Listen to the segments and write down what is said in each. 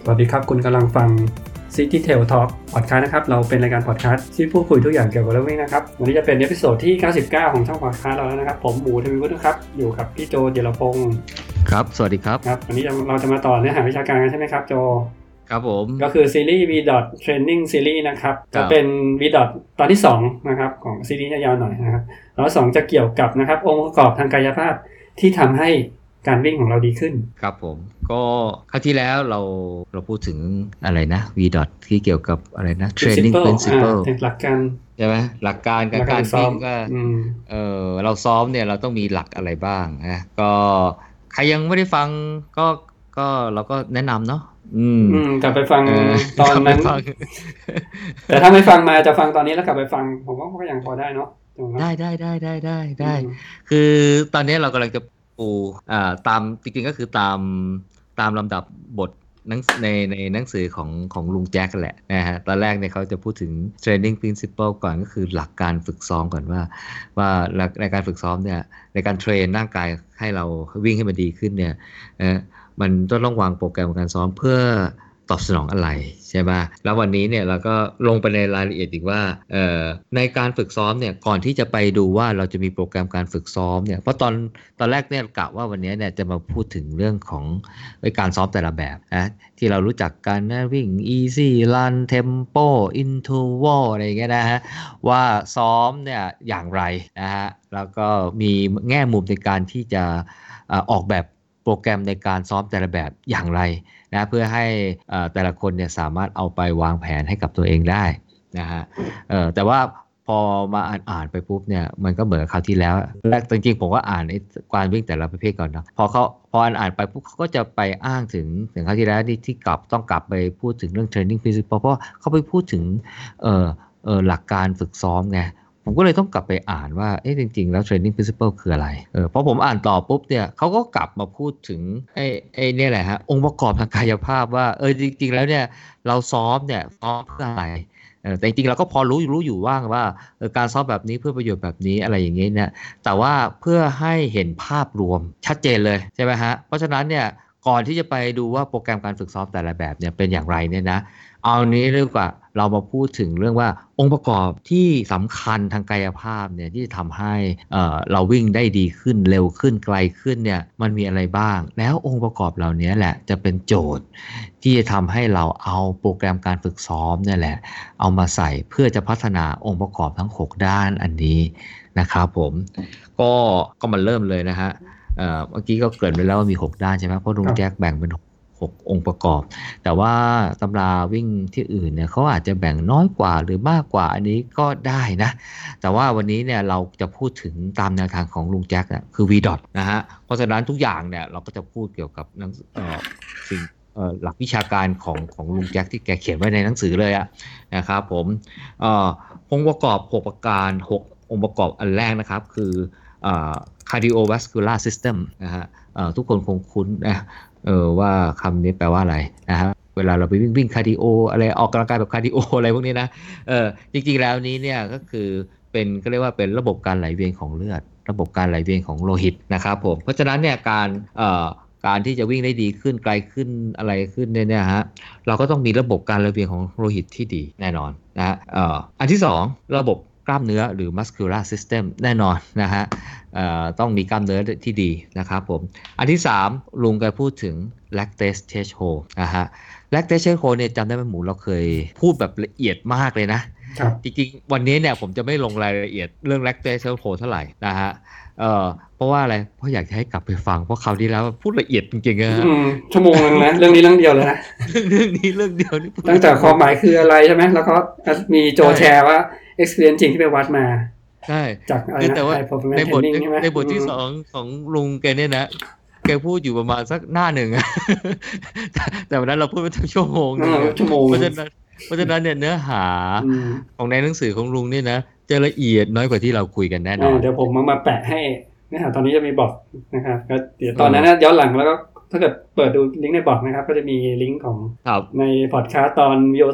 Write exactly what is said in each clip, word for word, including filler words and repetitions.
สวัสดีครับคุณกำลังฟัง City Tail Talk Podcast นะครับเราเป็นรายการ Podcast ที่พูดคุยทุกอย่างเกี่ยวกับเรื่องวิ่งนะครับวันนี้จะเป็นเอพิโซดที่เก้าสิบเก้าของช่อง Podcast เราแล้วนะครับผมหมูทวีวุฒิครับอยู่กับพี่โจเจรพงศ์ครับสวัสดีครับครับวันนี้เราจะมาต่อเนื้อหาวิชาการกันใช่ไหมครับโจครับผมก็คือซีรีส์ V. Training Series นะครับจะเป็น V. ตอนที่สองนะครับของซีรีส์ยาวๆหน่อยนะครับแล้วสองจะเกี่ยวกับนะครับองค์ประกอบทางกายภาพที่ทำให้การวิ่งของเราดีขึ้นครับผมก็คราวที่แล้วเราเราพูดถึงอะไรนะ V. ที่เกี่ยวกับอะไรนะ Training Principle หลักการใช่ไหมหลักการการการวิ่งก็เออเราซ้อมเนี่ยเราต้องมีหลักอะไรบ้างนะก็ใครยังไม่ได้ฟังก็ก็เราก็แนะนำเนาะอืมกลับไปฟังตอนนั้นแต่ถ้าไม่ฟังมาจะฟังตอนนี้แล้วกลับไปฟังผมว่าก็ยังพอได้เนาะได้ได้ได้ได้ได้ได้คือตอนนี้เรากำลังจะปูอ่าตามจริงๆก็คือตามตามลำดับบทในในหนังสือของของลุงแจ็คแหละนะฮะตอนแรกเนี่ยเขาจะพูดถึง training principle ก่อนก็คือหลักการฝึกซ้อมก่อนว่าว่าในการฝึกซ้อมเนี่ยในการเทรนร่างกายให้เราวิ่งให้มันดีขึ้นเนี่ยนะมันต้องวางโปรแกรมการซ้อมเพื่อตอบสนองอะไรใช่ไหมแล้ววันนี้เนี่ยเราก็ลงไปในรายละเอียดอีกว่าเอ่อในการฝึกซ้อมเนี่ยก่อนที่จะไปดูว่าเราจะมีโปรแกรมการฝึกซ้อมเนี่ยเพราะตอนตอนแรกเนี่ยกะว่าวันนี้เนี่ยจะมาพูดถึงเรื่องของการซ้อมแต่ละแบบนะที่เรารู้จักกันนะวิ่ง easy run tempo interval อะไรอย่างเงี้ยนะฮะว่าซ้อมเนี่ยอย่างไรนะฮะแล้วก็มีแง่มุมในการที่จะออกแบบโปรแกรมในการซ้อมแต่ละแบบอย่างไรนะเพื่อให้แต่ละคนเนี่ยสามารถเอาไปวางแผนให้กับตัวเองได้นะฮะแต่ว่าพอมาอ่านๆไปปุ๊บเนี่ยมันก็เหมือนคราวที่แล้วแรกจริงๆผมก็อ่านการวิ่งแต่ละประเภทก่อนเนาะพอเขาพออ่านๆไปปุ๊บเขาก็จะไปอ้างถึงถึงคราวที่แล้วที่ที่กลับต้องกลับไปพูดถึงเรื่อง training principle เพราะเขาไปพูดถึงเอ่อเอ่อหลักการฝึกซ้อมไงผมก็เลยต้องกลับไปอ่านว่าเอ๊ะจริงๆแล้ว training principle คืออะไรเออพอผมอ่านต่อปุ๊บเนี่ยเขาก็กลับมาพูดถึงไอ้ไอ้นี่แหละฮะองค์ประกอบทางกายภาพว่าเออจริงๆแล้วเนี่ยเราซ้อมเนี่ยซ้อมเพื่ออะไรเออแต่จริงๆเราก็พอรู้รู้อยู่ว่างว่าเออการซ้อมแบบนี้เพื่อประโยชน์แบบนี้อะไรอย่างเงี้ยเนี่ยแต่ว่าเพื่อให้เห็นภาพรวมชัดเจนเลยใช่ไหมฮะเพราะฉะนั้นเนี่ยก่อนที่จะไปดูว่าโปรแกรมการฝึกซ้อมแต่ละแบบเนี่ยเป็นอย่างไรเนี่ยนะเอานี้เรียกว่าเรามาพูดถึงเรื่องว่าองค์ประกอบที่สำคัญทางกายภาพเนี่ยที่จะทำให้เอ่อเราวิ่งได้ดีขึ้นเร็วขึ้นไกลขึ้นเนี่ยมันมีอะไรบ้างแล้วองค์ประกอบเหล่านี้แหละจะเป็นโจทย์ที่จะทำให้เราเอาโปรแกรมการฝึกซ้อมเนี่ยแหละเอามาใส่เพื่อจะพัฒนาองค์ประกอบทั้งหกด้านอันนี้นะครับผมก็ก็มาเริ่มเลยนะฮะเอ่อเมื่อกี้ก็เกริ่นไปแล้วว่ามีหกด้านใช่ไหมเพราะลุงแจ็คแบ่งเป็นหกองค์ประกอบแต่ว่าตำราวิ่งที่อื่นเนี่ยเขาอาจจะแบ่งน้อยกว่าหรือมากกว่าอันนี้ก็ได้นะแต่ว่าวันนี้เนี่ยเราจะพูดถึงตามแนวทางของลุงแจ็คนะคือ V. นะฮะเพราะฉะนั้นทุกอย่างเนี่ยเราก็จะพูดเกี่ยวกับเอ่อสิ่งเอ่อหลักวิชาการของของลุงแจ็คที่แกเขียนไว้ในหนังสือเลยอะนะครับผมเอ่อองค์ประกอบหกประการหกองค์ประกอบอันแรกนะครับคือเอ่อ cardiovascular system นะฮะเอ่อทุกคนคงคุ้นนะเออว่าคำนี้แปลว่าอะไรนะครับเวลาเราไปวิ่งวิ่งคาร์ดิโออะไรออกกำลังกายแบบคาร์ดิโออะไรพวกนี้นะเออจริงๆแล้วนี้เนี่ยก็คือเป็นก็เรียกว่าเป็นระบบการไหลเวียนของเลือดระบบการไหลเวียนของโลหิตนะครับผมเพราะฉะนั้นเนี่ยการเอ่อการที่จะวิ่งได้ดีขึ้นไกลขึ้นอะไรขึ้นเนี่ยฮะเราก็ต้องมีระบบการไหลเวียนของโลหิตที่ดีแน่นอนนะฮะเอ่ออันที่สองระบบกล้ามเนื้อหรือ muscular system แน่นอนนะฮะต้องมีกล้ามเนื้อที่ดีนะครับผมอันที่สามลุงก็พูดถึง lactate threshold นะฮะ lactate threshold เนี่ยจำได้ไหมหมูเราเคยพูดแบบละเอียดมากเลยนะจริงๆวันนี้เนี่ยผมจะไม่ลงรายละเอียดเรื่อง lactate threshold เท่าไหร่นะฮะเอ่อเพราะว่าอะไรเพราะอยากจะให้กลับไปฟังเพราะคราวที่แล้วพูดละเอียดจริงๆนะชั่วโมงนึงนะเรื่องนี้เรื่องเดียวเลยนะเรื่องนี้เรื่องเดียวนี่ตั้งแต่ความหมายคืออะไรใช่ไหมแล้วก็มีโจแชร์ว่า experience จริงที่ไปวัดมาใช่จากอะไรนะในบทในบทที่สองของลุงแกเนี่ยนะแกพูดอยู่ประมาณสักหน้าหนึ่งแต่วันนั้นเราพูดไปทั้งชั่วโมงนึงชั่วโมงเพราะฉะนั้นเพราะฉะนั้นเนี่ยเนื้อหาของในหนังสือของลุงเนี่ยนะจะละเอียดน้อยกว่าที่เราคุยกันแน่นอนเดี๋ยวผมมามาแปะให้นะครับตอนนี้จะมีบล็อกนะครับก็เดี๋ยวตอนนั้นย้อนหลังแล้วก็ถ้าเกิดเปิดดูลิงก์ในบล็อกนะครับก็จะมีลิงก์ของในพอดคาสต์ตอน วี โอ ทู Max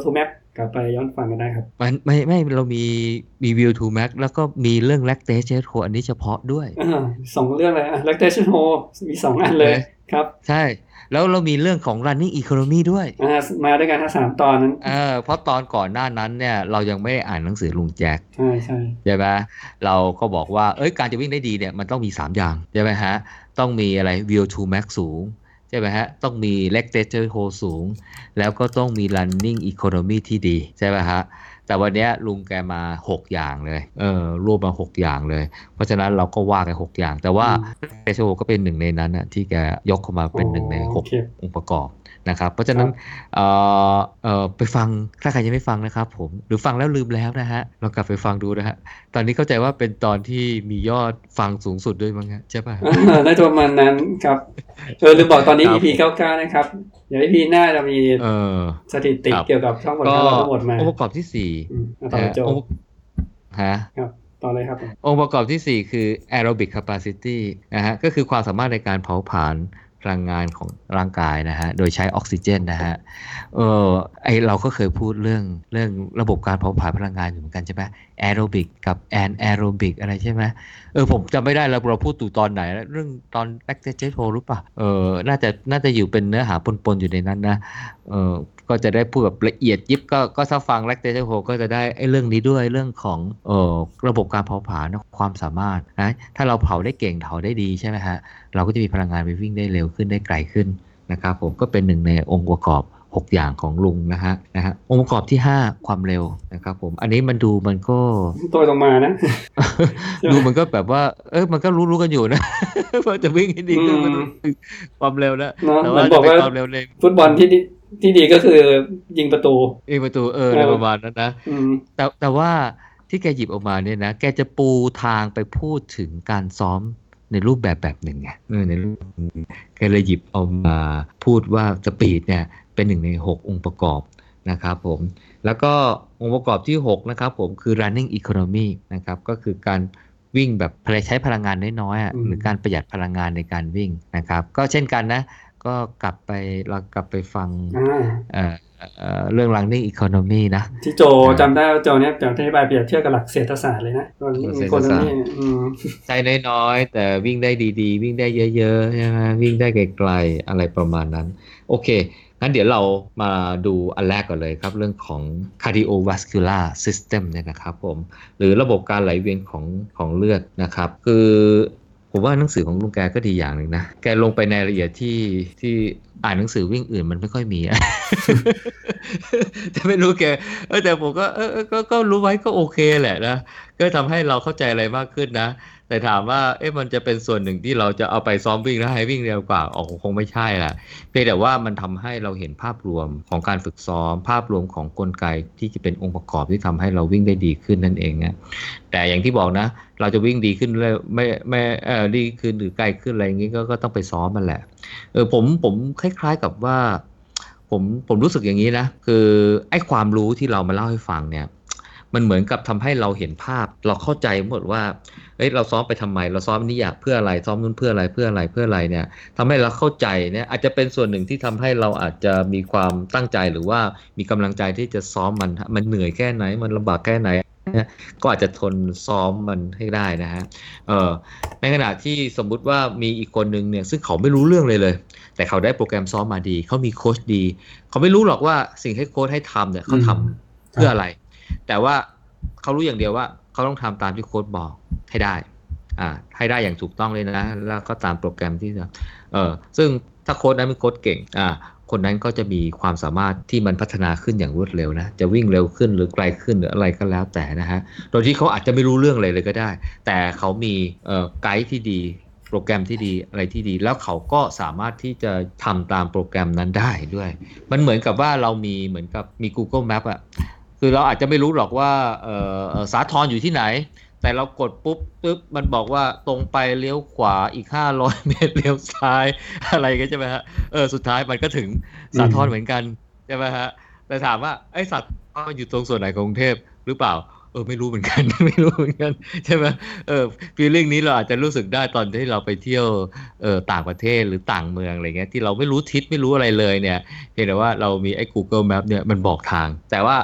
กลับไปย้อนฟังกันได้ครับมันไม่ไม่เรามีมี View to Max แล้วก็มีเรื่อง Lactation Ho อันนี้เฉพาะด้วยอ่าสองเรื่องเลยอ่ะ Lactation Ho มีสองอันเลยครับใช่แล้วเรามีเรื่องของ Running Economy ด้วยอ่ามาด้วยกันทั้งสามตอนนั้นเออเพราะตอนก่อนหน้านั้นเนี่ยเรายังไม่ได้อ่านหนังสือลุงแจ็คใช่ใช่ใช่ไหมเราก็บอกว่าเอ้ยการจะวิ่งได้ดีเนี่ยมันต้องมีสามอย่างใช่ไหมฮะต้องมีอะไร View to Max สูงใช่ไหมฮะต้องมี Lactation Ho สูงแล้วก็ต้องมี Running Economy ที่ดีใช่ไหมฮะแต่วันนี้ลุงแกมาหกอย่างเลยเออรวบมาหกอย่างเลยเพราะฉะนั้นเราก็ว่ากันหกอย่างแต่ว่าเอชโอก็เป็นหนึ่งในนั้นนะที่แกยกเข้ามาเป็นหนึ่งในหกองค์ประกอบนะครับเพราะฉะนั้นเอ่อเอ่อไปฟังถ้าใครยังไม่ฟังนะครับผมหรือฟังแล้วลืมแล้วนะฮะเรากลับไปฟังดูนะฮะตอนนี้เข้าใจว่าเป็นตอนที่มียอดฟังสูงสุดด้วยมั้งฮะใช่ป่ะได้ประมาณนั้นครับเออลืมบอกตอนนี้ อี พี เก้าสิบเก้านะครับเดี๋ยว อี พี หน้าจะมีสถิติเกี่ยวกับช่องบทเราทั้งหมดมาองค์ประกอบที่สี่ฮะครับต่อเลยครับองค์ประกอบที่สี่คือ aerobic capacity นะฮะก็คือความสามารถในการเผาผลาญพลังงานของร่างกายนะฮะโดยใช้ออกซิเจนนะฮะเออไอเราก็เคยพูดเรื่องเรื่องระบบการเผาผลาญพลังงานอยู่เหมือนกันใช่ไหม aerobic กับ anaerobic อะไรใช่ไหมเออผมจำไม่ได้แล้วเราพูดตู่ตอนไหนเรื่องตอน lactate ho หรือเปล่าเออน่าจะน่าจะอยู่เป็นเนื้อหาปนๆอยู่ในนั้นนะเออก็จะได้พูดแบบละเอียดยิบก็ก็ถ้าฟัง lactate ho ก็จะได้ไอ้เรื่องนี้ด้วยเรื่องของเอ่อระบบการเผาผลาญความสามารถนะถ้าเราเผาได้เก่งเผาได้ดีใช่ไหมฮะเราก็จะมีพลังงานไปวิ่งได้เร็วขึ้นได้ไกลขึ้นนะครับผมก็เป็นหนึ่งในองค์ประกอบหกอย่างของลุงนะฮะนะฮะองค์ประกอบที่ห้าความเร็วนะครับผมอันนี้มันดูมันก็ตัวลงมานะดูมันก็แบบว่าเออมันก็รู้ๆกันอยู่นะว่าจะวิ่งให้ดีขึ้นมันความเร็วนะแต่ว่าจะเป็นความเร็วในฟุตบอลที่ที่ดีก็คือยิงประตูยิงประตูเออในประมาณนั้นนะแต่แต่ว่าที่แกหยิบออกมาเนี่ยนะแกจะปูทางไปพูดถึงการซ้อมในรูปแบบแบบหนึ่งไงในรูปแกเลยหยิบเอามาพูดว่าสปีดเนี่ยเป็นหนึ่งในหกองค์ประกอบนะครับผมแล้วก็องค์ประกอบที่หกนะครับผมคือ running economy นะครับก็คือการวิ่งแบบใช้พลังงานน้อยๆหรือการประหยัดพลังงานในการวิ่งนะครับก็เช่นกันนะก็กลับไปเรากลับไปฟังเอ่อเรื่อง running economy นะที่โจจำได้ว่าโจเนี่ยจะอธิบายเปรียบเทียบกับหลักเศรษฐศาสตร์เลยนะคนนี้ใจน้อยๆแต่วิ่งได้ดีๆวิ่งได้เยอะๆใช่ไหมวิ่งได้ไกลๆอะไรประมาณนั้นโอเคงั้นเดี๋ยวเรามาดูอันแรกก่อนเลยครับเรื่องของ cardiovascular system เนี่ยนะครับผมหรือระบบการไหลเวียนของของเลือดนะครับคือผมว่าหนังสือของลุงแกก็ดีอย่างหนึ่งนะแกลงไปในรายละเอียดที่ที่อ่านหนังสือวิ่งอื่นมันไม่ค่อยมีแต่ไม่รู้แกเออแต่ผมก็เออก็ก็รู้ไว้ก็โอเคแหละนะก็ทำให้เราเข้าใจอะไรมากขึ้นนะแต่ถามว่าเอ๊ะมันจะเป็นส่วนหนึ่งที่เราจะเอาไปซ้อมวิ่งแล้วให้วิ่งเร็วกว่าอ๋อคงไม่ใช่แหละเพียงแต่ว่ามันทำให้เราเห็นภาพรวมของการฝึกซ้อมภาพรวมของกลไกที่จะเป็นองค์ประกอบที่ทำให้เราวิ่งได้ดีขึ้นนั่นเองนะแต่อย่างที่บอกนะเราจะวิ่งดีขึ้นเลยไม่ไม่เออดีขึ้นหรือไกลขึ้นอะไรอย่างงี้ก็ก็ต้องไปซ้อมมันแหละเออผมผมคล้ายๆกับว่าผมผมรู้สึกอย่างนี้นะคือไอ้ความรู้ที่เรามาเล่าให้ฟังเนี่ยมันเหมือนกับทำให้เราเห็นภาพเราเข้าใจหมดว่าเอ้ยเราซ้อมไปทำไมเราซ้อมนี่อยากเพื่ออะไรซ้อมนู้นเพื่ออะไรเพื่ออะไรเพื่ออะไรเนี่ยทำให้เราเข้าใจเนี่ยอาจจะเป็นส่วนหนึ่งที่ทำให้เราอาจจะมีความตั้งใจหรือว่ามีกำลังใจที่จะซ้อมมันมันเหนื่อยแค่ไหนมันลำบากแค่ไหนก็อาจจะทนซ้อมมันให้ได้นะฮะเออในขณะที่สมมุติว่ามีอีกคนนึงเนี่ยซึ่งเขาไม่รู้เรื่องเลยเลยแต่เขาได้โปรแกรมซ้อมมาดีเขามีโค้ชดีเขาไม่รู้หรอกว่าสิ่งที่โค้ชให้ทำเนี่ยเขาทำเพื่ออะไรแต่ว่าเขารู้อย่างเดียวว่าเขาต้องทำตามที่โค้ชบอกให้ได้อ่าให้ได้อย่างถูกต้องเลยนะแล้วก็ตามโปรแกรมที่เออซึ่งถ้าโค้ชนั้นเป็นโค้ชเก่งอ่าคนนั้นก็จะมีความสามารถที่มันพัฒนาขึ้นอย่างรวดเร็วนะจะวิ่งเร็วขึ้นหรือไกลขึ้นหรืออะไรก็แล้วแต่นะฮะโดยที่เขาอาจจะไม่รู้เรื่องอะไรเลยก็ได้แต่เขามีเอ่อไกด์ที่ดีโปรแกรมที่ดีอะไรที่ดีแล้วเขาก็สามารถที่จะทำตามโปรแกรมนั้นได้ด้วยมันเหมือนกับว่าเรามีเหมือนกับมี Google Map อ่ะคือเราอาจจะไม่รู้หรอกว่าเอ่อสาทรอยู่ที่ไหนแต่เรากดปุ๊บปุ๊บมันบอกว่าตรงไปเลี้ยวขวาอีกห้าร้อยเมตรเลี้ยวซ้ายอะไรกันใช่ไหมฮะเออสุดท้ายมันก็ถึงสาทรเหมือนกันใช่ไหมฮะแต่ถามว่าไอ้สาทรอยู่ตรงส่วนไหนของกรุงเทพหรือเปล่าเออไม่รู้เหมือนกันไม่รู้เหมือนกันใช่ไหมเออฟีลลิ่งนี้เราอาจจะรู้สึกได้ตอนที่เราไปเที่ยวเออต่างประเทศหรือต่างเมืองอะไรเงี้ยที่เราไม่รู้ทิศไม่รู้อะไรเลยเนี่ยเพียงแต่ว่าเรามีไอ้ Google Map เนี่ยมันบอกทางแต่ว่า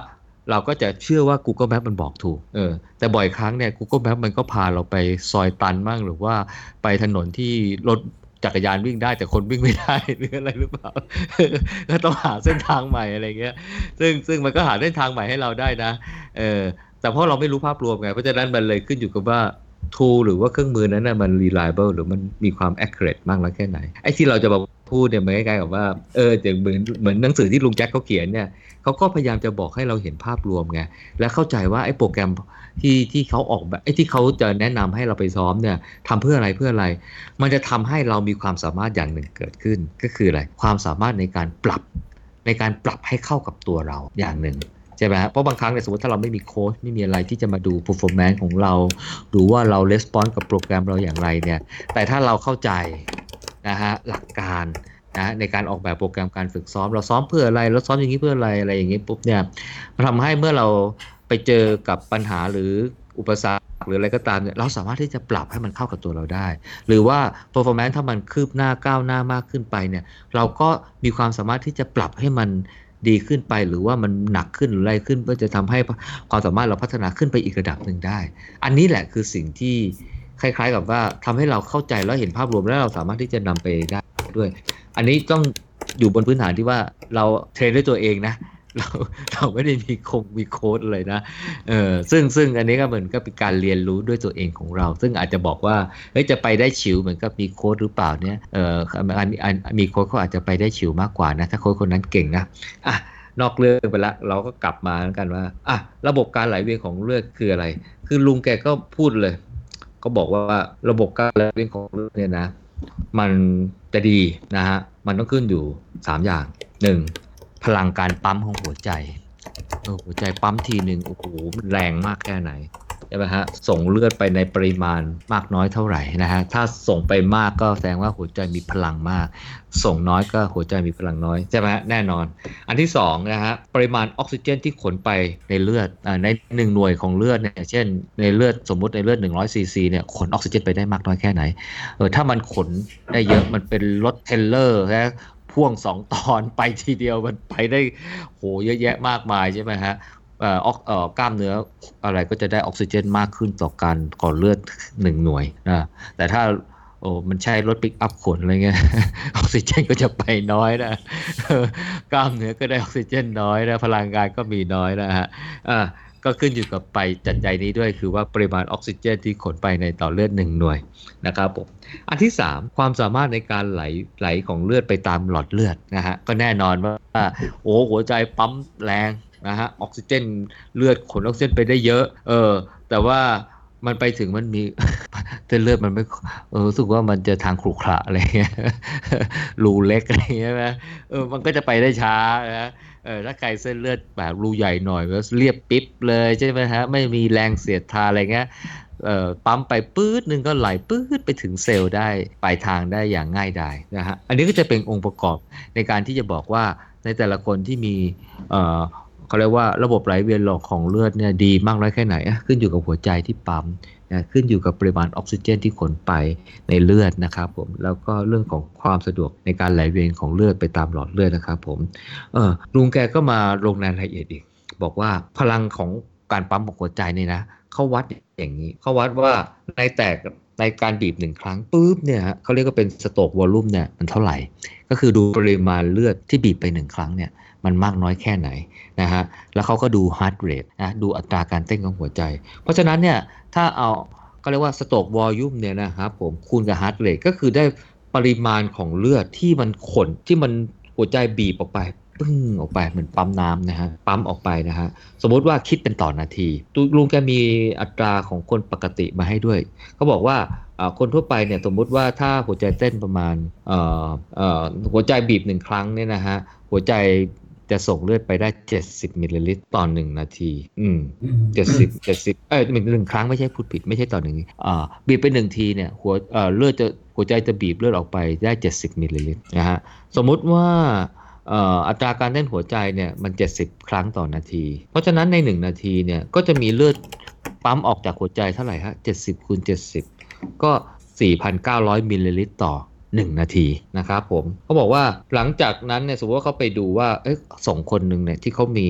เราก็จะเชื่อว่า Google Map มันบอกถูกเออแต่บ่อยครั้งเนี่ย Google Map มันก็พาเราไปซอยตันบ้างหรือว่าไปถนนที่รถจักรยานวิ่งได้แต่คนวิ่งไม่ได้ หรืออะไรหรือเปล่า ก็ต้องหาเส้นทางใหม่อะไรเงี้ยซึ่งซึ่งมันก็หาเส้นทางใหม่ให้เราได้นะเออแต่เพราะเราไม่รู้ภาพรวมไงเพราะฉะนั้นมันเลยขึ้นอยู่กับว่า tool หรือว่าเครื่องมือนั้นนะมัน reliable หรือมันมีความ accurate มากน้อยแค่ไหนไอ้ที่เราจะมาพูดเนี่ยมันใกล้ๆกับว่าเอออย่างเหมือนเหมือนหนังสือที่ลุงแจ็คเขาเขียนเนี่ยเขาก็พยายามจะบอกให้เราเห็นภาพรวมไงและเข้าใจว่าไอ้โปรแกรมที่ที่เขาออกแบบไอ้ที่เขาจะแนะนำให้เราไปซ้อมเนี่ยทำเพื่ออะไรเพื่ออะไรมันจะทำให้เรามีความสามารถอย่างหนึ่งเกิดขึ้นก็คืออะไรความสามารถในการปรับในการปรับให้เข้ากับตัวเราอย่างหนึ่งใช่ไหมครับเพราะบางครั้งเนี่ยสมมติถ้าเราไม่มีโค้ชไม่มีอะไรที่จะมาดู performance ของเราดูว่าเรา response กับโปรแกรมเราอย่างไรเนี่ยแต่ถ้าเราเข้าใจนะฮะหลักการนะในการออกแบบโปรแกรมการฝึกซ้อมเราซ้อมเพื่ออะไรเราซ้อมอย่างนี้เพื่ออะไรอะไรอย่างนี้ปุ๊บเนี่ยมันทำให้เมื่อเราไปเจอกับปัญหาหรืออุปสรรคหรืออะไรก็ตามเนี่ยเราสามารถที่จะปรับให้มันเข้ากับตัวเราได้หรือว่า performance ถ้ามันคืบหน้าก้าวหน้ามากขึ้นไปเนี่ยเราก็มีความสามารถที่จะปรับให้มันดีขึ้นไปหรือว่ามันหนักขึ้นหรืออะไรขึ้นเพื่อจะทำให้ความสามารถเราพัฒนาขึ้นไปอีกระดับหนึ่งได้อันนี้แหละคือสิ่งที่คล้ายๆกับว่าทำให้เราเข้าใจแล้วเห็นภาพรวมแล้วเราสามารถที่จะนำไปได้ด้วยอันนี้ต้องอยู่บนพื้นฐานที่ว่าเราเทรนด้วยตัวเองนะเราเราไม่ได้มีคงมีโค้ดเลยนะเออซึ่งซึ่งอันนี้ก็เหมือนกับเป็นการเรียนรู้ด้วยตัวเองของเราซึ่งอาจจะบอกว่าเฮ้ยจะไปได้ฉิวเหมือนกับมีโค้ดหรือเปล่าเนี่ยเอออันอันมีโค้ดเขาอาจจะไปได้ฉิวมากกว่านะถ้าโค้ดคนนั้นเก่งนะอ่ะนอกเรื่องไปละเราก็กลับมาแล้วกันว่าอ่ะระบบการไหลเวียนของเลือดคืออะไรคือลุงแกก็พูดเลยก็บอกว่าระบบการไหลเวียนของเลือดเนี่ยนะมันจะดีนะฮะมันต้องขึ้นอยู่สามอย่างหนึ่งพลังการปั๊มของหัวใจหัวใจปั๊มทีหนึ่งโอ้โหมันแรงมากแค่ไหนใช่ไหมฮะส่งเลือดไปในปริมาณมากน้อยเท่าไหร่นะฮะถ้าส่งไปมากก็แสดงว่าหัวใจมีพลังมากส่งน้อยก็หัวใจมีพลังน้อยใช่ไหมฮะแน่นอนอันที่สองนะฮะปริมาณออกซิเจนที่ขนไปในเลือดในหนึ่งหน่วยของเลือดเนี่ยเช่นในเลือดสมมุติในเลือดหนึ่งร้อยซีซีเนี่ยขนออกซิเจนไปได้มากน้อยแค่ไหนเออถ้ามันขนได้เยอะมันเป็นรถเทรลเลอร์นะพ่วงสองตอนไปทีเดียวมันไปได้โหเยอะแยะมากมายใช่ไหมฮะเอ่อออกเอ่อกล้ามเนื้ออะไรก็จะได้ออกซิเจนมากขึ้นต่อการก่อเลือดหนึ่งหน่วยนะแต่ถ้าโอ้มันใช่รถปิกอัพขนอะไรเงี้ยออกซิเจนก็จะไปน้อยนะกล้ามเนื้อก็ได้ออกซิเจนน้อยนะพลังงานก็มีน้อยนะฮะอ่าก็ขึ้นอยู่กับไปจัดใจนี้ด้วยคือว่าปริมาณออกซิเจนที่ขนไปในต่อเลือดหนึ่งหน่วยนะครับผมอันที่สามความสามารถในการไหลไหลของเลือดไปตามหลอดเลือดนะฮะก็แน่นอนว่าโอ้หัวใจปั๊มแรงนะฮะออกซิเจนเลือดขนออกซิเจนไปได้เยอะเออแต่ว่ามันไปถึงมันมีเส้นเลือดมันไม่เออรู้สึกว่ามันจะทางขรุขระอะไรเงี้ยรูเล็กอะไรเงี้ยนะเออมันก็จะไปได้ช้านะเออถ้าใครเส้นเลือดแบบรูใหญ่หน่อยก็เรียบปิ๊บเลยใช่ไหมฮะไม่มีแรงเสียดทานอะไรเงี้ยเอ่อปั๊มไปปื๊ดนึงก็ไหลปื๊ดไปถึงเซลล์ได้ปลายทางได้อย่างง่ายดายนะฮะอันนี้ก็จะเป็นองค์ประกอบในการที่จะบอกว่าในแต่ละคนที่มีเอ่อเขาเรียกว่าระบบไหลเวียนหลอดของเลือดเนี่ยดีมากน้อยแค่ไหนขึ้นอยู่กับหัวใจที่ปั๊มนะขึ้นอยู่กับปริมาณออกซิเจนที่ขนไปในเลือดนะครับผมแล้วก็เรื่องของความสะดวกในการไหลเวียนของเลือดไปตามหลอดเลือดนะครับผมเออลุงแกก็มาลงรายละเอียดอีกบอกว่าพลังของการปั๊มของหัวใจนี่นะเขาวัดอย่างนี้เขาวัดว่าในแตกในการบีบหนึ่งครั้งปุ๊บเนี่ยเขาเรียกว่าเป็นสโตรกวอลลุ่มเนี่ยมันเท่าไหร่ก็คือดูปริมาณเลือดที่บีบไปหนึ่งครั้งเนี่ยมันมากน้อยแค่ไหนนะฮะแล้วเขาก็ดู heart rate นะดูอัตราการเต้นของหัวใจเพราะฉะนั้นเนี่ยถ้าเอาก็เรียกว่าสโตรกวอลลุ่มเนี่ยนะครับผมคูณกับ heart rate ก็คือได้ปริมาณของเลือดที่มันขนที่มันหัวใจบีบออกไปปึ้งออกไปเหมือนปั๊มน้ำนะฮะปั๊มออกไปนะฮะสมมติว่าคิดเป็นต่อนาทีลุงแกมีอัตราของคนปกติมาให้ด้วยเขาบอกว่าคนทั่วไปเนี่ยสมมุติว่าถ้าหัวใจเต้นประมาณเอ่อเอ่อหัวใจบีบหนึ่งครั้งเนี่ยนะฮะหัวใจจะส่งเลือดไปได้เจ็ดสิบมิลลิลิตรต่อหนึ่งนาทีอืมเจ็ดสิบ เจ็ดสิบเอ้ยหนึ่งครั้งไม่ใช่พูดผิดไม่ใช่ต่อหนึ่งอ่าบีบไปหนึ่งทีเนี่ยหัวเอ่อเลือดจะหัวใจจะบีบเลือดออกไปได้เจ็ดสิบมิลลิลิตรนะฮะสมมุติว่าอัตราการเต้นหัวใจเนี่ยมันเจ็ดสิบครั้งต่อนาทีเพราะฉะนั้นในหนึ่งนาทีเนี่ยก็จะมีเลือดปั๊มออกจากหัวใจเท่าไหร่ฮะเจ็ดสิบคูณเจ็ดสิบก็ สี่พันเก้าร้อย มิลลิลิตรต่อหนึ่งนาทีนะครับผมเขาบอกว่าหลังจากนั้นเนี่ยสมมติว่าเขาไปดูว่าเอ๊ะส่งคนหนึ่งเนี่ยที่เขามี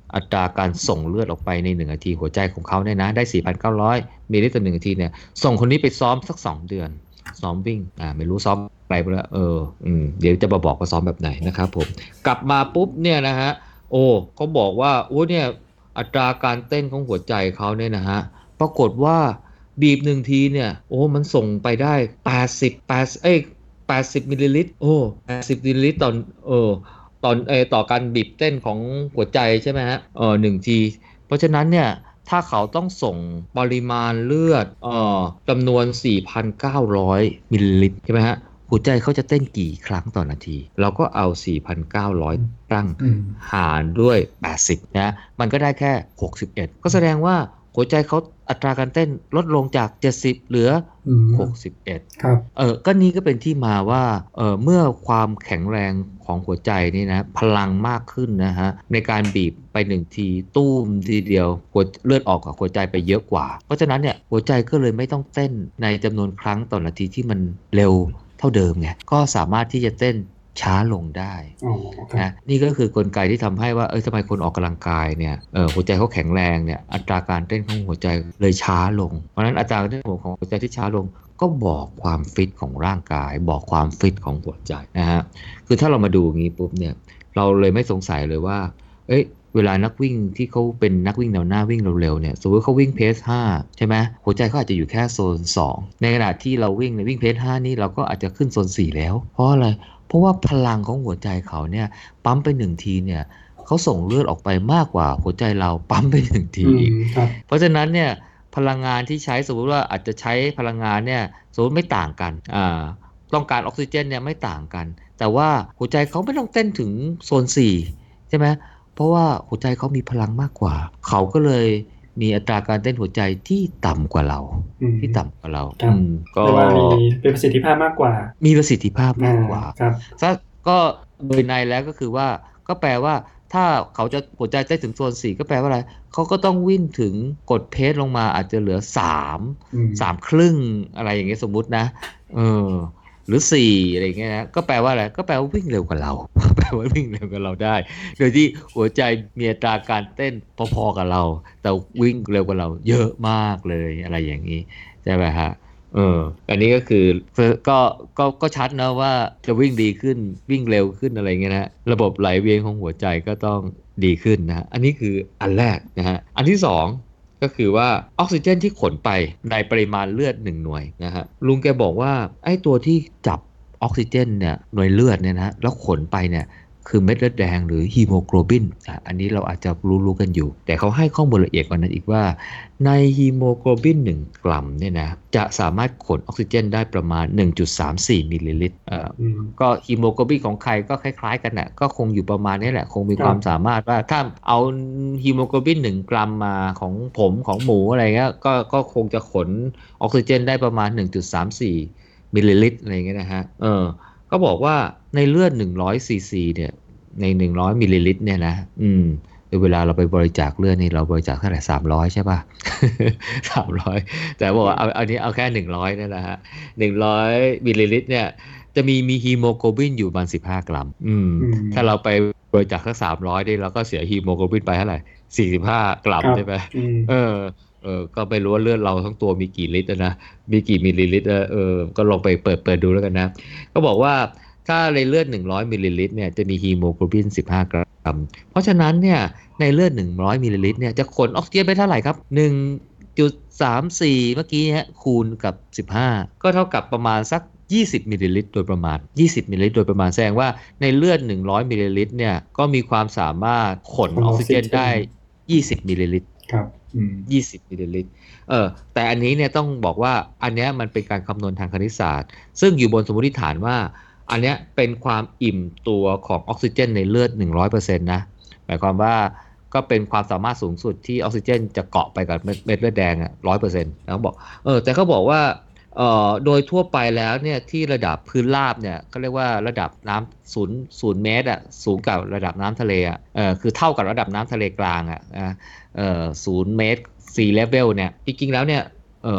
อัตราการส่งเลือดออกไปในหนึ่งนาทีหัวใจของเขาเนี่ยนะได้ สี่พันเก้าร้อย มิลลิลิตรต่อหนึ่งนาทีเนี่ยส่งคนนี้ไปซ้อมสักสองเดือนซ้อมวิ่งอ่าไม่รู้ซ้อมอะไรไปแล้วเอออืมเดี๋ยวจะมาบอกว่าซ้อมแบบไหนนะครับผมกลับมาปุ๊บเนี่ยนะฮะโอ้เขาบอกว่าโอ้เนี่ยอัตราการเต้นของหัวใจเขาเนี่ยนะฮะปรากฏว่าบีบหนึ่งทีเนี่ยโอ้มันส่งไปได้แปดสิบ แปดเอ้ยแปดสิบมิลลิลิตรโอ้แปดสิบมิลลิลิตรต่อเออตอนเออต่อการบีบเต้นของหัวใจใช่ไหมฮะเออหนึ่งทีเพราะฉะนั้นเนี่ยถ้าเขาต้องส่งปริมาณเลือดเอ่อจำนวน สี่พันเก้าร้อย มิลลิลิตรใช่ไหมฮะหัวใจเขาจะเต้นกี่ครั้งต่อนาที เราก็เอา สี่พันเก้าร้อย ครั้งหารด้วย แปดสิบ นะมันก็ได้แค่ หกสิบเอ็ด ก็แสดงว่าหัวใจเขาอัตราการเต้นลดลงจาก เจ็ดสิบ เหลือ หกสิบเอ็ดครับเออก็นี้ก็เป็นที่มาว่าเออเมื่อความแข็งแรงของหัวใจนี่นะพลังมากขึ้นนะฮะในการบีบไปหนึ่งทีตุ้มทีเดียวหัวเลือดออกกับหัวใจไปเยอะกว่าเพราะฉะนั้นเนี่ยหัวใจก็เลยไม่ต้องเต้นในจำนวนครั้งต่อนาทีที่มันเร็วเท่าเดิมไงก็สามารถที่จะเต้นช้าลงได้นะนี่ก็คือกลไกที่ทำให้ว่าเออทำไมคนออกกำลังกายเนี่ยเออหัวใจเขาแข็งแรงเนี่ยอัตราการเต้นของหัวใจเลยช้าลงเพราะฉะนั้นอัตราการเต้นของหัวใจที่ช้าลงก็บอกความฟิตของร่างกายบอกความฟิตของหัวใจนะฮะคือถ้าเรามาดูงี้ปุ๊บเนี่ยเราเลยไม่สงสัยเลยว่าเอ้ยเวลานักวิ่งที่เขาเป็นนักวิ่งแนวหน้าวิ่งเร็วๆเนี่ยสมมติเขาวิ่งเพสห้าใช่ไหมหัวใจเขาอาจจะอยู่แค่โซนสองในขณะที่เราวิ่งในวิ่งเพสห้านี่เราก็อาจจะขึ้นโซนสี่แล้วเพราะอะไรเพราะว่าพลังของหัวใจเขาเนี่ยปั๊มไปหนึ่งทีเนี่ยเขาส่งเลือดออกไปมากกว่าหัวใจเราปั๊มไปหนึ่งทีอีกเพราะฉะนั้นเนี่ยพลังงานที่ใช้สมมติว่าอาจจะใช้พลังงานเนี่ยสมมติไม่ต่างกันอ่าต้องการออกซิเจนเนี่ยไม่ต่างกันแต่ว่าหัวใจเขาไม่ต้องเต้นถึงโซนสี่ใช่ไหมเพราะว่าหัวใจเขามีพลังมากกว่าเขาก็เลยมีอัตราการเต้นหัวใจที่ต่ำกว่าเราที่ต่ำกว่าเราก็มีประสิทธิภาพมากกว่ามีประสิทธิภาพมากกว่าถ้าก็โดยในแล้วก็คือว่าก็แปลว่าถ้าเขาจะหัวใจเต้นถึงโซนสี่ก็แปลว่าอะไรเขาก็ต้องวิ่งถึงกดเพสลงมาอาจจะเหลือสาม สามครึ่งอะไรอย่างเงี้ยสมมุตินะเออหรือสี่อะไรอย่างเงี้ยนะก็แปลว่าอะไรก็แปลว่าวิ่งเร็วกว่าเราแปลว่าวิ่งเร็วกว่าเราได้โดยที่หัวใจมีอัตราการเต้นพอๆกับเราแต่วิ่งเร็วกว่าเราเยอะมากเลยอะไรอย่างนี้ใช่ไหมฮะเอออันนี้ก็คือก็ก็ก็ชัดนะว่าจะวิ่งดีขึ้นวิ่งเร็วขึ้นอะไรเงี้ยนะระบบไหลเวียนของหัวใจก็ต้องดีขึ้นนะอันนี้คืออันแรกนะฮะอันที่สองก็คือว่าออกซิเจนที่ขนไปในปริมาณเลือดหนึ่งหน่วยนะฮะลุงแกบอกว่าไอ้ตัวที่จับออกซิเจนเนี่ยหน่วยเลือดเนี่ยนะแล้วขนไปเนี่ยคือเม็ดเลือดแดงหรือฮีโมโกลบินอ่ะอันนี้เราอาจจะรู้ๆกันอยู่แต่เขาให้ข้อมูลละเอียดกว่านั้นอีกว่าในฮีโมโกลบินหนึ่งกรัมเนี่ยนะจะสามารถขนออกซิเจนได้ประมาณ หนึ่งจุดสามสี่ มิลลิลิตรเอ่อก็ฮีโมโกลบินของใครก็คล้ายๆกันน่ะก็คงอยู่ประมาณนี้แหละคงมีความสามารถว่าถ้าเอาฮีโมโกลบินหนึ่งกรัมมาของผมของหมูอะไรเงี้ยก็ก็คงจะขนออกซิเจนได้ประมาณ หนึ่งจุดสามสี่ มิลลิลิตรอะไรเงี้ยนะฮะเออก็บอกว่าในเลือดหนึ่งร้อยซีซีเนี่ยในหนึ่งร้อยมิลลิลิตรเนี่ยนะอืมเวลาเราไปบริจาคเลือดนี่เราบริจาคเท่าไหร่สามร้อยใช่ป่ะ สามร้อยแต่บอกว่าเอาอันนี้เอาแค่หนึ่งร้อยนี่แหละฮะหนึ่งร้อยมิลลิลิตรเนี่ยจะมีมีฮีโมโกลบินอยู่ประมาณสิบห้ากรัมอืมถ้าเราไปบริจาคสักสามร้อยนี่เราก็เสียฮีโมโกลบินไปเท่าไหร่สี่สิบห้ากรัมใช่ป่ะเออเออก็ไม่รู้ว่าเลือดเราทั้งตัวมีกี่ลิตรนะมีกี่มิลลิลิตรเออก็ลองไปเปิดเปิดดูแล้วกันนะก็บอกว่าถ้าในเลือดหนึ่งร้อยมิลลิลิตรเนี่ยจะมีฮีโมโกลบินสิบห้ากรัมเพราะฉะนั้นเนี่ยในเลือดหนึ่งร้อยมิลลิลิตรเนี่ยจะขนออกซิเจนไปเท่าไหร่ครับหนึ่งจุดสามสี่ เมื่อกี้ฮะคูณกับสิบห้าก็เท่ากับประมาณสักยี่สิบมิลลิลิตรโดยประมาณยี่สิบมิลลิลิตรโดยประมาณแสดงว่าในเลือดหนึ่งร้อยมิลลิลิตรเนี่ยก็มีความสามารถขนออกซิเจนได้ยี่สิบมิลลิลิตรครับยี่สิบมิลลิลิตรเออแต่อันนี้เนี่ยต้องบอกว่าอันเนี้ยมันเป็นการคำนวณทางคณิตศาสตร์ซึ่งอยู่บนสมมติฐานว่าอันเนี้ยเป็นความอิ่มตัวของออกซิเจนในเลือด หนึ่งร้อยเปอร์เซ็นต์ นะหมายความว่าก็เป็นความสามารถสูงสุดที่ออกซิเจนจะเกาะไปกับเม็ดเลือดแดงอ่ะ ร้อยเปอร์เซ็นต์ แล้วบอกเออแต่เขาบอกว่าเอ่อโดยทั่วไปแล้วเนี่ยที่ระดับพื้นราบเนี่ยเขาเรียกว่าระดับน้ำศูนย์ศูนย์เมตรอ่ะสูงกับระดับน้ำทะเลอ่ะเออคือเท่ากับระดับน้ำทะเลกลางอ่ะเออศูนย์เมตรซีเลเวลเนี่ยจริงๆแล้วเนี่ยเออ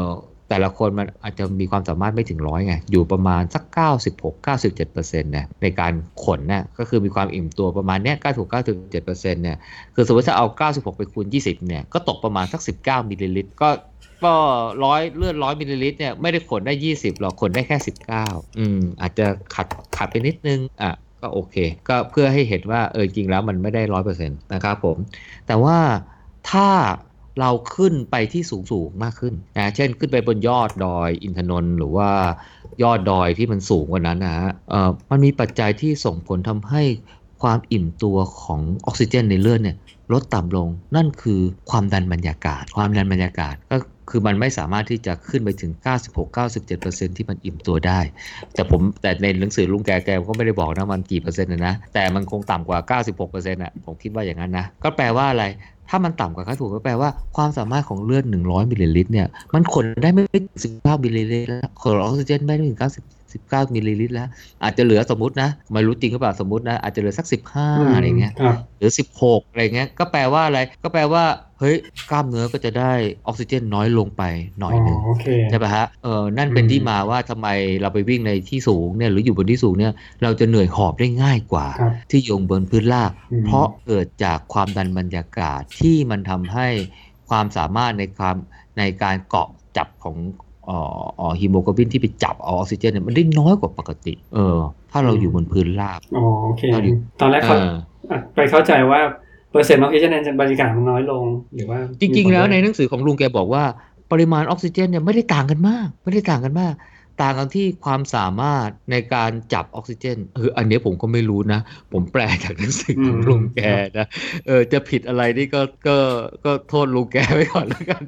แต่ละคนมันอาจจะมีความสามารถไม่ถึงร้อยไงอยู่ประมาณสัก เก้าสิบหก เก้าสิบเจ็ดเปอร์เซ็นต์ เนี่ยในการขนเนี่ยก็คือมีความอิ่มตัวประมาณเนี้ย เก้าสิบหก เก้าสิบเจ็ดเปอร์เซ็นต์ เนี่ยคือสมมติถ้าเอาเก้าสิบหกไปคูณยี่สิบเนี่ยก็ตกประมาณสักสิบเก้ามิลลิลิตรก็ก็ร้อยเลือดร้อยมิลลิลิตรเนี่ยไม่ได้ขนได้ยี่สิบหรอกขนได้แค่สิบเก้าอืมอาจจะขัดขัดไปนิดนึงอ่ะก็โอเคก็เพื่อให้เห็นว่าเออจริงแล้วมันไม่ได้ ร้อยเปอร์เซ็นต์ นะครับผมแต่ว่าถ้าเราขึ้นไปที่สูงสูงมากขึ้นนะเช่นขึ้นไปบนยอดดอยอินทนนท์หรือว่ายอดดอยที่มันสูงกว่านั้นนะฮะเอ่อมันมีปัจจัยที่ส่งผลทำให้ความอิ่มตัวของออกซิเจนในเลือดเนี่ยลดต่ำลงนั่นคือความดันบรรยากาศความดันบรรยากาศก็คือมันไม่สามารถที่จะขึ้นไปถึง เก้าสิบหก เก้าสิบเจ็ดเปอร์เซ็นต์ ที่มันอิ่มตัวได้แต่ผมแต่ในหนังสือลุงแกแกก็ไม่ได้บอกนะมันกี่เปอร์เซ็นต์นะนะแต่มันคงต่ำกว่า เก้าสิบหกเปอร์เซ็นต์ อ่ะผมคิดว่าอย่างนั้นนะก็แปลว่าอะไรถ้ามันต่ำกว่าค่าถูกก็แปลว่าความสามารถของเลือดหนึ่งร้อยมิลลิลิตรเนี่ยมันขนได้ไม่ถึงสิบเก้ามิลลิลิตรแล้วขนออกซิเจนไม่ถึงเก้าสิบ สิบเก้ามิลลิลิตรแล้วอาจจะเหลือสมมุตินะไม่รู้จริงหรือเปล่าสมมุตินะอาจจะเหลือสักสิบห้าอะไรเงี้ยหรือสิบหกอะไรเงี้ยก็แปลว่าอะไรก็แปลว่าเฮ้ยกล้ามเนื้อก็จะได้ออกซิเจนน้อยลงไปหน่อยนึงใช่ป่ะฮะเออนั่นเป็นที่มาว่าทำไมเราไปวิ่งในที่สูงเนี่ยหรืออยู่บนที่สูงเนี่ยเราจะเหนื่อยหอบได้ง่ายกว่าที่อยู่บนพื้นราบเพราะเกิดจากความดันบรรยากาศที่มันทำให้ความสามารถในความในการเกาะจับของอ๋ออ๋อฮีโมโกลบินที่ไปจับเอาออกซิเจนเนี่ยมันได้น้อยกว่าปกติเออถ้าเราอยู่บนพื้นราบอ๋อโอเคตอนแรกเขาไปเข้าใจว่าเปอร์เซ็นต์ออกซิเจนในบรรยากาศมันน้อยลงหรือว่าจริงๆแล้วในหนังสือของลุงแกบอกว่าปริมาณออกซิเจนเนี่ยไม่ได้ต่างกันมากไม่ได้ต่างกันมากต่างกันที่ความสามารถในการจับออกซิเจนเอออันนี้ผมก็ไม่รู้นะผมแปลจากหนังสือของลุงแกนะเออจะผิดอะไรนี่ก็ก็ก็โทษลุงแกไว้ก่อนแล้วกัน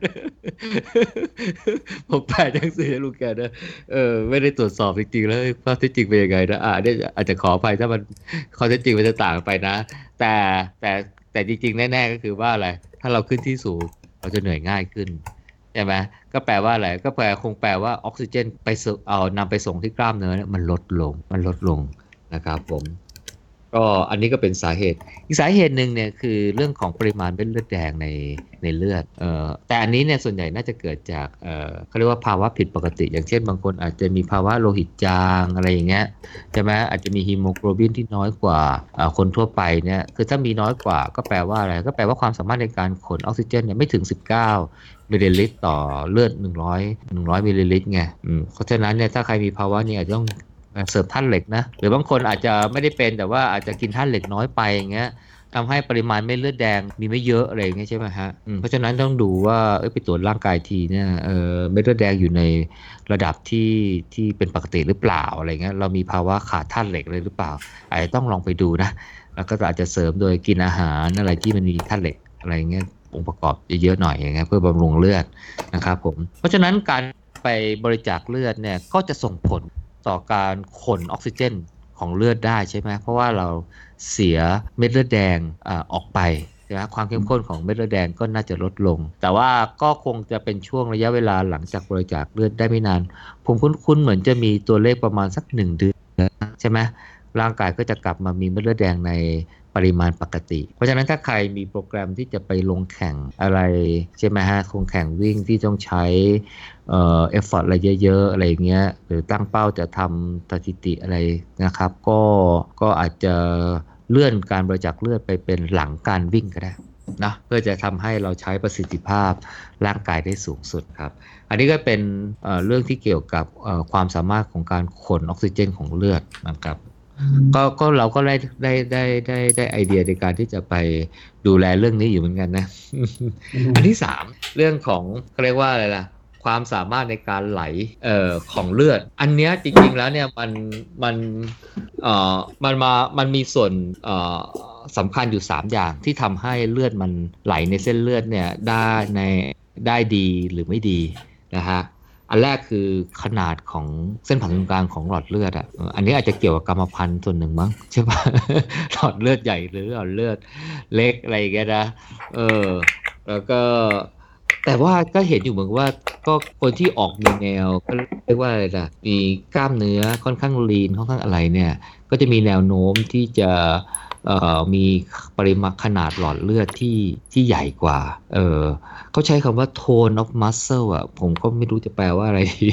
ผมแปลจากหนังสือลุงแกนะเออไม่ได้ตรวจสอบจริงๆแล้วข้อเท็จจริงเป็นยังไงนะอ่าเนี่ยอาจจะขออภัยถ้ามันข้อเท็จจริงมันจะต่างไปนะแต่แต่แต่จริงๆแน่ๆก็คือว่าอะไรถ้าเราขึ้นที่สูงเราจะเหนื่อยง่ายขึ้นใช่ไหมก็แปลว่าอะไรก็แปลคงแปลว่าออกซิเจนไปเอานำไปส่งที่กล้ามเนื้อเนี่ยมันลดลงมันลดลงนะครับผมก็อันนี้ก็เป็นสาเหตุอีกสาเหตุหนึ่งเนี่ยคือเรื่องของปริมาณเม็ดเลือดแดงในในเลือดเอ่อแต่อันนี้เนี่ยส่วนใหญ่น่าจะเกิดจากเอ่อเขาเรียกว่าภาวะผิดปกติอย่างเช่นบางคนอาจจะมีภาวะโลหิตจางอะไรอย่างเงี้ยใช่ไหมอาจจะมีฮีโมโกลบินที่น้อยกว่าคนทั่วไปเนี่ยคือถ้ามีน้อยกว่าก็แปลว่าอะไรก็แปลว่าความสามารถในการขนออกซิเจนเนี่ยไม่ถึงสิบเก้ามิลลิลิตรต่อเลือดหนึ่งร้อย หนึ่งร้อยมิลลิลิตรไงอืมเพราะฉะนั้นเนี่ยถ้าใครมีภาวะนี้อาจจะต้องเสริมธาตุเหล็กนะหรือบางคนอาจจะไม่ได้เป็นแต่ว่าอาจจะกินธาตุเหล็กน้อยไปอย่างเงี้ยทำให้ปริมาณเม็ดเลือดแดงมีไม่เยอะอะไรอย่างเงี้ยใช่ไหมฮะเพราะฉะนั้นต้องดูว่าเอ้ยไปตรวจร่างกายทีเนี่ยเออเม็ดเลือดแดงอยู่ในระดับที่ที่เป็นปกติหรือเปล่าอะไรเงี้ยเรามีภาวะขาดธาตุเหล็กเลยหรือเปล่าอาจจะต้องลองไปดูนะแล้วก็อาจจะเสริมโดยกินอาหารอะไรที่มันมีธาตุเหล็กอะไรเงี้ยองค์ประกอบเยอะๆหน่อยอย่างเงี้ยเพื่อบำรุงเลือดนะครับผมเพราะฉะนั้นการไปบริจาคเลือดเนี่ยก็จะส่งผลต่อการขนออกซิเจนของเลือดได้ใช่ไหมเพราะว่าเราเสียเม็ดเลือดแดงอ่าออกไปนะความเข้มข้นของเม็ดเลือดแดงก็น่าจะลดลงแต่ว่าก็คงจะเป็นช่วงระยะเวลาหลังจากบริจาคเลือดได้ไม่นานผมคุ้นๆเหมือนจะมีตัวเลขประมาณสักหนึ่งเดือนใช่ไหมร่างกายก็จะกลับมามีเม็ดเลือดแดงในปริมาณปกติเพราะฉะนั้นถ้าใครมีโปรแกรมที่จะไปลงแข่งอะไรใช่ไหมฮะลงแข่งวิ่งที่ต้องใช้เอ่อเอฟฟอร์ตอะไรเยอะๆอะไรอย่างเงี้ยหรือตั้งเป้าจะทำสถิติอะไรนะครับก็ก็อาจจะเลื่อนการบริจาคเลือดไปเป็นหลังการวิ่งก็ได้นะเพื่อจะทำให้เราใช้ประสิทธิภาพร่างกายได้สูงสุดครับอันนี้ก็เป็นเอ่อเรื่องที่เกี่ยวกับเอ่อความสามารถของการขนออกซิเจนของเลือดนะครับก็ก็เราก็ได้ได้ได้ได้ได้ไอเดียในการที่จะไปดูแลเรื่องนี้อยู่เหมือนกันนะ อันที่สามเรื่องของเขาเรียกว่าอะไรล่ะความสามารถในการไหลเอ่อของเลือดอันเนี้ยจริงๆแล้วเนี่ยมันมันเอ่อมันมามันมีส่วนเอ่อสำคัญอยู่สามอย่างที่ทำให้เลือดมันไหลในเส้นเลือดเนี่ยได้ในได้ดีหรือไม่ดีนะฮะอันแรกคือขนาดของเส้นผ่านศูนย์กลางของหลอดเลือดอ่ะอันนี้อาจจะเกี่ยวกับกรรมพันธุ์ส่วนหนึ่งมั้งใช่ป่ะ หลอดเลือดใหญ่หรือหลอดเลือดเล็กอะไรอย่างเงี้ยนะเออแล้วก็แต่ว่าก็เห็นอยู่เหมือนว่าก็คนที่ออกมีแนวก็เรียกว่าอะไรล่ะมีกล้ามเนื้อค่อนข้างลีนค่อนข้างอะไรเนี่ยก็จะมีแนวโน้มที่จะเอ่อมีปริมาณขนาดหลอดเลือดที่ที่ใหญ่กว่าเออเขาใช้คำว่า tone of muscle อ่ะผมก็ไม่รู้จะแปลว่าอะไรดี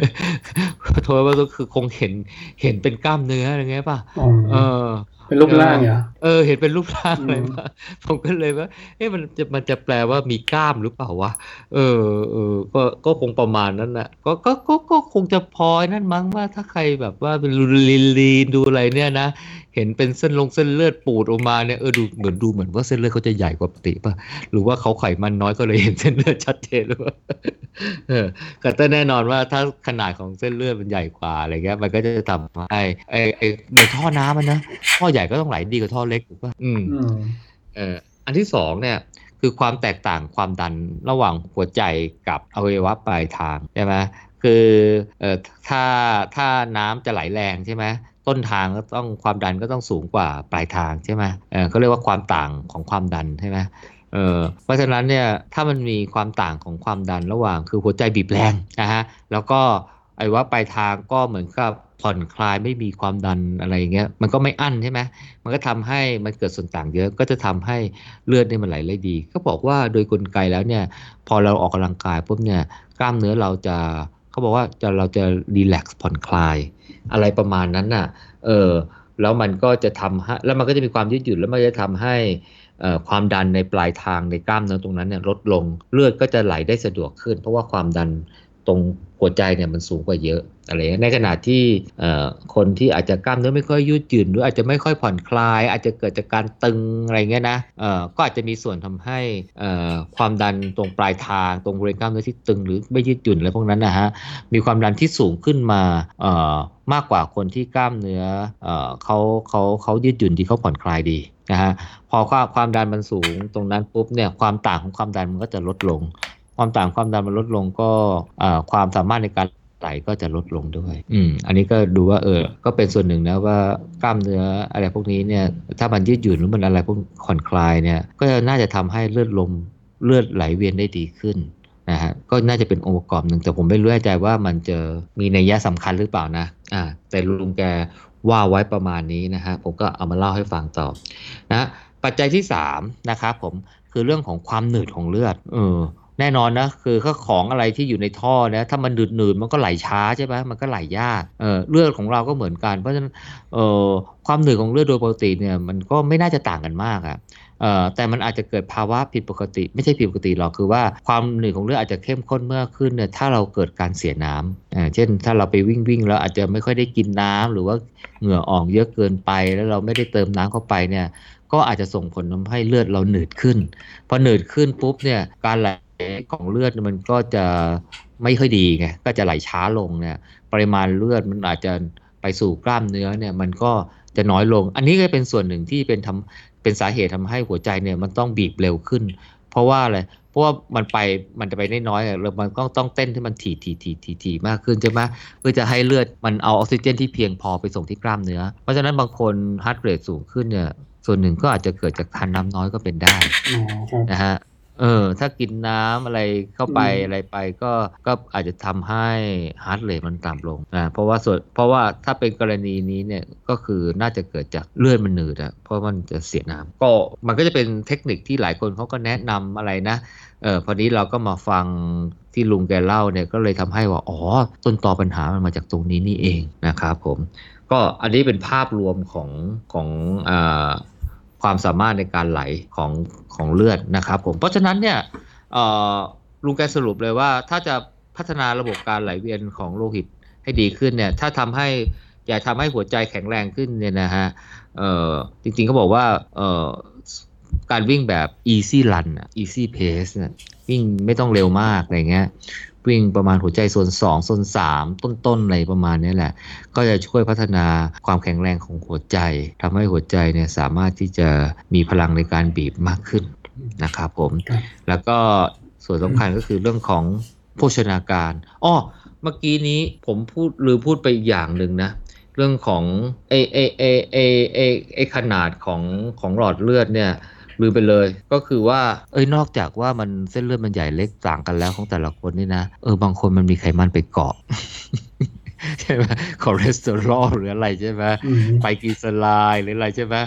tone of muscle คือคงเห็นเห็นเป็นกล้ามเนื้ออะไรเงี้ยป่ะเออเป็นรูปร่างเหรอเออเห็นเป็นรูปร่างอะไรป่ะผมก็เลยว่าเอ๊ะมันจะมันจะแปลว่ามีกล้ามหรือเปล่าวะเออเออก็ก็คงประมาณนั้นน่ะก็ก็ก็ก็คงจะพอนั่นมั้งว่าถ้าใครแบบว่าเป็นลีนลีนดูอะไรเนี่ยนะเห็นเป็นเส้นลงเส้นเลือดปูดออกมาเนี่ยเออดูเหมือนดูเหมือนว่าเส้นเลือดเขาจะใหญ่กว่าปกติป่ะหรือว่าเขาไขมันน้อยก็เลยเห็นเส้นเลือดชัดเจนหรือเปล่าเออแต่แน่นอนว่าถ้าขนาดของเส้นเลือดมันใหญ่กว่าอะไรเงี้ยมันก็จะทำให้ไอไอในท่อน้ำมันนะท่อใหญ่ก็ต้องไหลดีกว่าท่อเล็กถูกป่ะอืมเอออันที่สองเนี่ยคือความแตกต่างความดันระหว่างหัวใจกับอวัยวะปลายทางใช่ไหมคือเอ่อถ้าถ้าน้ำจะไหลแรงใช่ไหมต้นทางก็ต้องความดันก็ต้องสูงกว่าปลายทางใช่ไหมเออเขาเรียกว่าความต่างของความดันใช่ไหมเออเพราะฉะนั้นเนี่ยถ้ามันมีความต่างของความดันระหว่างคือหัวใจบีบแรงนะฮะแล้วก็ไอ้ว่าปลายทางก็เหมือนกับผ่อนคลายไม่มีความดันอะไรอย่างเงี้ยมันก็ไม่อั้นใช่ไหมมันก็ทำให้มันเกิดส่วนต่างเยอะก็จะทำให้เลือดเนี่ยมันไหลได้ดีก็บอกว่าโดยกลไกแล้วเนี่ยพอเราออกกำลังกายปุ๊บเนี่ยกล้ามเนื้อเราจะเขาบอกว่าจะเราจะรีแลกซ์ผ่อนคลายอะไรประมาณนั้นน่ะเออแล้วมันก็จะทำให้แล้วมันก็จะมีความยืดหยุ่นแล้วมันจะทำให้ความดันในปลายทางในกล้ามเนื้อตรงนั้นเนี่ยลดลงเลือดก็จะไหลได้สะดวกขึ้นเพราะว่าความดันตรงหัวใจเนี่ยมันสูงกว่าเยอะอะไรในขณะที่คนที่อาจจะกล้ามเนื้อไม่ค่อยยืดหยุ่นหรืออาจจะไม่ค่อยผ่อนคลายอาจจะเกิดจากการตึงอะไรเงี้ยนะก็อาจจะมีส่วนทำให้ความดันตรงปลายทางตรงบริเวณกล้ามเนื้อที่ตึงหรือไม่ยืดหยุ่นอะไรพวกนั้นนะฮะมีความดันที่สูงขึ้นมามากกว่าคนที่กล้ามเนื้อเขาเขาเขายืดหยุ่นที่เขาผ่อนคลายดีนะฮะพอความความดันมันสูงตรงนั้นปุ๊บเนี่ยความต่างของความดันมันก็จะลดลงความต่างความดันมันลดลงก็ความสามารถในการไหลก็จะลดลงด้วยอืมอันนี้ก็ดูว่าเออก็เป็นส่วนหนึ่งนะว่ากล้ามเนื้ออะไรพวกนี้เนี่ยถ้ามันยืดหยุ่นหรือมันอะไรพวกผ่อนคลายเนี่ยก็น่าจะทำให้เลือดลมเลือดไหลเวียนได้ดีขึ้นนะฮะก็น่าจะเป็นองค์ประกอบหนึ่งแต่ผมไม่รู้ใจว่ามันจะมีนัยสำคัญหรือเปล่านะอ่าแต่ลุงแกว่าไว้ประมาณนี้นะฮะผมก็เอามาเล่าให้ฟังต่อนะปัจจัยที่สามนะครับผมคือเรื่องของความหนืดของเลือดเออแน่นอนนะคือข้าของอะไรที่อยู่ในท่อนะถ้ามันหนืดๆมันก็ไหลช้าใช่ไหมมันก็ไหลยากเออเลือดของเราก็เหมือนกันเพราะฉะนั้นเอ่อความหนืดของเลือดโดยปกติเนี่ยมันก็ไม่น่าจะต่างกันมากอ่ะเอ่อแต่มันอาจจะเกิดภาวะผิดปกติไม่ใช่ผิดปกติหรอกคือว่าความหนืดของเลือดอาจจะเข้มข้นเมื่อขึ้นเนี่ยถ้าเราเกิดการเสียน้ำอ่าเช่นถ้าเราไปวิ่งวิ่งแล้วอาจจะไม่ค่อยได้กินน้ำหรือว่าเหงื่อออกเยอะเกินไปแล้วเราไม่ได้เติมน้ำเข้าไปเนี่ยก็อาจจะส่งผลทำให้เลือดเราหนืดขึ้นพอหนืดขึ้นปุ๊บเนี่ยการไหลของเลือดมันก็จะไม่ค่อยดีไงก็จะไหลช้าลงเนี่ยปริมาณเลือดมันอาจจะไปสู่กล้ามเนื้อเนี่ยมันก็จะน้อยลงอันนี้ก็เป็นส่วนหนึ่งที่เป็นทำเป็นสาเหตุทำให้หัวใจเนี่ยมันต้องบีบเร็วขึ้นเพราะว่าอะไรเพราะว่ามันไปมันจะไปได้น้อยแล้วมันก็ต้องเต้นให้มันถี่ถี่ถี่ถี่ถี่มากขึ้นใช่ไหมเพื่อจะให้เลือดมันเอาออกซิเจนที่เพียงพอไปส่งที่กล้ามเนื้อเพราะฉะนั้นบางคนฮาร์ทเรทสูงขึ้นเนี่ยส่วนหนึ่งก็อาจจะเกิดจากทานน้ำน้อยก็เป็นได้นะฮะเออถ้ากินน้ำอะไรเข้าไปอะไรไปก็ก็อาจจะทำให้ฮาร์ทเรทมันต่ำลงนะเพราะว่าส่วนเพราะว่าถ้าเป็นกรณีนี้เนี่ยก็คือน่าจะเกิดจากเลือดมันหนืดอะเพราะมันจะเสียน้ำก็มันก็จะเป็นเทคนิคที่หลายคนเขาก็แนะนำอะไรนะเออพอนี้เราก็มาฟังที่ลุงแกเล่าเนี่ยก็เลยทำให้ว่าอ๋อต้นตอปัญหามันมาจากตรงนี้นี่เองนะครับผมก็อันนี้เป็นภาพรวมของของอ่าความสามารถในการไหลของของเลือดนะครับผมเพราะฉะนั้นเนี่ยลุงแกสรุปเลยว่าถ้าจะพัฒนาระบบการไหลเวียนของโลหิตให้ดีขึ้นเนี่ยถ้าทำให้อยากทำให้หัวใจแข็งแรงขึ้นเนี่ยนะฮะจริงๆเขาบอกว่าการวิ่งแบบ easy run easy pace เนี่ยวิ่งไม่ต้องเร็วมากอะไรเงี้ยวิ่งประมาณหัวใจโซนสองโซนสามต้นๆอะไรประมาณนี้แหละก็จะช่วยพัฒนาความแข็งแรงของหัวใจทำให้หัวใจเนี่ยสามารถที่จะมีพลังในการบีบมากขึ้นนะครับผมแล้วก็ส่วนสำคัญก็คือเรื่องของโภชนาการอ้อเมื่อกี้นี้ผมพูดหรือพูดไปอย่างหนึ่งนะเรื่องของเอเอเอเอเอเอขนาดของของหลอดเลือดเนี่ยลืมไปเลยก็คือว่าเอ้ยนอกจากว่ามันเส้นเลือดมันใหญ่เล็กต่างกันแล้วของแต่ละคนนี่นะเออบางคนมันมีไขมันไปเกาะ ใช่ไหมคอเลสเตอรอลหรืออะไรใช่ไหมไตรกลีเซอไรด์หรืออะไรใช่ไหมไข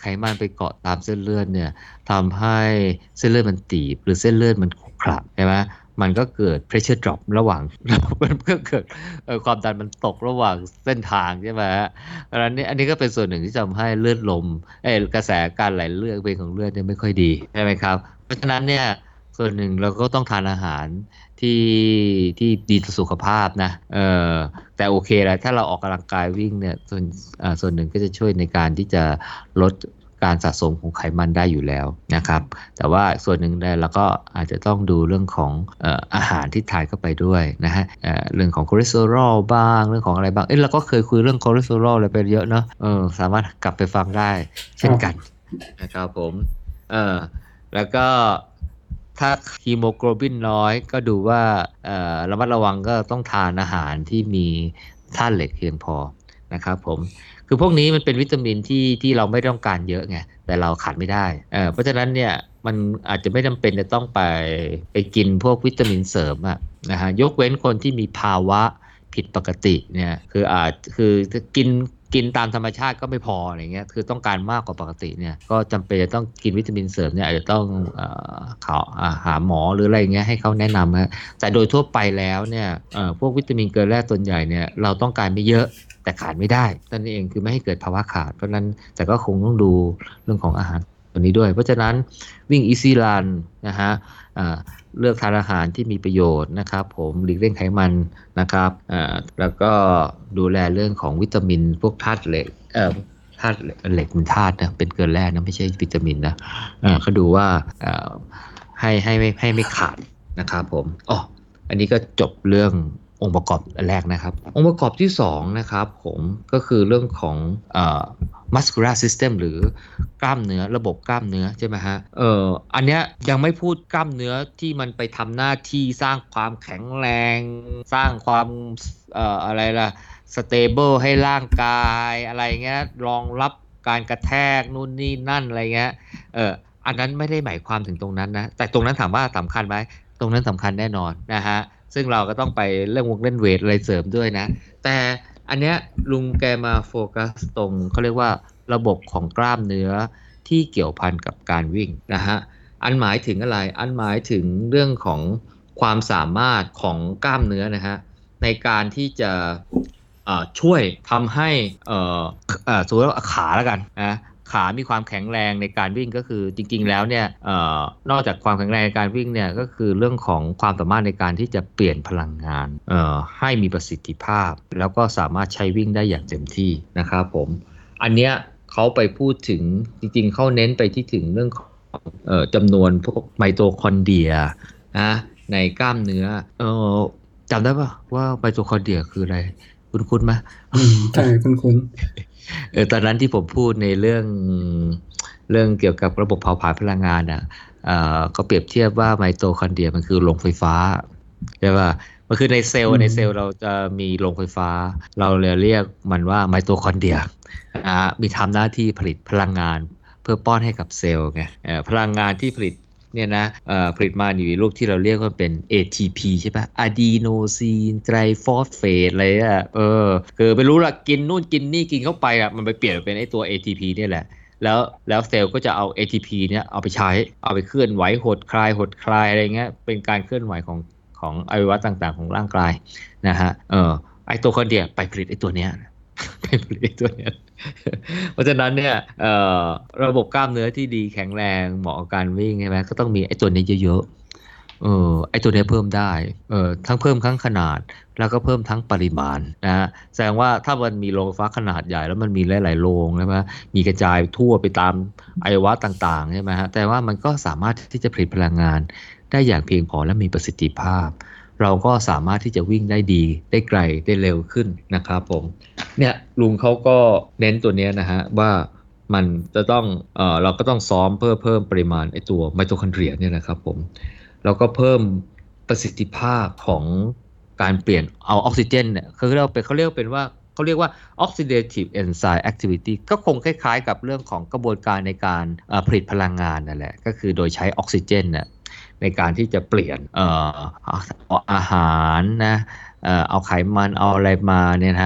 มันไปเกาะตามเส้นเลือดเนี่ยทำให้เส้นเลือดมันตีบหรือเส้นเลือดมันขรุขระใช่ไหมมันก็เกิด pressure drop ระหว่าง มันก็เกิดความดันมันตกระหว่างเส้นทางใช่ไหมฮะดังนั้นนี่อันนี้ก็เป็นส่วนหนึ่งที่ทำให้เลือดลมเออกระแสการไหลเลือดเป็นของเลือดเนี่ยไม่ค่อยดีใช่ไหมครับเพราะฉะนั้นเนี่ยส่วนหนึ่งเราก็ต้องทานอาหารที่ที่ดีต่อสุขภาพนะเออแต่โอเคแหละถ้าเราออกกำลังกายวิ่งเนี่ยส่วนอ่าส่วนหนึ่งก็จะช่วยในการที่จะลดการสะสมของไขมันได้อยู่แล้วนะครับแต่ว่าส่วนหนึ่งเนี่ยเราก็อาจจะต้องดูเรื่องของเอ่ออาหารที่ทานเข้าไปด้วยนะฮะเอ่อเรื่องของคอเลสเตอรอลบ้างเรื่องของอะไรบ้างเอ้ยเราก็เคยคุยเรื่องคอเลสเตอรอลอะไรไปเยอะเนาะเออสามารถกลับไปฟังได้เช่นกันนะครับผมเออแล้วก็ถ้าฮีโมโกลบินน้อยก็ดูว่าเอ่อระมัดระวังก็ต้องทานอาหารที่มีธาตุเหล็กเพียงพอนะครับผมคือพวกนี้มันเป็นวิตามินที่ที่เราไม่ต้องการเยอะไงแต่เราขาดไม่ได้เออเพราะฉะนั้นเนี่ยมันอาจจะไม่จำเป็นจะต้องไปไปกินพวกวิตามินเสริมอะนะฮะยกเว้นคนที่มีภาวะผิดปกติเนี่ยคืออาจคือกินกินตามธรรมชาติก็ไม่พออะไรเงี้ยคือต้องการมากกว่าปกติเนี่ยก็จำเป็นจะต้องกินวิตามินเสริมเนี่ยอาจจะต้องเอ่อเขาหาหมอหรืออะไรเงี้ยให้เขาแนะนำฮะแต่โดยทั่วไปแล้วเนี่ยเอ่อพวกวิตามินเกลือแร่ส่วนใหญ่เนี่ยเราต้องการไม่เยอะแต่ขาดไม่ได้นั่นเองคือไม่ให้เกิดภาวะขาดเพราะนั้นแต่ก็คงต้องดูเรื่องของอาหารตัวนี้ด้วยเพราะฉะนั้นวิ่ง Easy Run นะฮะเลือกทานอาหารที่มีประโยชน์นะครับผมหลีกเลี่ยงไขมันนะครับแล้วก็ดูแลเรื่องของวิตามินพวกธาตุเหล็กเอ่อธาตุเหล็กเป็นธาตุนะเป็นเกลือแร่นะไม่ใช่วิตามินนะเขาดูว่าให้ให้ไม่ให้ไม่ขาดนะครับผมอ๋ออันนี้ก็จบเรื่ององค์ประกอบแรกนะครับองค์ประกอบที่สองนะครับผมก็คือเรื่องของเอ่อ muscular system หรือกล้ามเนื้อระบบกล้ามเนื้อใช่ไหมฮะเอ่ออันเนี้ยยังไม่พูดกล้ามเนื้อที่มันไปทำหน้าที่สร้างความแข็งแรงสร้างความเอ่ออะไรล่ะ stable ให้ร่างกายอะไรเงี้ยรองรับการกระแทกนู่นนี่นั่นอะไรเงี้ยเอออันนั้นไม่ได้หมายความถึงตรงนั้นนะแต่ตรงนั้นถามว่าสำคัญไหมตรงนั้นสำคัญแน่นอนนะฮะซึ่งเราก็ต้องไปเรื่องวงเล่นเวทอะไรเสริมด้วยนะแต่อันเนี้ยลุงแกมาโฟกัสตรงเขาเรียกว่าระบบของกล้ามเนื้อที่เกี่ยวพันกับการวิ่งนะฮะอันหมายถึงอะไรอันหมายถึงเรื่องของความสามารถของกล้ามเนื้อนะฮะในการที่จะช่วยทำให้สมมติว่าขาแล้วกันนะขามีความแข็งแรงในการวิ่งก็คือจริงๆแล้วเนี่ยเอ่อนอกจากความแข็งแรงในการวิ่งเนี่ยก็คือเรื่องของความสามารถในการที่จะเปลี่ยนพลังงานเอ่อให้มีประสิทธิภาพแล้วก็สามารถใช้วิ่งได้อย่างเต็มที่นะครับผมอันเนี้ยเขาไปพูดถึงจริงๆเขาเน้นไปที่ถึงเรื่องของเอ่อจำนวนพวกไมโตคอนเดรียนะในกล้ามเนื้อเอ่อจำได้ป่ะว่าไมโตคอนเดรียคืออะไรคุ้นๆไหมอืมใช่คุ้นๆเออตอนนั้นที่ผมพูดในเรื่องเรื่องเกี่ยวกับระบบเผาผลาญพลังงานอ่ะเอ่อก็เปรียบเทียบว่าไมโตคอนเดรียมันคือโรงไฟฟ้าใช่ป่ะมันคือในเซลล์ในเซลล์เราจะมีโรงไฟฟ้าเราเลยเรียกมันว่าไมโตคอนเดรียอ่ามีทำหน้าที่ผลิตพลังงานเพื่อป้อนให้กับเซลล์ไงเอ่อพลังงานที่ผลิตเนี่ยนะเอ่อผลิตมาอยู่ในรูปที่เราเรียกว่าเป็น เอ ที พี ใช่ปะอะดีโนซีนไตรฟอสเฟตอะไรอ่ะเออคือไม่รู้ละกินนู่นกินนี่กินเข้าไปอ่ะมันไปเปลี่ยนเป็นไอ้ตัว เอ ที พี เนี่ยแหละแล้วแล้วเซลล์ก็จะเอา เอ ที พี เนี่ยเอาไปใช้เอาไปเคลื่อนไหวหดคลายหดคลายอะไรเงี้ยเป็นการเคลื่อนไหวของของอวัยวะต่างๆของร่างกายนะฮะเออไอ้ตัวคอนเดรียไปผลิตไอ้ตัวเนี้ยไปผลิตไอ้ตัวเนี้ยเพราะฉะนั้นเนี่ยระบบกล้ามเนื้อที่ดีแข็งแรงเหมาะกับการวิ่งใช่ไหมก็ต้องมีไอ้ตัวนี้เยอะๆเออไอ้ตัวนี้เพิ่มได้เออทั้งเพิ่มทั้งขนาดแล้วก็เพิ่มทั้งปริมาณนะฮะแสดงว่าถ้ามันมีโรงไฟฟ้าขนาดใหญ่แล้วมันมีหลายๆโรงใช่ไหมมีกระจายทั่วไปตามอวัยวะต่างๆใช่ไหมฮะแต่ว่ามันก็สามารถที่จะผลิตพลังงานได้อย่างเพียงพอและมีประสิทธิภาพเราก็สามารถที่จะวิ่งได้ดีได้ไกลได้เร็วขึ้นนะครับผมเนี่ยลุงเขาก็เน้นตัวนี้นะฮะว่ามันจะต้องเอ่อเราก็ต้องซ้อมเพื่อเพิ่มปริมาณไอตัวไมโตคอนเดรียเนี่ยนะครับผมแล้วก็เพิ่มประสิทธิภาพของการเปลี่ยนเอาออกซิเจนเนี่ยเขาเรียกเป็นเขาเรียกเป็นว่าเขาเรียกว่า oxidative enzyme activity ก็คงคล้ายๆกับเรื่องของกระบวนการในการผลิตพลังงานนั่นแหละก็คือโดยใช้ออกซิเจนเนี่ยในการที่จะเปลี่ยนเอ่ออาหารนะเอ่อเอาไขมันเอาอะไรมาเนี่ยนะฮะ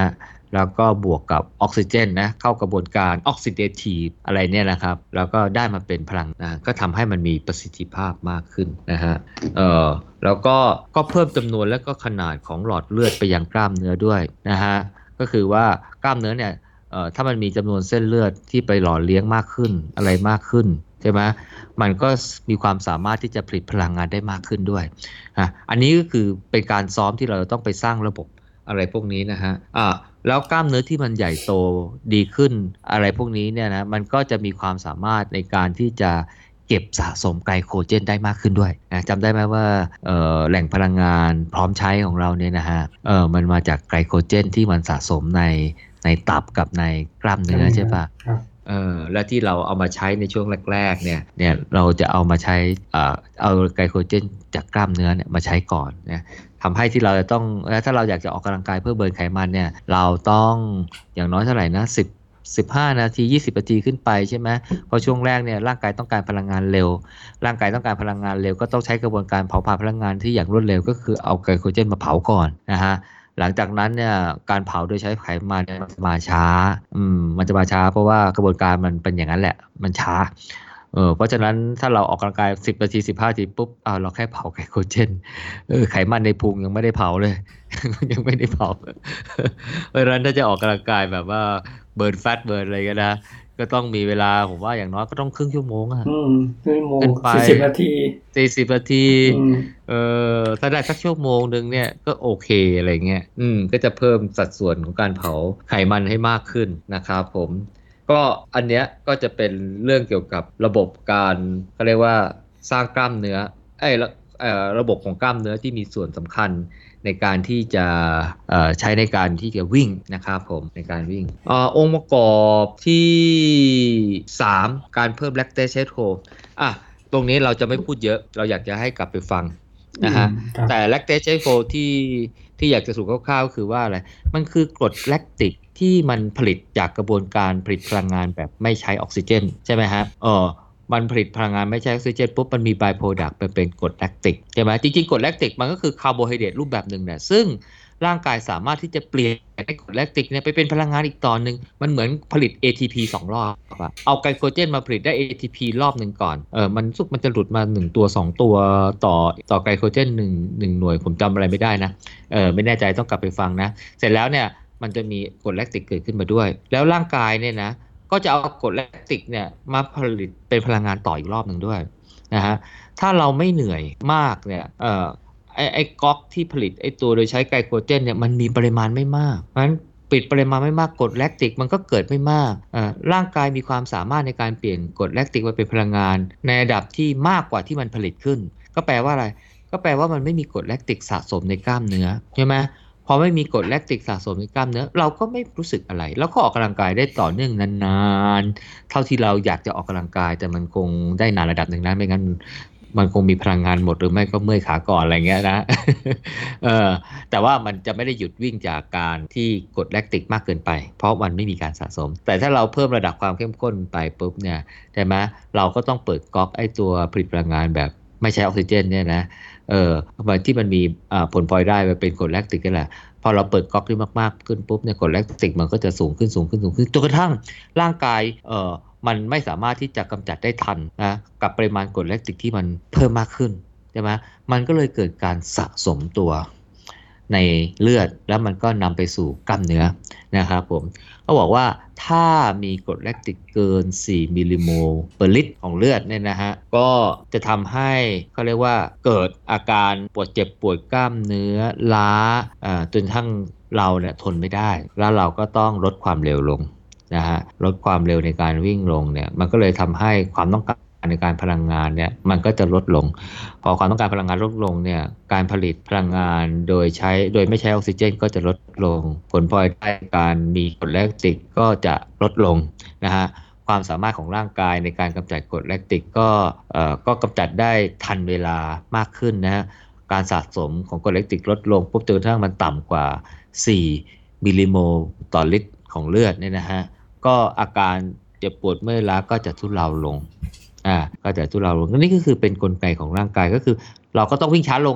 แล้วก็บวกกับออกซิเจนนะเข้ากระบวนการออกซิเดทีฟอะไรเนี่ยนะครับแล้วก็ได้มาเป็นพลังนะก็ทำให้มันมีประสิทธิภาพมากขึ้นนะฮะเออแล้วก็ก็เพิ่มจำนวนและก็ขนาดของหลอดเลือดไปยังกล้ามเนื้อด้วยนะฮะก็คือว่ากล้ามเนื้อเนี่ยเอ่อถ้ามันมีจำนวนเส้นเลือดที่ไปหล่อเลี้ยงมากขึ้นอะไรมากขึ้นใช่ไหมมันก็มีความสามารถที่จะผลิตพลังงานได้มากขึ้นด้วยอ่ะอันนี้ก็คือเป็นการซ้อมที่เราต้องไปสร้างระบบอะไรพวกนี้นะฮะอ่าแล้วกล้ามเนื้อที่มันใหญ่โตดีขึ้นอะไรพวกนี้เนี่ยนะมันก็จะมีความสามารถในการที่จะเก็บสะสมไกลโคเจนได้มากขึ้นด้วยนะจำได้ไหมว่าเอ่อแหล่งพลังงานพร้อมใช้ของเราเนี่ยนะฮะเออมันมาจากไกลโคเจนที่มันสะสมในในตับกับในกล้ามเนื้อใช่ปะเออแล้วที่เราเอามาใช้ในช่วงแรกๆเนี่ยเนี่ยเราจะเอามาใช้อ่าเอาไกลโคเจนจากกล้ามเนื้อเนี่ยมาใช้ก่อนนะทำให้ที่เราจะต้องถ้าเราอยากจะออกกำลังกายเพื่อเบิร์นไขมันเนี่ยเราต้องอย่างน้อยเท่าไหร่นะสิบ สิบห้านาทียี่สิบนาทีขึ้นไปใช่ไหมเพราะช่วงแรกเนี่ยร่างกายต้องการพลังงานเร็วร่างกายต้องการพลังงานเร็วก็ต้องใช้กระบวนการเผาผลาญพลังงานที่อย่างรวดเร็วก็คือเอาไกลโคเจนมาเผาก่อนนะฮะหลังจากนั้นเนี่ยการเผาโดยใช้ไขมันมันจะมาช้าอืมมันจะมาช้าเพราะว่ากระบวนการมันเป็นอย่างนั้นแหละมันช้าเออเพราะฉะนั้นถ้าเราออกกำลังกายสิบนาทีสิบห้านาทีปุ๊บอ้าวเราแค่เผาไกลโคเจนเออไขมันในพุงยังไม่ได้เผาเลย ยังไม่ได้เผาเพราะฉะนั้นถ้าจะออกกำลังกายแบบว่าเบิร์นแฟตเบิร์นอะไรก็นะก็ต้องมีเวลาผมว่าอย่างน้อยก็ต้องครึ่งชั่วโมงอะอืมครึ่งชั่วโมงขึ้นไปสี่สิบนาทีสี่สิบนาทีอืมเออถ้าได้สักชั่วโมงนึงเนี่ยก็โอเคอะไรเงี้ยอืมก็จะเพิ่มสัดส่วนของการเผาไขมันให้มากขึ้นนะครับผมก็อันเนี้ยก็จะเป็นเรื่องเกี่ยวกับระบบการเขาเรียกว่าสร้างกล้ามเนื้อไอ้ระเอ่อระบบของกล้ามเนื้อที่มีส่วนสำคัญในการที่จะเอ่อใช้ในการที่จะวิ่งนะครับผมในการวิ่งอ่าองค์ประกอบที่สามการเพิ่มแลคเตสโฮอ่ะตรงนี้เราจะไม่พูดเยอะเราอยากจะให้กลับไปฟังนะฮะแต่แลคเตสโฮที่ที่อยากจะสรุปคร่าวๆคือว่าอะไรมันคือกรดแลคติกที่มันผลิตจากกระบวนการผลิตพลังงานแบบไม่ใช้ออกซิเจนใช่ไหมฮะเออมันผลิตพลังงานไม่ใช่ออกซิเจนปุ๊บมันมีไบโพรดักต์เป็นกรดแลคติกใช่ไหมจริงๆกรดแลคติกมันก็คือคาร์โบไฮเดรตรูปแบบหนึ่งเนี่ยซึ่งร่างกายสามารถที่จะเปลี่ยนไอ้กรดแลคติกเนี่ยไปเป็นพลังงานอีกต่อหนึ่งมันเหมือนผลิต เอ ที พี สองรอบอะเอาไกลโคเจนมาผลิตได้ เอ ที พี รอบหนึ่งก่อนเออมันสุกมันจะหลุดมาหนึ่งตัวสองตัวต่อต่อไกลโคเจนหนึ่งหนึ่งหน่วยผมจำอะไรไม่ได้นะเออไม่แน่ใจต้องกลับไปฟังนะเสร็จแล้วเนี่ยมันจะมีกรดแลคติกเกิดขึ้นมาด้วยแล้วร่างกายเนี่ยนะก็จะเอากรดแลคติกเนี่ยมาผลิตเป็นพลังงานต่ออีกรอบหนึ่งด้วยนะฮะถ้าเราไม่เหนื่อยมากเนี่ยเอ่อไอ้ไอ้ก๊อกที่ผลิตไอ้ตัวโดยใช้ไกลโคเจนเนี่ยมันมีปริมาณไม่มากเพราะฉะนั้นปิดปริมาณไม่มากกรดแลคติกมันก็เกิดไม่มากเอ่อร่างกายมีความสามารถในการเปลี่ยนกรดแลคติกมาเป็นพลังงานในระดับที่มากกว่าที่มันผลิตขึ้นก็แปลว่าอะไรก็แปลว่ามันไม่มีกรดแลคติกสะสมในกล้ามเนื้อใช่ไหมพอไม่มีกรดแลคติกสะสมในกล้ามเนื้อเราก็ไม่รู้สึกอะไรแล้วก็ออกกำลังกายได้ต่อเนื่องนานๆเท่าที่เราอยากจะออกกำลังกายแต่มันคงได้นานระดับหนึ่งนะไม่งั้นมันคงมีพลังงานหมดหรือไม่ก็เมื่อยขาก่อนอะไรเงี้ยนะ เออแต่ว่ามันจะไม่ได้หยุดวิ่งจากการที่กรดแลคติกมากเกินไปเพราะมันไม่มีการสะสมแต่ถ้าเราเพิ่มระดับความเข้มข้นไปปุ๊บเนี่ยใช่ไหมเราก็ต้องเปิดก๊อกไอ้ตัวผลิตพลังงานแบบไม่ใช้ออกซิเจนเนี่ยนะเออที่มันมีผลพลอยได้มันเป็นกรดแลคติกนี่แหละพอเราเปิดก๊อกที่มากๆขึ้นปุ๊บเนี่ยกรดแลคติกมันก็จะสูงขึ้นสูงขึ้นสูงขึ้นจนกระทั่งร่างกายเอ่อมันไม่สามารถที่จะกำจัดได้ทันนะกับปริมาณกรดแลคติกที่มันเพิ่มมากขึ้นใช่ไหมมันก็เลยเกิดการสะสมตัวในเลือดแล้วมันก็นำไปสู่กล้ามเนื้อนะครับผมเขาบอกว่าถ้ามีกรดแลคติกเกินสี่มิลลิโมลเปอร์ลิตรของเลือดเนี่ยนะฮะก็จะทำให้เขาเรียกว่าเกิดอาการปวดเจ็บปวดกล้ามเนื้อล้าอ่าจนทั้งเราเนี่ยทนไม่ได้แล้วเราก็ต้องลดความเร็วลงนะฮะลดความเร็วในการวิ่งลงเนี่ยมันก็เลยทำให้ความต้องการในการพลังงานเนี่ยมันก็จะลดลงพอความต้องการพลังงานลดลงเนี่ยการผลิตพลังงานโดยใช้โดยไม่ใช้ออกซิเจนก็จะลดลงผลพลอยได้การมีกรดแลคติกก็จะลดลงนะฮะความสามารถของร่างกายในการกำจัดกรดแลคติกก็เอ่อก็กำจัดได้ทันเวลามากขึ้นนะฮะการสะสมของกรดแลคติกลดลงปุ๊บจนกระทั่งมันต่ำกว่าสี่มิลลิโมลต่อลิตรของเลือดเนี่ยนะฮะก็อาการเจ็บปวดเมื่อยล้าก็จะทุเลาลงอ่าก็จะทุเลาลงนี่ก็คือเป็นกลไกของร่างกายก็คือเราก็ต้องวิ่งช้าลงอ่ะ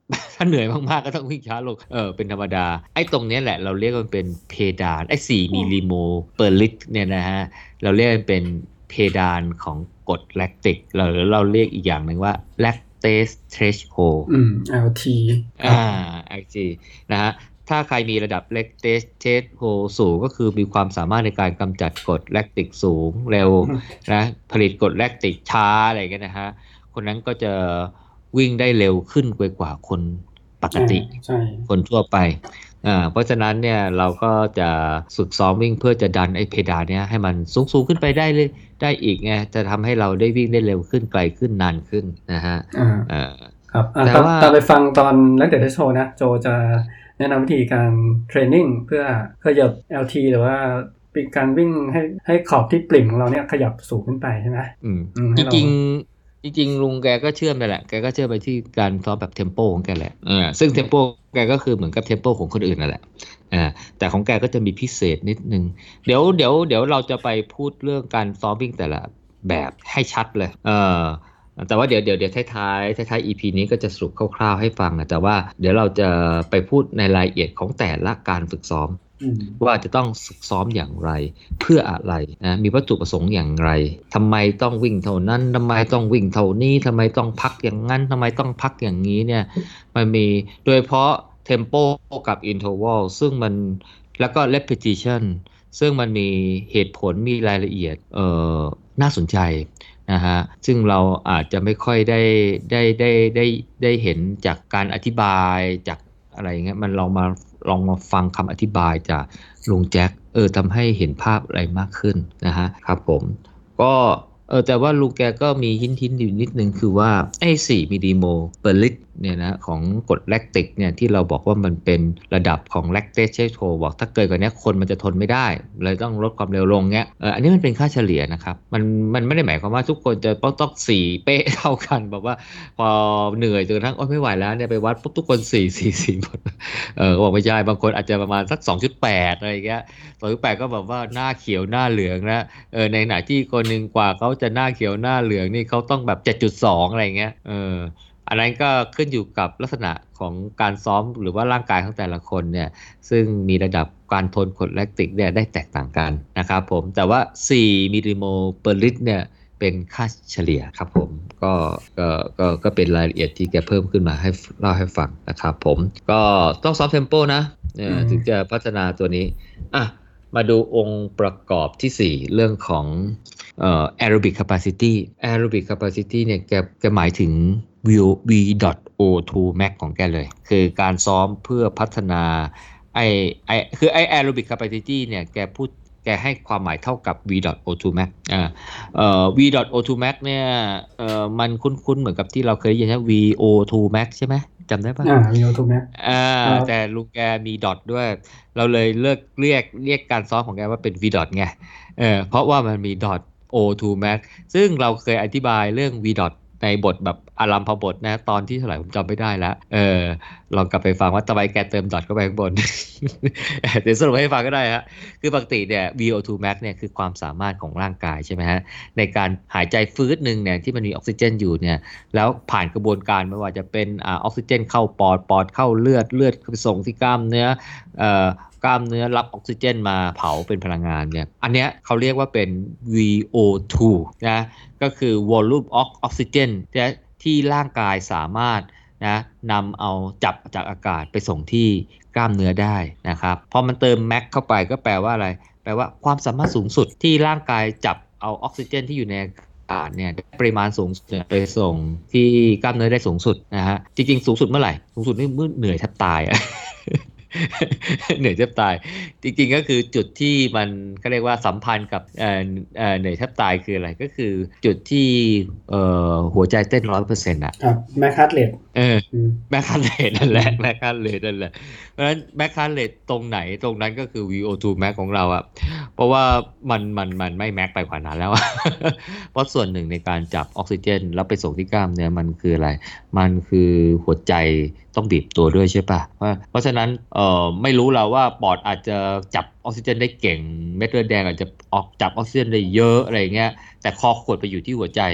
ถ้าเหนื่อยมากๆก็ต้องวิ่งช้าลงเออเป็นธรรมดาไอ้ตรงนี้แหละเราเรียกมันเป็นเพดานไอ้สี่มิลลิโมเปอร์ลิตรเนี่ยนะฮะเราเรียกมันเป็นเพดานของกรดแลคติกเราเราเรียกอีกอย่างหนึ่งว่า lactase threshold อืม แอล ทีอ่า แอล ที นะฮะถ้าใครมีระดับ lactase threshold สูงก็คือมีความสามารถในการกำจัดกรดแลคติกสูงเร็วนะผลิตกรดแลคติกช้าอะไรกันนะฮะคนนั้นก็จะวิ่งได้เร็วขึ้นกว่าคนปกติคนทั่วไปอ่าเพราะฉะนั้นเนี่ยเราก็จะฝึกซ้อมวิ่งเพื่อจะดันไอ้เพดานเนี้ยให้มันสูงสูงขึ้นไปได้เลยได้อีกไงจะทำให้เราได้วิ่งได้เร็วขึ้นไกลขึ้นนานขึ้นนะฮะอ่าครับแต่ว่าตอนไปฟังตอนแลคเตทโชว์นะโจจะแนะนำวิธีการเทรนนิ่งเพื่อขยับ แอล ที หรือว่าการวิ่งให้ให้ขอบที่ปริ่มของเราเนี่ยขยับสูงขึ้นไปใช่ไหมอืมจริงจริงลุงแกก็เชื่อมไปแหละแกก็เชื่อมไปที่การซ้อมแบบเทมโปของแกแหละอ่าซึ่งเทมโปแกก็คือเหมือนกับเทมโปของคนอื่นนั่นแหละอ่าแต่ของแกก็จะมีพิเศษนิดนึงเดี๋ยวเดี๋ยวเดี๋ยวเราจะไปพูดเรื่องการซ้อมวิ่งแต่ละแบบให้ชัดเลยเออแต่ว่าเดี๋ยวเดี๋ยวเดี๋ยวท้ายๆท้ายๆ อี พี นี้ก็จะสรุปคร่าวๆให้ฟังนะแต่ว่าเดี๋ยวเราจะไปพูดในรายละเอียดของแต่ละการฝึกซ้อมว่าจะต้องฝึกซ้อมอย่างไรเพื่ออะไรนะมีวัตถุประสงค์อย่างไรทำไมต้องวิ่งเท่านั้นทำไมต้องวิ่งเท่านี้ทำไมต้องพักอย่างนั้นทำไมต้องพักอย่างนี้เนี่ยมันมีโดยเฉพาะ tempo กับ interval ซึ่งมันแล้วก็ repetition ซึ่งมันมีเหตุผลมีรายละเอียดเอ่อน่าสนใจนะฮะซึ่งเราอาจจะไม่ค่อยได้ได้ได้ได้ได้เห็นจากการอธิบายจากอะไรเงี้ยมันลองมาลองมาฟังคำอธิบายจากลุงแจ็คเออทำให้เห็นภาพอะไรมากขึ้นนะฮะครับผมก็เออแต่ว่าลุงแกก็มีหินหินอยู่นิดนึงคือว่าไอ้สี่มิลลิโมเปอร์ลิตรเนี่ยนะของกรดแลคติกเนี่ยที่เราบอกว่ามันเป็นระดับของแลคเตสเชโทบอกถ้าเกิดกว่านี้คนมันจะทนไม่ได้เลยต้องลดความเร็วลงเงี้ยเอออันนี้มันเป็นค่าเฉลี่ยนะครับมันมันไม่ได้หมายความว่าทุกคนจะต้องต้องสี่เป๊ะเท่ากันแบบว่าพอเหนื่อยจนกระทั่งโอ๊ยไม่ไหวแล้วเนี่ยไปวัดปุ๊บทุกคนสี่สี่สี่หมดเออบอกไม่ใช่บางคนอาจจะประมาณสัก สองจุดแปด อะไรเงี้ย สองจุดแปดก็แบบว่าหน้าเขียวหน้าเหลืองนะเออในขณะที่คนหนึ่งกว่าเขาจะหน้าเขียวหน้าเหลืองนี่เขาต้องแบบ เจ็ดจุดสอง อะไรเงี้ยเอออันนั้นก็ขึ้นอยู่กับลักษณะของการซ้อมหรือว่าร่างกายของแต่ละคนเนี่ยซึ่งมีระดับการทนกรดแลคติกเนี่ยได้แตกต่างกันนะครับผมแต่ว่าสี่มิลลิโมเปอร์ลิตรเนี่ยเป็นค่าเฉลี่ยครับผมก็ก็ก็ก็เป็นรายละเอียดที่แกเพิ่มขึ้นมาให้เล่าให้ฟังนะครับผมก็ต้องซ้อมเทมโปนะเนี่ยถึงจะพัฒนาตัวนี้อ่ะมาดูองค์ประกอบที่สี่เรื่องของเอ่อ aerobic capacity aerobic capacity เนี่ยแกแกหมายถึง V โอ ทู max ของแกเลยคือการซ้อมเพื่อพัฒนาไอไอคือไอ aerobic capacity เนี่ยแกพูดแกให้ความหมายเท่ากับ V โอ ทู max อ่าเอ่อ V โอ ทู max เนี่ยเอ่อมันคุ้นๆเหมือนกับที่เราเคยได้ยินนะ วี โอ ทู max ใช่ไหมจำได้ป่ะอ่า วี โอ ทู max อ่าแต่ลุงแกมีดอทด้วยเราเลยเลิกเรียกเรียกการซ้อมของแกว่าเป็น V ดอทไงเออเพราะว่ามันมีดอท โอ ทู max ซึ่งเราเคยอธิบายเรื่อง V ดอทในบทแบบอารัมพบทนะตอนที่เท่าไหร่ผมจำไม่ได้แล้วเออลองกลับไปฟังว่าทำไมแกเติมดอทเข้าไปข้างบน เดี๋ยวสรุปให้ฟังก็ได้ฮะคือปกติเนี่ย วี โอ ทู max เนี่ยคือความสามารถของร่างกายใช่ไหมฮะในการหายใจฟื้นหนึ่งเนี่ยที่มันมีออกซิเจนอยู่เนี่ยแล้วผ่านกระบวนการไม่ว่าจะเป็นอ่าออกซิเจนเข้าปอดปอดเข้าเลือดเลือดไปส่งที่กล้ามเนื้อเอ่อกล้ามเนื้อรับออกซิเจนมาเผาเป็นพลังงานเนี่ยอันเนี้ยเขาเรียกว่าเป็น วี โอ ทู นะก็คือ volume of oxygen ที่ร่างกายสามารถนะนำเอาจับจากอากาศไปส่งที่กล้ามเนื้อได้นะครับพอมันเติมแม็กเข้าไปก็แปลว่าอะไรแปลว่าความสามารถสูงสุดที่ร่างกายจับเอาออกซิเจนที่อยู่ในอากาศเนี่ยปริมาณสูงไปส่งที่กล้ามเนื้อได้สูงสุดนะฮะจริงๆสูงสุดเมื่อไหร่สูงสุดนี่เมื่อเหนื่อยแทบตายอะ เหนื่อยแทบตายจริงๆก็คือจุดที่มันเขาเรียกว่าสัมพันธ์กับเอ่อเอ่อเหนื่อยแทบตายคืออะไรก็คือจุดที่เอ่อหัวใจเต้นร้อยเปอร์เซ็นต์อ่ะครับแมคคัสเลตเออแมคคัสเลตนั่นแหละแมคคัสเลตนั่นแหละเพราะฉะนั้นแมคคัสเลตตรงไหนตรงนั้นก็คือ วี โอ ทู max ของเราอ่ะเพราะว่ามันมันมันไม่แม็กไปกว่านั้นแล้ว เพราะส่วนหนึ่งในการจับออกซิเจนแล้วไปส่งที่กล้ามเนื้อมันคืออะไรมันคือหัวใจต้องบีบตัวด้วยใช่ปะเพราะฉะนั้นเอ่อไม่รู้เราว่าปอดอาจจะจับออกซิเจนได้เก่งเม็ดเลือดแดงอาจจะออกจับออกซิเจนได้เยอะอะไรเงี้ยแต่คอขวดไปอยู่ที่หัวใจ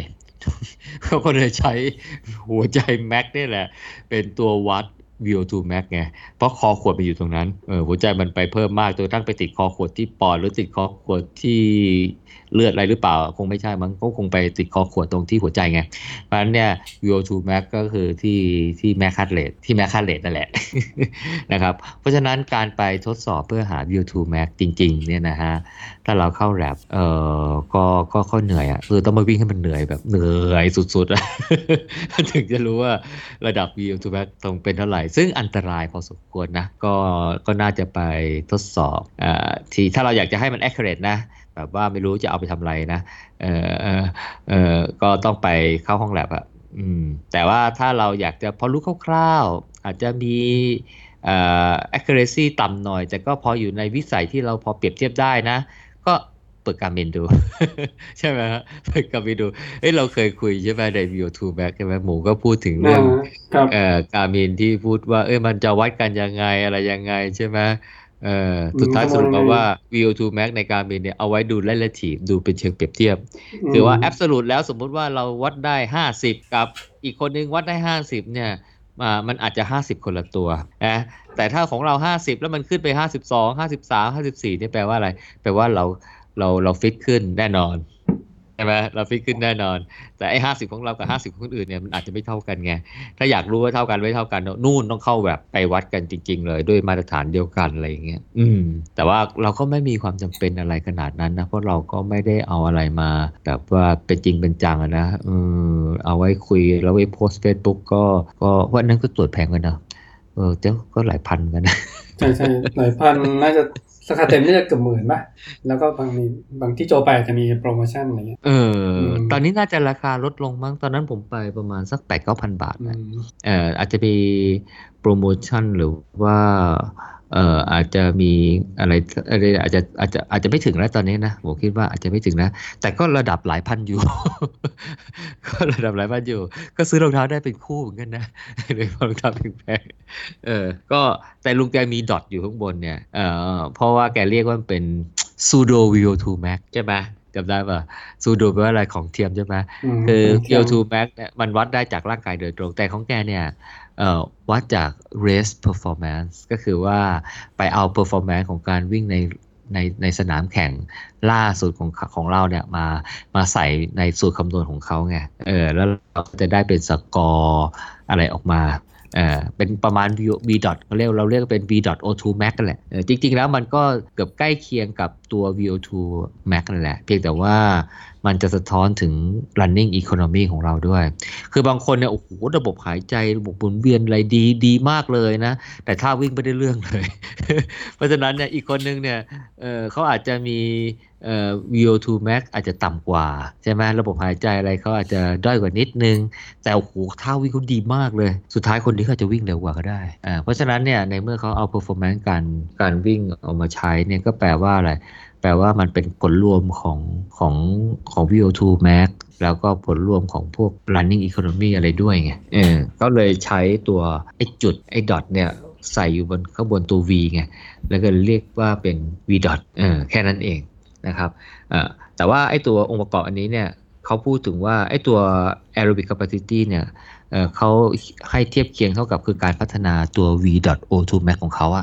เขาก็เลยใช้หัวใจแม็กนี่แหละเป็นตัววัด วี โอ ทู max ไงเพราะคอขวดไปอยู่ตรงนั้นเออหัวใจมันไปเพิ่มมากจนกระทั่งไปติดคอขวดที่ปอดหรือติดคอขวดที่เลือดอะไรหรือเปล่าคงไม่ใช่มั้งก็คงไปติดคอขวดตรงที่หัวใจไงเพราะฉะนั้นเนี่ย วี โอ ทู max ก็คือที่ที่ max heart rate ที่ max heart rate นั่นแหละ นะครับเพราะฉะนั้นการไปทดสอบเพื่อหา วี โอ ทู max จริงๆเนี่ยนะฮะถ้าเราเข้าแลบเอ่อก็ก็ก็เหนื่อยอ่ะคือต้องมาวิ่งให้มันเหนื่อยแบบเหนื่อยสุดๆ ถึงจะรู้ว่าระดับ วี โอ ทู max ตรงเป็นเท่าไหร่ซึ่งอันตรายพอสมควรนะก็ก็น่าจะไปทดสอบอ่าที่ถ้าเราอยากจะให้มัน accurate นะแบบว่าไม่รู้จะเอาไปทำอะไรนะเออเออเออก็ต้องไปเข้าห้องแลบอะอืมแต่ว่าถ้าเราอยากจะพอรู้คร่าวๆอาจจะมีเอ่อ accuracy ต่ำหน่อยแต่ก็พออยู่ในวิสัยที่เราพอเปรียบเทียบได้นะก็เปิดการ์มินดู ใช่ไหมฮะเปิดการ์มินดูเอ้ยเราเคยคุยใช่ไหมใน วี โอ ทู max ใช่ไหมหมูก็พูดถึงเรื่องเอ่อการ์มินที่พูดว่าเอ้ยมันจะวัดกันยังไงอะไรยังไงใช่ไหมเอ่อสุดท้ายสรุปมาว่า วี โอ ทู max ในการ์มินเนี่ยเอาไว้ดู relative ดูเป็นเชิงเปรียบเทียบคือว่า absolute แล้วสมมุติว่าเราวัดได้ห้าสิบกับอีกคนนึงวัดได้ห้าสิบเนี่ยมันอาจจะห้าสิบคนละตัวนะแต่ถ้าของเราห้าสิบแล้วมันขึ้นไปห้าสิบสอง ห้าสิบสาม ห้าสิบสี่นี่แปลว่าอะไรแปลว่าเราเราเราฟิตขึ้นแน่นอนใช่ไหมเราฟิตขึ้นแน่นอนแต่ไอ้ห้าสิบของเรากับห้าสิบของคนอื่นเนี่ยมันอาจจะไม่เท่ากันไงถ้าอยากรู้ว่าเท่ากันไม่เท่ากันนู่นต้องเข้าแบบไปวัดกันจริงๆเลยด้วยมาตรฐานเดียวกันอะไรอย่างเงี้ยอืมแต่ว่าเราก็ไม่มีความจำเป็นอะไรขนาดนั้นนะเพราะเราก็ไม่ได้เอาอะไรมาแบบว่าเป็นจริงเป็นจังนะเออเอาไว้คุยแล้วไว้โพสต์เฟซบุ๊กก็ก็วันนั้นก็ตรวจแพงกันนะเออเจ้าก็หลายพันกันนะใช่ใช่หลายพันน่าจะสาขาเต็มนี่จะเกือบหมื่นป่ะแล้วก็บางมีบางที่โจไปจะมีโปรโมชั่นอะไรเงี้ยเออตอนนี้น่าจะราคาลดลงมั้งตอนนั้นผมไปประมาณสัก แปดถึงเก้าพัน บาทนะเอ่ออาจจะมีโปรโมชั่นหรือว่าเอ่ออาจจะมีอะไรอะไรอาจจะอาจจะอาจจะไม่ถึงแล้วตอนนี้นะผมคิดว่าอาจจะไม่ถึงนะแต่ก็ระดับหลายพันอยู่ ก็ระดับหลายพันอยู่ก็ซื้อรองเท้าได้เป็นคู่เหมือนกันนะเลยรองเท้าแพงๆเออก็แต่ลุงแกมีดอทอยู่ข้างบนเนี่ยเอ่อเพราะว่าแกเรียกว่าเป็น pseudo วี โอ ทู max ใช่ไหมจำได้ป่ะ pseudo แปลว่าอะไรของเทียมใช่ไหมคือ วี โอ ทู max เนี่ยมันวัดได้จากร่างกายโดยตรงแต่ของแกเนี่ยเอ่อวัดจาก race performance ก็คือว่าไปเอา performance ของการวิ่งในในในสนามแข่งล่าสุดของของเราเนี่ยมามาใส่ในสูตรคำนวณของเขาไงเออแล้วเราจะได้เป็นสกอร์อะไรออกมาเอ่อเป็นประมาณ v dot เขาเรียกเราเรียกเป็น v dot โอ ทู max กันแหละเออจริงๆแล้วมันก็เกือบใกล้เคียงกับตัว วี โอ ทู max นั่นแหละเพียงแต่ว่ามันจะสะท้อนถึง running economy ของเราด้วยคือบางคนเนี่ยโอ้โหระบบหายใจระบบหมุนเวียนอะไรดีดีมากเลยนะแต่ถ้าวิ่งไม่ได้เรื่องเลย เพราะฉะนั้นเนี่ยอีกคนนึงเนี่ยเออเขาอาจจะมีเอ่อ วี โอ ทู max อาจจะต่ำกว่าใช่ไหมระบบหายใจอะไรเขาอาจจะด้อยกว่านิดนึงแต่โอ้โหท่าวิ่งเขาดีมากเลยสุดท้ายคนนี้เขาจะวิ่งเร็วกว่าก็ได้อ่าเพราะฉะนั้นเนี่ยในเมื่อเขาเอา performance การการวิ่งเอามาใช้เนี่ยก็แปลว่าอะไรแปลว่ามันเป็นผลรวมของของของ วี โอ ทู max แล้วก็ผลรวมของพวก running economy อะไรด้วยไงเออก็เลยใช้ตัวไอ้จุดไอ้ dot เนี่ยใส่อยู่บนข้างบนตัว V ไงแล้วก็เรียกว่าเป็น V dot เออแค่นั้นเองนะครับเอ่อแต่ว่าไอ้ตัวองค์ประกอบอันนี้เนี่ยเขาพูดถึงว่าไอ้ตัว aerobic capacity เนี่ยเอ่อเขาให้เทียบเคียงเท่ากับคือการพัฒนาตัว V dot โอ ทู max ของเขาอะ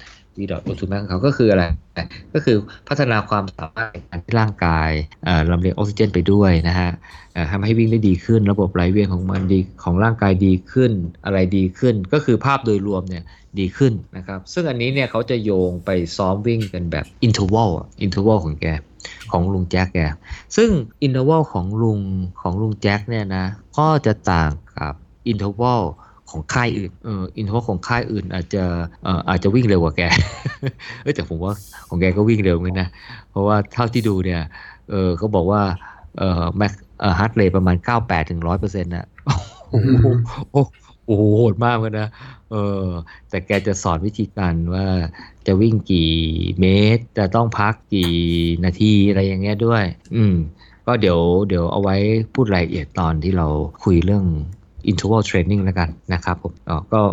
V dot โอ ทู max ของเขาก็คืออะไรก็คือพัฒนาความสามารถในการที่ร่างกายลำเลียงออกซิเจนไปด้วยนะฮะทำให้วิ่งได้ดีขึ้นระบบไหลเวียนของมันดีของร่างกายดีขึ้นอะไรดีขึ้นก็คือภาพโดยรวมเนี่ยดีขึ้นนะครับซึ่งอันนี้เนี่ยเขาจะโยงไปซ้อมวิ่งกันแบบ interval interval ของแกของลุงแจ็คแกซึ่ง interval ของลุงของลุงแจ็คเนี่ยนะก็จะต่างกับ intervalของค่ายอื่นเอออินโทรของค่ายอื่นอาจจะเอ่ออาจจะวิ่งเร็วกว่าแก เออแต่ผมว่าของแกก็วิ่งเร็วเหมือนกันนะเพราะว่าเท่าที่ดูเนี่ยเออเขาบอกว่าเอ่อแม็กเอ่อฮาร์ทเรทประมาณเก้าสิบแปดถึงหนึ่งร้อยเปอร์เซ็นต์นะโอ้โหโอ้โหโหดมากเลยนะเออแต่แกจะสอนวิธีการว่าจะวิ่งกี่เมตรจะต้องพักกี่นาทีอะไรอย่างเงี้ยด้วยอืมก็เดี๋ยวเดี๋ยวเอาไว้พูดรายละเอียดตอนที่เราคุยเรื่องinterval training แล้วกันนะครับผมอ๋อก็ก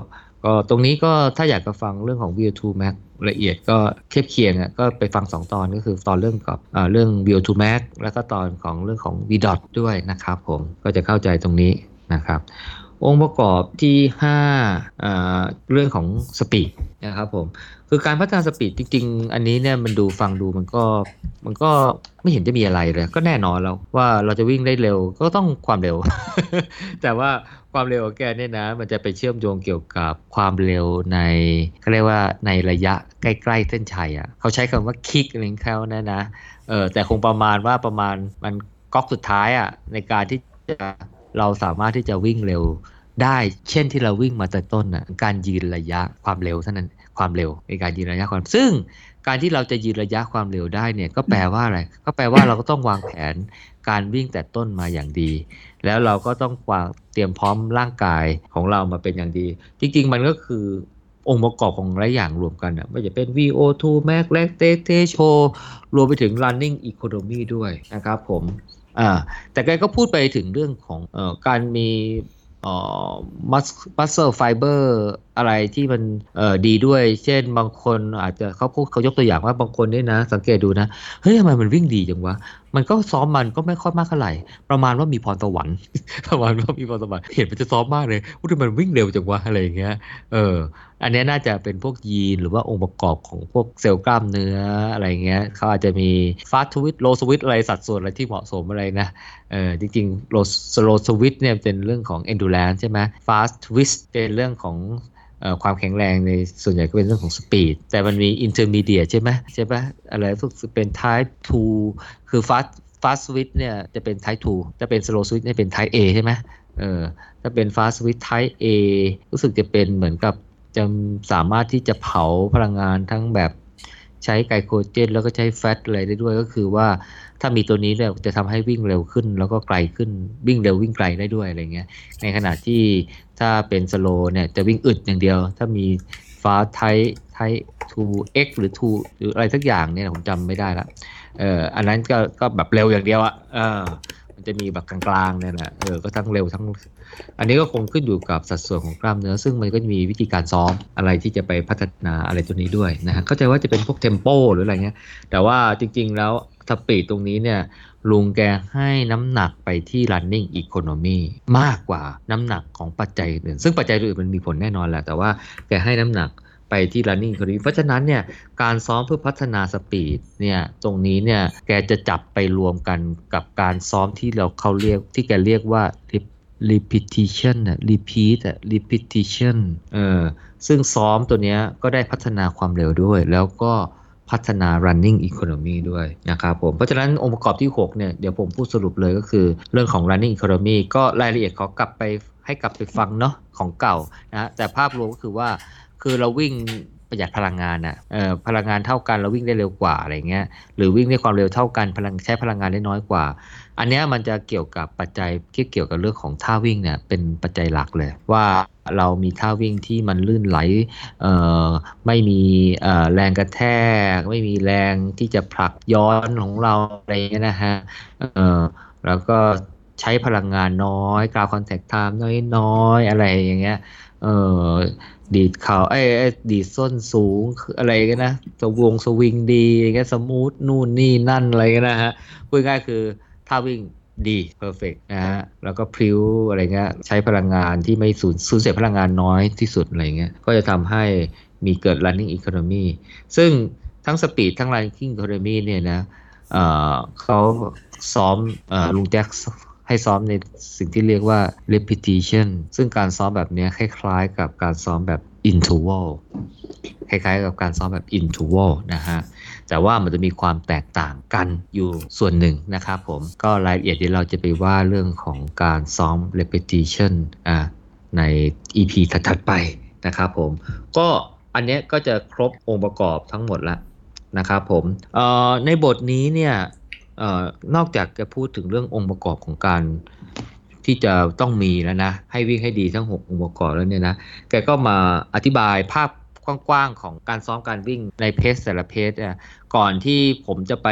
ก็ตรงนี้ก็ถ้าอยากจะฟังเรื่องของ วี โอ ทู Max ละเอียดก็เทียบเคียงอ่ะก็ไปฟังสองตอนก็คือตอนเรื่องกับอ่าเรื่อง วี โอ ทู Max แล้วก็ตอนของเรื่องของ วี ดอท ด้วยนะครับผมก็จะเข้าใจตรงนี้นะครับองค์ประกอบที่ห้าอ่าเรื่องของสปีดนะครับผมคือการพัฒนาสปีดจริงๆอันนี้เนี่ยมันดูฟังดูมันก็มันก็ไม่เห็นจะมีอะไรเลยก็แน่นอนแล้วว่าเราจะวิ่งได้เร็วก็ต้องความเร็ว แต่ว่าความเร็วของแกเนี่ยนะมันจะไปเชื่อมโยงเกี่ยวกับความเร็วในเขาเรียกว่าในระยะใกล้ๆเส้นชัยอ่ะเขาใช้คำว่าคิกอะไรของเขานะนะเออแต่คงประมาณว่าประมาณมันก๊อกสุดท้ายอ่ะในการที่จะเราสามารถที่จะวิ่งเร็วได้เช่นที่เราวิ่งมาแต่ต้นน่ะการยืนระยะความเร็วเท่านั้นความเร็วในการยืนระยะความซึ่งการที่เราจะยืนระยะความเร็วได้เนี่ยก็แปลว่าอะไรก็แปลว่าเราก็ต้องวางแผนการวิ่งแต่ต้นมาอย่างดีแล้วเราก็ต้องวางเตรียมพร้อมร่างกายของเรามาเป็นอย่างดีจริงๆมันก็คือองค์ประกอบของหลายอย่างรวมกันอ่ะไม่ว่าจะเป็น วี โอ ทู Max Lactate Show รวมไปถึง Running Economy ด้วยนะครับผมอ่าแต่แกก็พูดไปถึงเรื่องของเอ่อการมีเอ่อ muscle fiber อะไรที่มันเอ่อดีด้วยเช่นบางคนอาจจะเขาพูดเขายกตัวอย่างว่าบางคนเนี่ยนะสังเกตดูนะเฮ้ยทำไมมันวิ่งดีจังวะมันก็ซ้อมมันก็ไม่ค่อยมากเท่าไหร่ประมาณว่ามีพรสวรรค์ ประมาณว่ามีพรสวรรค์เห็นมันจะซ้อมมากเลยว่าทำไมมันวิ่งเร็วจังวะอะไรอย่างเงี้ยเอออันนี้น่าจะเป็นพวกยีนหรือว่าองค์ประกอบของพวกเซลล์กล้ามเนื้ออะไรเงี้ยเขาอาจจะมี fast twitch low twitch อะไรสัดส่วนอะไรที่เหมาะสมอะไรนะเออจริงๆ low slow twitch เนี่ยเป็นเรื่องของ endurance ใช่ไหม fast twitch เป็นเรื่องของความแข็งแรงในส่วนใหญ่ก็เป็นเรื่องของสปีดแต่มันมี intermediate ใช่ไหมใช่ปะอะไรพวกเป็น type ทู คือ fast fast switch เนี่ยจะเป็น type ทูถ้าเป็น slow switch เนี่ยเป็น type A ใช่ไหมเออถ้าเป็น fast switch type A รู้สึกจะเป็นเหมือนกับจะสามารถที่จะเผาพลังงานทั้งแบบใช้ไกลโคเจนแล้วก็ใช้แฟตอะไรได้ด้วยก็คือว่าถ้ามีตัวนี้เนี่ยจะทำให้วิ่งเร็วขึ้นแล้วก็ไกลขึ้นวิ่งเร็ววิ่งไกลได้ด้วยอะไรเงี้ยในขณะที่ถ้าเป็นสโลเนี่ยจะวิ่งอึดอย่างเดียวถ้ามีฟาสไทไท ทู เอ็กซ์ หรือ ทู หรืออะไรสักอย่างเนี่ยผมจำไม่ได้ละเอออันนั้นก็ก็แบบเร็วอย่างเดียวอะเออมันจะมีแบบกลางๆเนี่ยแหละเออก็ทั้งเร็วทั้งอันนี้ก็คงขึ้นอยู่กับสัดส่วนของกล้ามเนื้อซึ่งมันก็จะมีวิธีการซ้อมอะไรที่จะไปพัฒนาอะไรตัวนี้ด้วยนะฮะเข้าใจว่าจะเป็นพวกเทมโปหรืออะไรเงี้ยแต่ว่าจริงๆแล้วสปีดตรงนี้เนี่ยลุงแกให้น้ำหนักไปที่ running economy มากกว่าน้ำหนักของปัจจัยอื่นซึ่งปัจจัยอื่นมันมีผลแน่นอนแหละแต่ว่าแกให้น้ำหนักไปที่ running economy เพราะฉะนั้นเนี่ยการซ้อมเพื่อพัฒนาสปีดเนี่ยตรงนี้เนี่ยแกจะจับไปรวมกันกับการซ้อมที่เราเขาเรียกที่แกเรียกว่า repetition อ่ะ repeat อ่ะ repetition เออซึ่งซ้อมตัวเนี้ยก็ได้พัฒนาความเร็วด้วยแล้วก็พัฒนา running economy ด้วยนะครับผมเพราะฉะนั้นองค์ประกอบที่หกเนี่ยเดี๋ยวผมพูดสรุปเลยก็คือเรื่องของ running economy ก็รายละเอียดขอกลับไปให้กลับไปฟังเนาะของเก่านะแต่ภาพรวมก็คือว่าคือเราวิ่งประหยัดพลังงานอ่ะเอ่อพลังงานเท่ากันเราวิ่งได้เร็วกว่าอะไรเงี้ยหรือวิ่งด้วยความเร็วเท่ากันพลังใช้พลังงานได้น้อยกว่าอันนี้มันจะเกี่ยวกับปัจจัยที่เกี่ยวกับเรื่องของท่าวิ่งเนี่ยเป็นปัจจัยหลักเลยว่าเรามีท่าวิ่งที่มันลื่นไหลเอ่อไม่มีเอ่อแรงกระแทกไม่มีแรงที่จะผลักย้อนของเราอะไรเงี้ยนะฮะเอ่อแล้วก็ใช้พลังงานน้อยกราวคอนแทคไทม์น้อยๆอะไรอย่างเงี้ยเอ่อดีดเข่าไอ้ดีดส้นสูงอะไรกันนะสวงสวิงดีอย่างเงี้ยสมูทนู่นนี่นั่นอะไรกันนะฮะพูดง่ายคือท่าวิ่งดีเพอร์เฟกต์นะฮะแล้วก็พริ้วอะไรเงี้ยใช้พลังงานที่ไม่สูญสูญเสียพลังงานน้อยที่สุดอะไรเงี้ยก็จะทำให้มีเกิด running economy ซึ่งทั้งสปีดทั้ง running economy เนี่ยนะเอ่อเขาซ้อมเอ่อลุงแจ็คให้ซ้อมในสิ่งที่เรียกว่า repetition ซึ่งการซ้อมแบบนี้คล้ายๆกับการซ้อมแบบ interval คล้ายๆกับการซ้อมแบบ interval นะฮะแต่ว่ามันจะมีความแตกต่างกันอยู่ส่วนหนึ่งนะครับผมก็รายละเอียดที่เราจะไปว่าเรื่องของการซ้อม repetition อ่าใน อี พี ถัดๆไปนะครับผมก็อันนี้ก็จะครบองค์ประกอบทั้งหมดแล้วนะครับผมเอ่อในบทนี้เนี่ยเอ่อนอกจากจะพูดถึงเรื่ององค์ประกอบของการที่จะต้องมีแล้วนะให้วิ่งให้ดีทั้งหกองค์ประกอบแล้วเนี่ยนะแกก็มาอธิบายภาพกว้างๆของการซ้อมการวิ่งในเพจแต่ละเพจเนี่ยก่อนที่ผมจะไป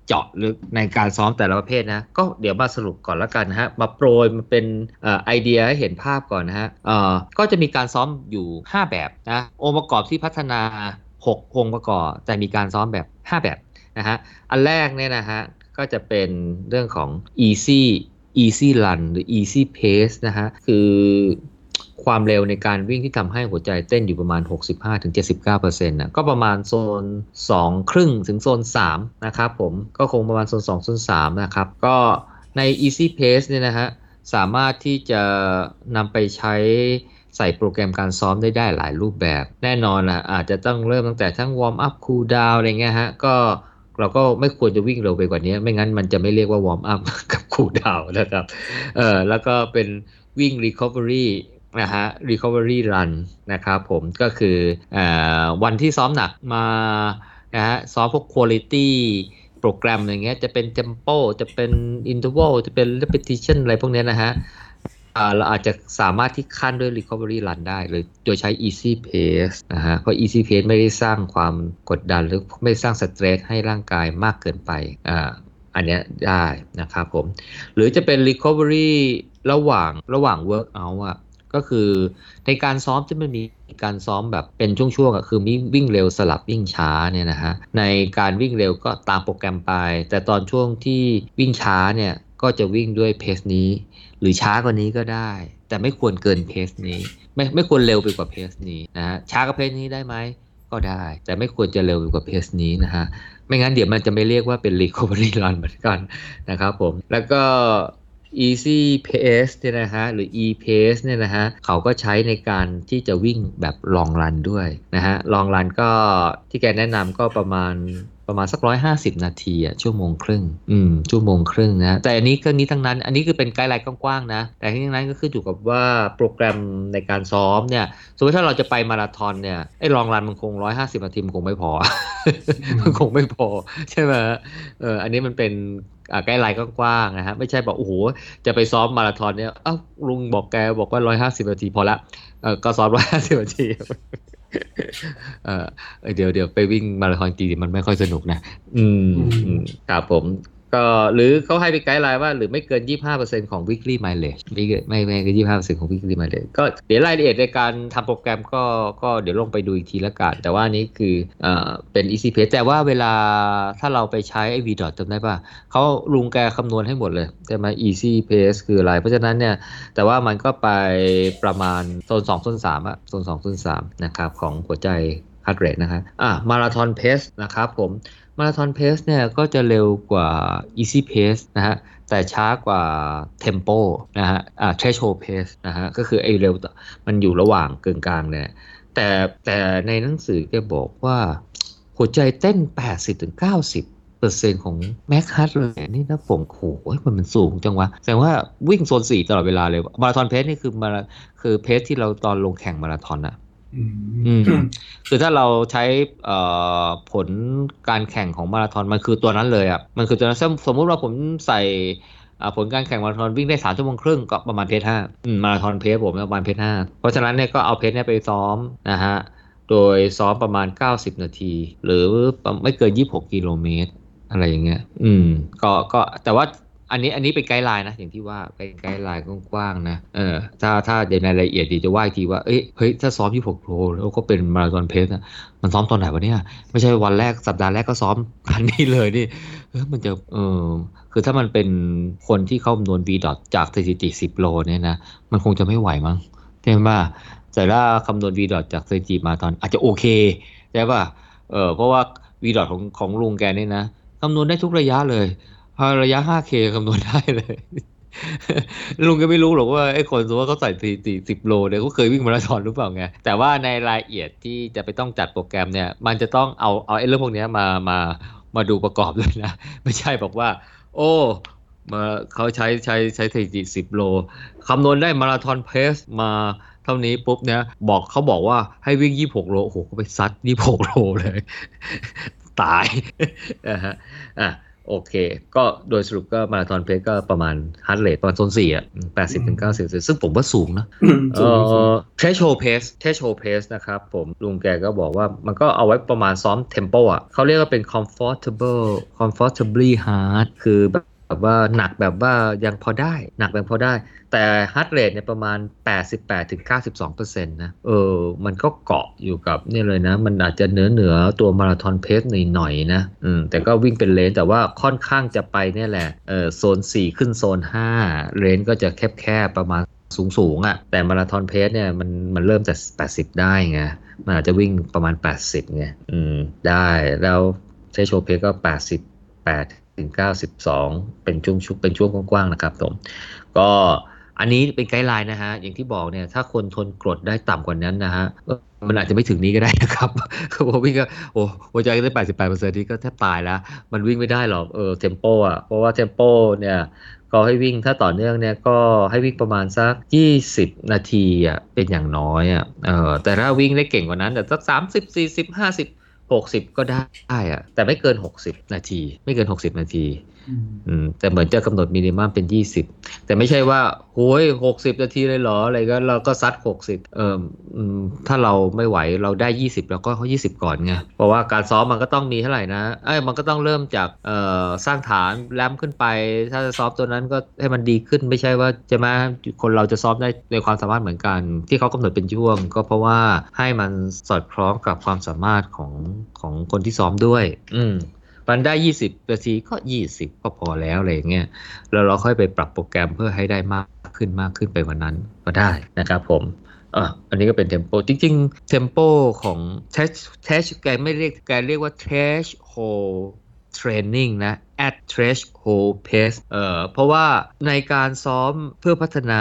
เจาะลึกในการซ้อมแต่ละประเภทนะก็เดี๋ยวมาสรุปก่อนแล้วกันนะฮะมาโปรยมันเป็นเอ่อไอเดียให้เห็นภาพก่อนนะฮะเอ่อก็จะมีการซ้อมอยู่ห้าแบบนะองค์ประกอบที่พัฒนาหกองค์ประกอบแต่มีการซ้อมแบบห้าแบบนะฮะอันแรกเนี่ยนะฮะก็จะเป็นเรื่องของ easy easy run หรือ easy pace นะฮะคือความเร็วในการวิ่งที่ทำให้หัวใจเต้นอยู่ประมาณ หกสิบห้าถึงเจ็ดสิบเก้าเปอร์เซ็นต์ นะก็ประมาณโซนสองครึ่งถึงโซนสามนะครับผมก็คงประมาณโซนสองโซนสามนะครับก็ใน easy pace เนี่ยนะฮะสามารถที่จะนำไปใช้ใส่โปรแกรมการซ้อมได้ได้หลายรูปแบบแน่นอนนะอาจจะต้องเริ่มตั้งแต่ทั้งวอร์มอัพคูลดาวน์อะไรเงี้ยฮะก็เราก็ไม่ควรจะวิ่งเร็วไปกว่านี้ไม่งั้นมันจะไม่เรียกว่าวอร์มอัพกับคูลดาวน์นะครับเออแล้วก็เป็นวิ่ง recovery นะฮะ recovery run นะครับผมก็คืออวันที่ซ้อมหนักมานะฮะซ้อมพวก quality โปรแกรมอย่างเงี้ยจะเป็น tempo จะเป็น interval จะเป็น repetition อะไรพวกนี้นะฮะเราอาจจะสามารถที่ขั้นด้วย recovery run ได้เลยโดยใช้ easy pace นะฮะเพราะ easy pace ไม่ได้สร้างความกดดันหรือไม่สร้างสเตรสให้ร่างกายมากเกินไปอ่าอันนี้ได้นะครับผมหรือจะเป็น recovery ระหว่างระหว่าง workout อ่ะก็คือในการซ้อมจะไม่มีการซ้อมแบบเป็นช่วงๆอ่ะคือมีวิ่งเร็วสลับวิ่งช้าเนี่ยนะฮะในการวิ่งเร็วก็ตามโปรแกรมไปแต่ตอนช่วงที่วิ่งช้าเนี่ยก็จะวิ่งด้วยเพสนี้หรือช้ากว่านี้ก็ได้แต่ไม่ควรเกินเพสนี้ไม่ไม่ควรเร็วไปกว่าเพสนี้นะฮะช้ากว่าเพสนี้ได้ไหมก็ได้แต่ไม่ควรจะเร็วไปกว่าเพสนี้นะฮะไม่งั้นเดี๋ยวมันจะไม่เรียกว่าเป็น recovery run เหมือนกันนะครับผมแล้วก็easy pace เนี่ยนะฮะหรือ e pace เนี่ยนะฮะเขาก็ใช้ในการที่จะวิ่งแบบ long run ด้วยนะฮะ long run ก็ที่แกแนะนำก็ประมาณประมาณสักร้อยห้าสิบนาทีอ่ะชั่วโมงครึ่งอืมชั่วโมงครึ่งนะแต่อันนี้ก็นี้ทั้งนั้นอันนี้คือเป็นไกด์ไลน์กว้างๆนะแต่ที่ทั้งนั้นก็คืออยู่กับว่าโปรแกรมในการซ้อมเนี่ยสมมติถ้าเราจะไปมาราธอนเนี่ยไอ้ long run มันคงร้อยห้าสิบนาทีมันคงไม่พอ มันคงไม่พอใช่ไหมเอออันนี้มันเป็นใกล้ไลน์กว้างๆนะฮะไม่ใช่บอกโอ้โหจะไปซ้อมมาราธอนเนี่ยเอ้าลุงบอกแกบอกว่าร้อยห้าสิบนาทีพอละเออก็ซ้อมร้อยห้าสิบนาทีเออเดี๋ยวเดี๋ยวไปวิ่งมาราธอนจริงมันไม่ค่อยสนุกนะอืมครับผมก็หรือเขาให้ไปไกด์ไลน์ว่าหรือไม่เกิน ยี่สิบห้าเปอร์เซ็นต์ ของ weekly mileage ไม่ไม่ไม่เกิน ยี่สิบห้าเปอร์เซ็นต์ ของ weekly mileage ก็เดี๋ยวรายละเอียดในการทำโปรแกรมก็ก็เดี๋ยวลงไปดูอีกทีละกันแต่ว่านี้คือเอ่อเป็น easy pace แต่ว่าเวลาถ้าเราไปใช้ไอ้ v dot จำได้ป่ะเขาลุงแกคำนวณให้หมดเลยใช่ไหม easy pace คืออะไรเพราะฉะนั้นเนี่ยแต่ว่ามันก็ไปประมาณโซนสองโซนสามอะโซนสองโซนสามนะครับของหัวใจheart rate นะครับอ่ะมาราธอนเพสนะครับผมมาราธอนเพสเนี่ยก็จะเร็วกว่า easy pace นะฮะแต่ช้ากว่า tempo นะฮะอ่า threshold pace นะฮะก็คือไอ้เร็วมันอยู่ระหว่างกึ่งกลางเนี่ยแต่แต่ในหนังสือแกบอกว่าหัวใจเต้น แปดสิบถึงเก้าสิบเปอร์เซ็นต์ ของแม็กฮัทเลยนี่นะผมโอ้ยมันมันสูงจังวะแสดงว่าวิ่งโซนสี่ตลอดเวลาเลยมาราธอนเพสนี่คือมาคือเพสที่เราตอนลงแข่งมาราธอนอะอืมคือถ้าเราใช้ผลการแข่งของมาราธอนมันคือตัวนั้นเลยอ่ะมันคือตัวนั้นสมมุติว่าผมใส่ผลการแข่งมาราธอนวิ่งได้สามชั่วโมงครึ่งก็ประมาณเพจห้ามาราธอนเพจผมประมาณเพจห้าเพราะฉะนั้นเนี่ยก็เอาเพจเนี่ยไปซ้อมนะฮะโดยซ้อมประมาณเก้าสิบนาทีหรือไม่เกินยี่สิบหกกิโลเมตรอะไรอย่างเงี้ยอืมก็ก็แต่ว่าอันนี้อันนี้เป็นไกด์ไลน์นะอย่างที่ว่าเป็นไกด์ไลน์กว้างๆนะเออถ้าถ้าเดี๋ยวในรายละเอียดดีจะว่าอีกทีว่าเอ้ยเฮ้ยถ้าซ้อมยี่สิบหกโลแล้วก็เป็นมาราธอนเพสอ่ะมันซ้อมตอนไหนวะเนี่ยไม่ใช่วันแรกสัปดาห์แรกก็ซ้อมอันนี้เลยนี่เออมันจะเออคือถ้ามันเป็นคนที่เข้าคำนวณ v dot จากสถิติสิบโลเนี่ยนะมันคงจะไม่ไหวมั้งใช่ป่ะแต่ถ้าคำนวณ v dot จากสถิติมาตอนอาจจะโอเคใช่ป่ะเออเพราะว่า v dot ของของลุงแกนี่นะคำนวณได้ทุกระยะเลยระยะ ห้าเค คำนวณได้เลย ลุงก็ไม่รู้หรอกว่าไอ้คนสมมติว่าเขาใส่สี่สี่สิบโลเนี่ยเขาเคยวิ่งมาราธอนหรือเปล่าไงแต่ว่าในรายละเอียดที่จะไปต้องจัดโปรแกรมเนี่ยมันจะต้องเอาเอาไอ้เรื่องพวกนี้มามามาดูประกอบด้วยนะไม่ใช่บอกว่าโอ้มาเขาใช้ใช้ใช้สถิติสิบโลคำนวณได้มาราธอนเพสมาเท่านี้ปุ๊บเนี่ยบอกเขาบอกว่าให้วิ่งยี่สิบหกโลโอ้โหเขาไปซัดยี่สิบหกโลเลยตายอ่ะฮะอ่ะโอเคก็โดยสรุปก็มาราธอนเพสก็ประมาณฮาร์ดเรทประมาณโซนสี่อ่ะแปดสิบถึงเก้าสิบซึ่งผมว่าสูงนะเออเทรชโฮเพสเทรชโฮเพสนะครับผมลุงแกก็บอกว่ามันก็เอาไว้ประมาณซ้อมเทมโปอ่ะเขาเรียกว่าเป็น comfortable comfortably hard คือแบบว่าหนักแบบว่ายังพอได้หนักแบบพอได้แต่ฮาร์ดเรทเนี่ยประมาณ แปดสิบแปดถึงเก้าสิบสองเปอร์เซ็นต์ นะเออมันก็เกาะอยู่กับนี่เลยนะมันอาจจะเหนือเหนือตัวมาราธอนเพสหน่อยๆนะอืมแต่ก็วิ่งเป็นเลนแต่ว่าค่อนข้างจะไปเนี่ยแหละเออโซนสี่ขึ้นโซนห้าเลนก็จะแคบๆประมาณสูงๆอ่ะแต่มาราธอนเพสเนี่ยมันมันเริ่มจากแปดสิบได้ไงมันอาจจะวิ่งประมาณแปดสิบไงอืมได้แล้วใช้โชว์เพสก็แปดสิบแปดถึงเก้าสิบสองเป็นช่วงเป็นช่วงกว้างๆนะครับผมก็อันนี้เป็นไกด์ไลน์นะฮะอย่างที่บอกเนี่ยถ้าคนทนกรดได้ต่ำกว่านั้นนะฮะมันอาจจะไม่ถึงนี้ก็ได้นะครับเขาบอกวิ่งก็โอ้หัวใจได้ แปดสิบแปดเปอร์เซ็นต์ ที่ก็แทบตายแล้วมันวิ่งไม่ได้หรอกเออเทมโปอ่ะเพราะว่าเทมโปเนี่ยก็ให้วิ่งถ้าต่อเนื่องเนี่ยก็ให้วิ่งประมาณสักยี่สิบนาทีอ่ะเป็นอย่างน้อยอ่ะเออแต่ถ้าวิ่งได้เก่งกว่านั้นแต่สักสามสิบ สี่สิบ ห้าสิบ หกสิบก็ได้อ่ะแต่ไม่เกินหกสิบนาทีไม่เกินหกสิบนาทีอืมแต่เหมือนจะกำหนดมินิมัมเป็นยี่สิบแต่ไม่ใช่ว่าโหยหกสิบนาทีเลยเหรออะไรก็เราก็ซัดหกสิบเอ่ออืมถ้าเราไม่ไหวเราได้ยี่สิบเราก็เขายี่สิบก่อนไงเพราะว่าการซ้อมมันก็ต้องมีเท่าไหร่นะเอ้ยมันก็ต้องเริ่มจากเอ่อสร้างฐานแรมขึ้นไปถ้าจะซ้อมตัวนั้นก็ให้มันดีขึ้นไม่ใช่ว่าจะมาคนเราจะซ้อมได้ในความสามารถเหมือนกันที่เขากำหนดเป็นช่วงก็เพราะว่าให้มันสอดคล้องกับความสามารถของของคนที่ซ้อมด้วยอืมมันได้ยี่สิบนาทีก็ยี่สิบก็พอแล้วอะไรอย่างเงี้ยแล้วเราค่อยไปปรับโปรแกรมเพื่อให้ได้มากขึ้นมากขึ้นไปกว่านั้นก็ได้นะครับผมอ่ะอันนี้ก็เป็นเทมโปจริงๆเทมโปของเทชเทชแกไม่เรียกแกเรียกว่า threshold training นะ at threshold pace เอ่อเพราะว่าในการซ้อมเพื่อพัฒนา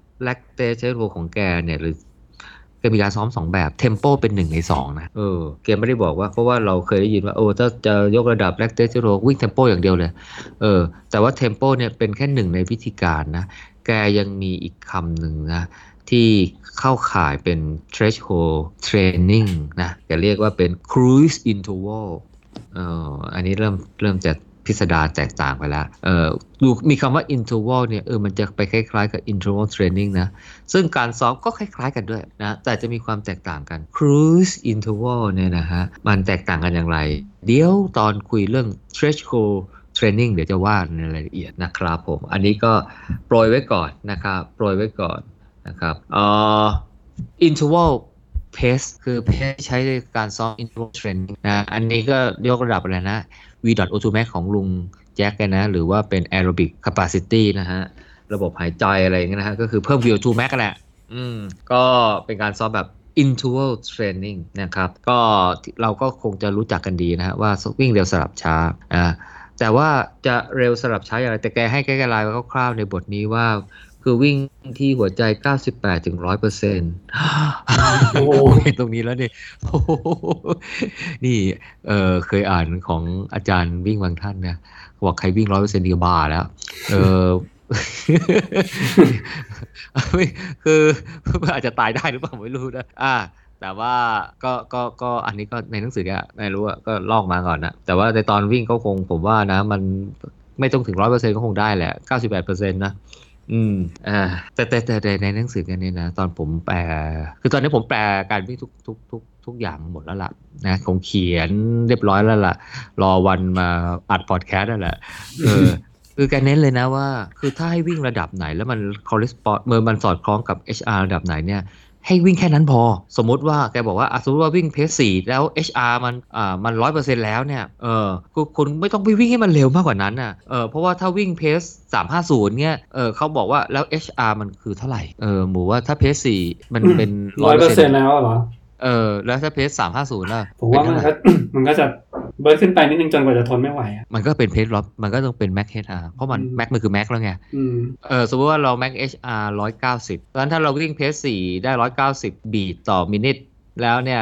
lactate ของแกเนี่ยหรือแกมีการซ้อมสองแบบเทมโปเป็นหนึ่งในสองนะเออแกไม่ได้บอกว่าเพราะว่าเราเคยได้ยินว่าโอ้ถ้าจะยกระดับแลคเตสเตอโรวิ่งเทมโปอย่างเดียวเลยเออแต่ว่าเทมโปเนี่ยเป็นแค่หนึ่งในวิธีการนะแกยังมีอีกคำหนึ่งนะที่เข้าข่ายเป็น threshold training นะแกเรียกว่าเป็น cruise interval เอออันนี้เริ่มเริ่มจะพิสดารแตกต่างไปแล้วเออดูมีคำว่า interval เนี่ยเออมันจะไปคล้ายๆกับ interval training นะซึ่งการซ้อมก็คล้ายๆกันด้วยนะแต่จะมีความแตกต่างกัน cruise interval เนี่ยนะฮะมันแตกต่างกันอย่างไรเดี๋ยวตอนคุยเรื่อง threshold training เดี๋ยวจะว่าในรายละเอียดนะครับผมอันนี้ก็โปรยไว้ก่อนนะครับโปรยไว้ก่อนนะครับเอ่อ interval pace คือ pace ใช้ในการซ้อม interval training นะอันนี้ก็ยกระดับอะไรนะ วี โอ ทู max ของลุงแจ็คกันนะหรือว่าเป็น aerobic capacity นะฮะระบบหายใจอะไรอย่างเงี้ยนะฮะก็คือเพิ่ม วี โอ ทู max กันแหละอืมก็เป็นการซ้อมแบบ interval training นะครับก็เราก็คงจะรู้จักกันดีนะฮะว่าวิ่งเร็วสลับช้าอ่าแต่ว่าจะเร็วสลับช้าอย่างไรแต่แกให้แกไลน์ไว้คร่าวๆในบทนี้ว่าคือวิ่งที่หัวใจ เก้าสิบแปดถึงหนึ่งร้อยเปอร์เซ็นต์ โอ้เห็นตรงนี้แล้วเนี่ยนี่เออเคยอ่านของอาจารย์วิ่งบางท่านนะบอกใครวิ่ง หนึ่งร้อยเปอร์เซ็นต์ ดีบ้าแล้วเออคืออาจจะตายได้หรือเปล่าไม่รู้นะอ่าแต่ว่าก็ก็ก็อันนี้ก็ในหนังสือเนี่ยไม่รู้อะก็ลอกมาก่อนนะแต่ว่าในตอนวิ่งก็คงผมว่านะมันไม่ต้องถึง หนึ่งร้อยเปอร์เซ็นต์ ก็คงได้แหละ เก้าสิบแปดเปอร์เซ็นต์ นะอืมอ่าแต่แต่แต่ในหนังสือกันเนี่ยนะตอนผมแปลคือตอนนี้ผมแปลการวิ่งทุกทุกทุกทุกอย่างหมดแล้วล่ะนะผมเขียนเรียบร้อยแล้วล่ะรอวันมาอัดพอดแคสต์นั่นแหละเออคือการเน้นเลยนะว่าคือถ้าให้วิ่งระดับไหนแล้วมันคอร์เรสปอนด์เมื่อมันสอดคล้องกับ เอช อาร์ ระดับไหนเนี่ยให้วิ่งแค่นั้นพอสมมุติว่าแกบอกว่าสมมติว่าวิ่งเพสสี่แล้ว เอช อาร์ มันอ่ามัน ร้อยเปอร์เซ็นต์ แล้วเนี่ยเออคือคุณไม่ต้องไปวิ่งให้มันเร็วมากกว่านั้นน่ะเออเพราะว่าถ้าวิ่งเพสสามห้าศูนย์เนี่ยเออเขาบอกว่าแล้ว เอช อาร์ มันคือเท่าไหร่เออหมูว่าถ้าเพสสี่มันเป็นร้อยเปอร์เซ็นต์แล้วเหรอเออแล้วถ้าเพสสามห้าศูนย์ล่ะผมว่ามันก็มันก็จะเบิร์นขึ้นไปนิดนึงจนกว่าจะทนไม่ไหวอ่ะมันก็เป็นเพสล็อปมันก็ต้องเป็นแม็กเฮดอาร์เพราะมันแม็กมันคือแม็กแล้วไงเออสมมติว่าเราแม็กเอชอาร์ร้อยเก้าสิบดังนั้นถ้าเราวิ่งเพสสี่ได้ร้อยเก้าสิบบีทต่อมินิทแล้วเนี่ย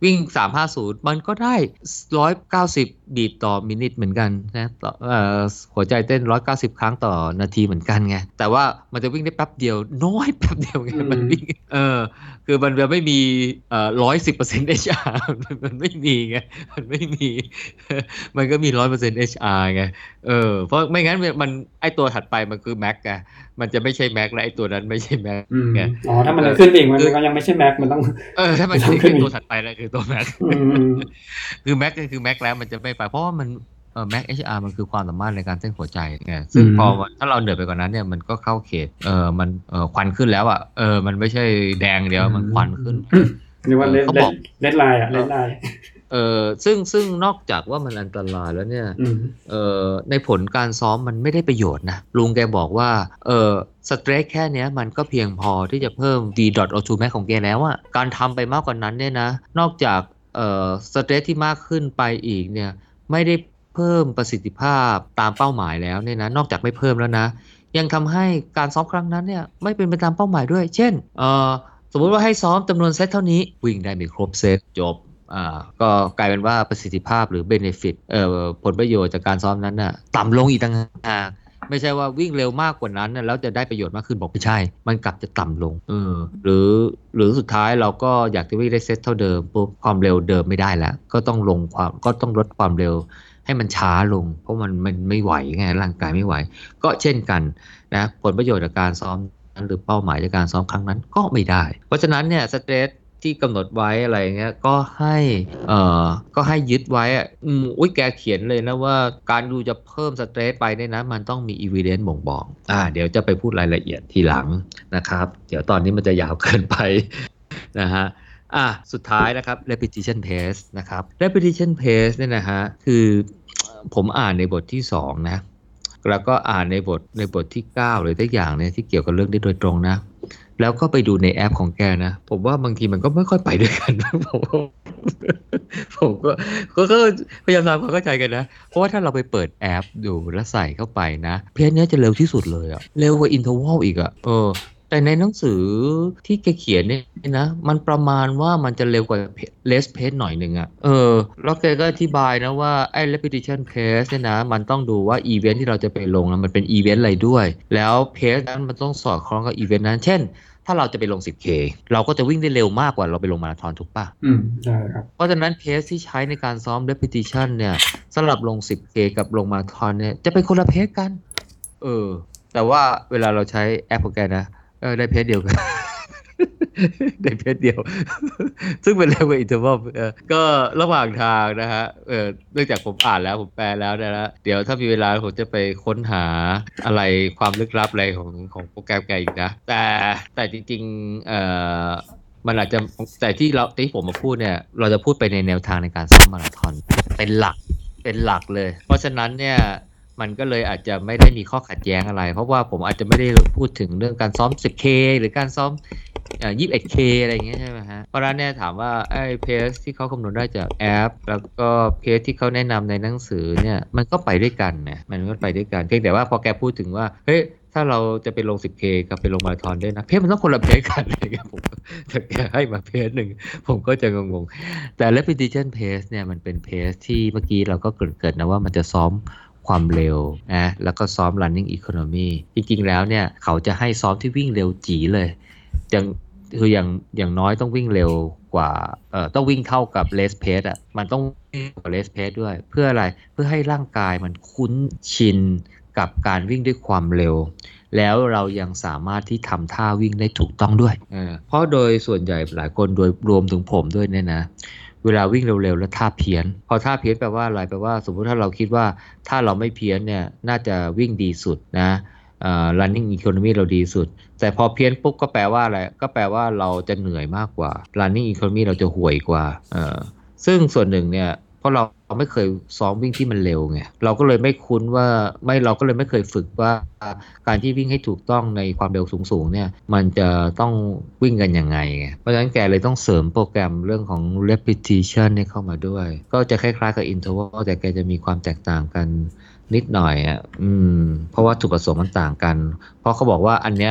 วิ่งสามห้าศูนย์มันก็ได้หนึ่งร้อยเก้าสิบบีทต่อมินิทเหมือนกันนะต่อเอ่อหัวใจเต้นหนึ่งร้อยเก้าสิบครั้งต่อนาทีเหมือนกันไงแต่ว่ามันจะวิ่งได้แป๊บเดียวน้อยแป๊บเดียวไงมันวิ่งเออคือมันจะไม่มีเอ่อ หนึ่งร้อยสิบเปอร์เซ็นต์ เอช อาร์ มันไม่มีไงมันไม่มีมันก็มี หนึ่งร้อยเปอร์เซ็นต์ เอช อาร์ ไงเออเพราะไม่งั้นมันไอตัวถัดไปมันคือ Max ไงมันจะไม่ใช่ Max และไอตัวนั้นไม่ใช่ Max ไงอ๋อถ้ามันขึ้นอีกมันก็ยังไม่ใช่ Max มันต้องเออถ้ามันขึ้นตัวถัดไปแล้วคือตัว Max คือ Max ก็คือ Max แล้วมันจะไม่ไปเพราะว่ามันเออ Max เอช อาร์ มันคือความสามารถในการเต้นหัวใจไงซึ่งพอถ้าเราเหนือไปกว่านั้นเนี่ยมันก็เข้าเขตเออมันเออควันขึ้นแล้วอ่ะเออมันไม่ใช่แดงเดียวมันควันขึ้นเรียกว่าเลดเลดไลน์อ่ะเลดไลน์เออซึ่งซึ่งนอกจากว่ามันอันตรายแล้วเนี่ยเออในผลการซ้อมมันไม่ได้ประโยชน์นะลุงแกบอกว่าเออสเตรสแค่นี้มันก็เพียงพอที่จะเพิ่ม D โอ ทู Max ของแกแล้วอะการทำไปมากกว่านั้นเนี่ยนะนอกจากเอ่อสเตรสที่มากขึ้นไปอีกเนี่ยไม่ได้เพิ่มประสิทธิภาพตามเป้าหมายแล้วเนี่ยนะนอกจากไม่เพิ่มแล้วนะยังทำให้การซ้อมครั้งนั้นเนี่ยไม่เป็นไปตามเป้าหมายด้วยเช่นเอ่อสมมติว่าให้ซ้อมจำนวนเซตเท่านี้วิ่งได้ไม่ครบเซตจบอ่าก็กลายเป็นว่าประสิทธิภาพหรือ benefit เอ่อผลประโยชน์จากการซ้อมนั้นน่ะต่ำลงอีกต่างหากไม่ใช่ว่าวิ่งเร็วมากกว่านั้นแล้วจะได้ประโยชน์มากขึ้นบอกไม่ใช่มันกลับจะต่ำลงเออหรือหรือสุดท้ายเราก็อยากจะวิ่งได้เซตเท่าเดิมปุ๊บความเร็วเดิมไม่ได้แล้วก็ต้องลงความก็ต้องลดความเร็วให้มันช้าลงเพราะมันมันไม่ไหวไงร่างกายไม่ไหวก็เช่นกันนะผลประโยชน์จากการซ้อมนั้นหรือเป้าหมายจากการซ้อมครั้งนั้นก็ไม่ได้เพราะฉะนั้นเนี่ยสเตรสที่กำหนดไว้อะไรเงี้ยก็ให้เอ่อก็ให้ยึดไว้อ่ะอืมอุ้ยแกเขียนเลยนะว่าการดูจะเพิ่มสเตรสไปเนี่ยนะมันต้องมี evidence บ่งบอกอ่าเดี๋ยวจะไปพูดรายละเอียดทีหลังนะครับเดี๋ยวตอนนี้มันจะยาวเกินไปนะฮะอ่ะสุดท้ายนะครับ repetition pace นะครับ repetition pace เนี่ยนะฮะคือผมอ่านในบทที่สองนะแล้วก็อ่านในบทในบทที่เก้าหรือทุกอย่างเนี่ยที่เกี่ยวกับเรื่องนี้โดยตรงนะแล้วก็ไปดูในแอปของแกนะผมว่าบางทีมันก็ไม่ค่อยไปด้วยกันผมผมก็ก็พยายามทำความเข้าใจกันนะเพราะว่าถ้าเราไปเปิดแอปดูแล้วใส่เข้าไปนะเพจนี้จะเร็วที่สุดเลยอะเร็วกว่าอินเทอร์วัลอีกอะเออแต่ในหนังสือที่แกเขียนเนี่ยนะมันประมาณว่ามันจะเร็วกว่า less pace หน่อยนึงอะเออแล้วแกก็อธิบายนะว่าไอ้ repetition pace เนี่ยนะมันต้องดูว่าอีเวนท์ที่เราจะไปลงนะมันเป็นอีเวนท์อะไรด้วยแล้ว pace นั้นมันต้องสอดคล้องกับอีเวนท์นั้นเช่นถ้าเราจะไปลง สิบเค เราก็จะวิ่งได้เร็วมากกว่าเราไปลงมาราธอนถูกป่ะอืมใช่ครับเพราะฉะนั้นเพสที่ใช้ในการซ้อม repetition เนี่ยสำหรับลง สิบเค กับลงมาราธอนเนี่ยจะเป็นคนละเพสกันเออแต่ว่าเวลาเราใช้แอปของแกนะเออได้เพสเดียวกันได้เพสเดียวซึ่งเป็นเร็วกว่าอินเทอร์วัลเออก็ระหว่างทางนะฮะเออเนื่องจากผมอ่านแล้วผมแปลแล้วนะฮะเดี๋ยวถ้ามีเวลาผมจะไปค้นหาอะไรความลึกลับอะไรของของโปรแกรมแกอีกนะแต่แต่จริงๆเอ่อมันอาจจะแต่ที่เราที่ผมมาพูดเนี่ยเราจะพูดไปในแนวทางในการซ้อมมาราธอนเป็นหลักเป็นหลักเลยเพราะฉะนั้นเนี่ยมันก็เลยอาจจะไม่ได้มีข้อขัดแย้งอะไรเพราะว่าผมอาจจะไม่ได้พูดถึงเรื่องการซ้อม สิบเค หรือการซ้อมอ่า ยี่สิบเอ็ดเค อะไรอย่างเงี้ยใช่ไหมฮะเพราะฉะนั้นเนี่ยถามว่าไอ้เพสที่เขาคำนวณได้จากแอปแล้วก็เพสที่เขาแนะนำในหนังสือเนี่ยมันก็ไปด้วยกันนะมันก็ไปด้วยกันเพียงแต่ว่าพอแกพูดถึงว่าเฮ้ยถ้าเราจะไปลง สิบเค กับไปลงมาราธอนด้วยนะเพสมันต้องคนละเพสกันอะไรเงี้ยผมถ้าแกให้มาเพสหนึ่งผมก็จะงงๆแต่ repetition pace เนี่ยมันเป็นเพสที่เมื่อกี้เราก็เกริดๆนะว่ามันจะซ้อมความเร็วนะแล้วก็ซ้อม running economy จริงๆแล้วเนี่ยเขาจะให้ซ้อมที่วิ่งเร็วจีเลยอย่างคืออย่างอย่างน้อยต้องวิ่งเร็วกว่าเอ่อต้องวิ่งเท่ากับ race pace อ่ะมันต้องวิ่งกว่า race pace ด้วยเพื่ออะไรเพื่อให้ร่างกายมันคุ้นชินกับการวิ่งด้วยความเร็วแล้วเรายังสามารถที่ทำท่าวิ่งได้ถูกต้องด้วยเออเพราะโดยส่วนใหญ่หลายคนโดยรวมถึงผมด้วยเนี่ยนะเวลาวิ่งเร็วๆแล้วท่าเพี้ยนพอท่าเพี้ยนแปลว่าอะไรแปลว่าสมมติถ้าเราคิดว่าถ้าเราไม่เพี้ยนเนี่ยน่าจะวิ่งดีสุดนะเอ่อ running economy เราดีสุดแต่พอเพี้ยนปุ๊บก็แปลว่าอะไรก็แปลว่าเราจะเหนื่อยมากกว่า running economy เราจะห่วยกว่าเอ่อซึ่งส่วนหนึ่งเนี่ยเพราะเราไม่เคยซ้อมวิ่งที่มันเร็วไงเราก็เลยไม่คุ้นว่าไม่เราก็เลยไม่เคยฝึกว่าการที่วิ่งให้ถูกต้องในความเร็วสูงๆเนี่ยมันจะต้องวิ่งกันยังไงไงเพราะฉะนั้นแกเลยต้องเสริมโปรแกรมเรื่องของ repetition นี่เข้ามาด้วยก็จะคล้ายๆกับ interval แต่แกจะมีความแตกต่างกันนิดหน่อยอ่ะอืมเพราะว่าจุดประสงค์มันต่างกันเพราะเขาบอกว่าอันเนี้ย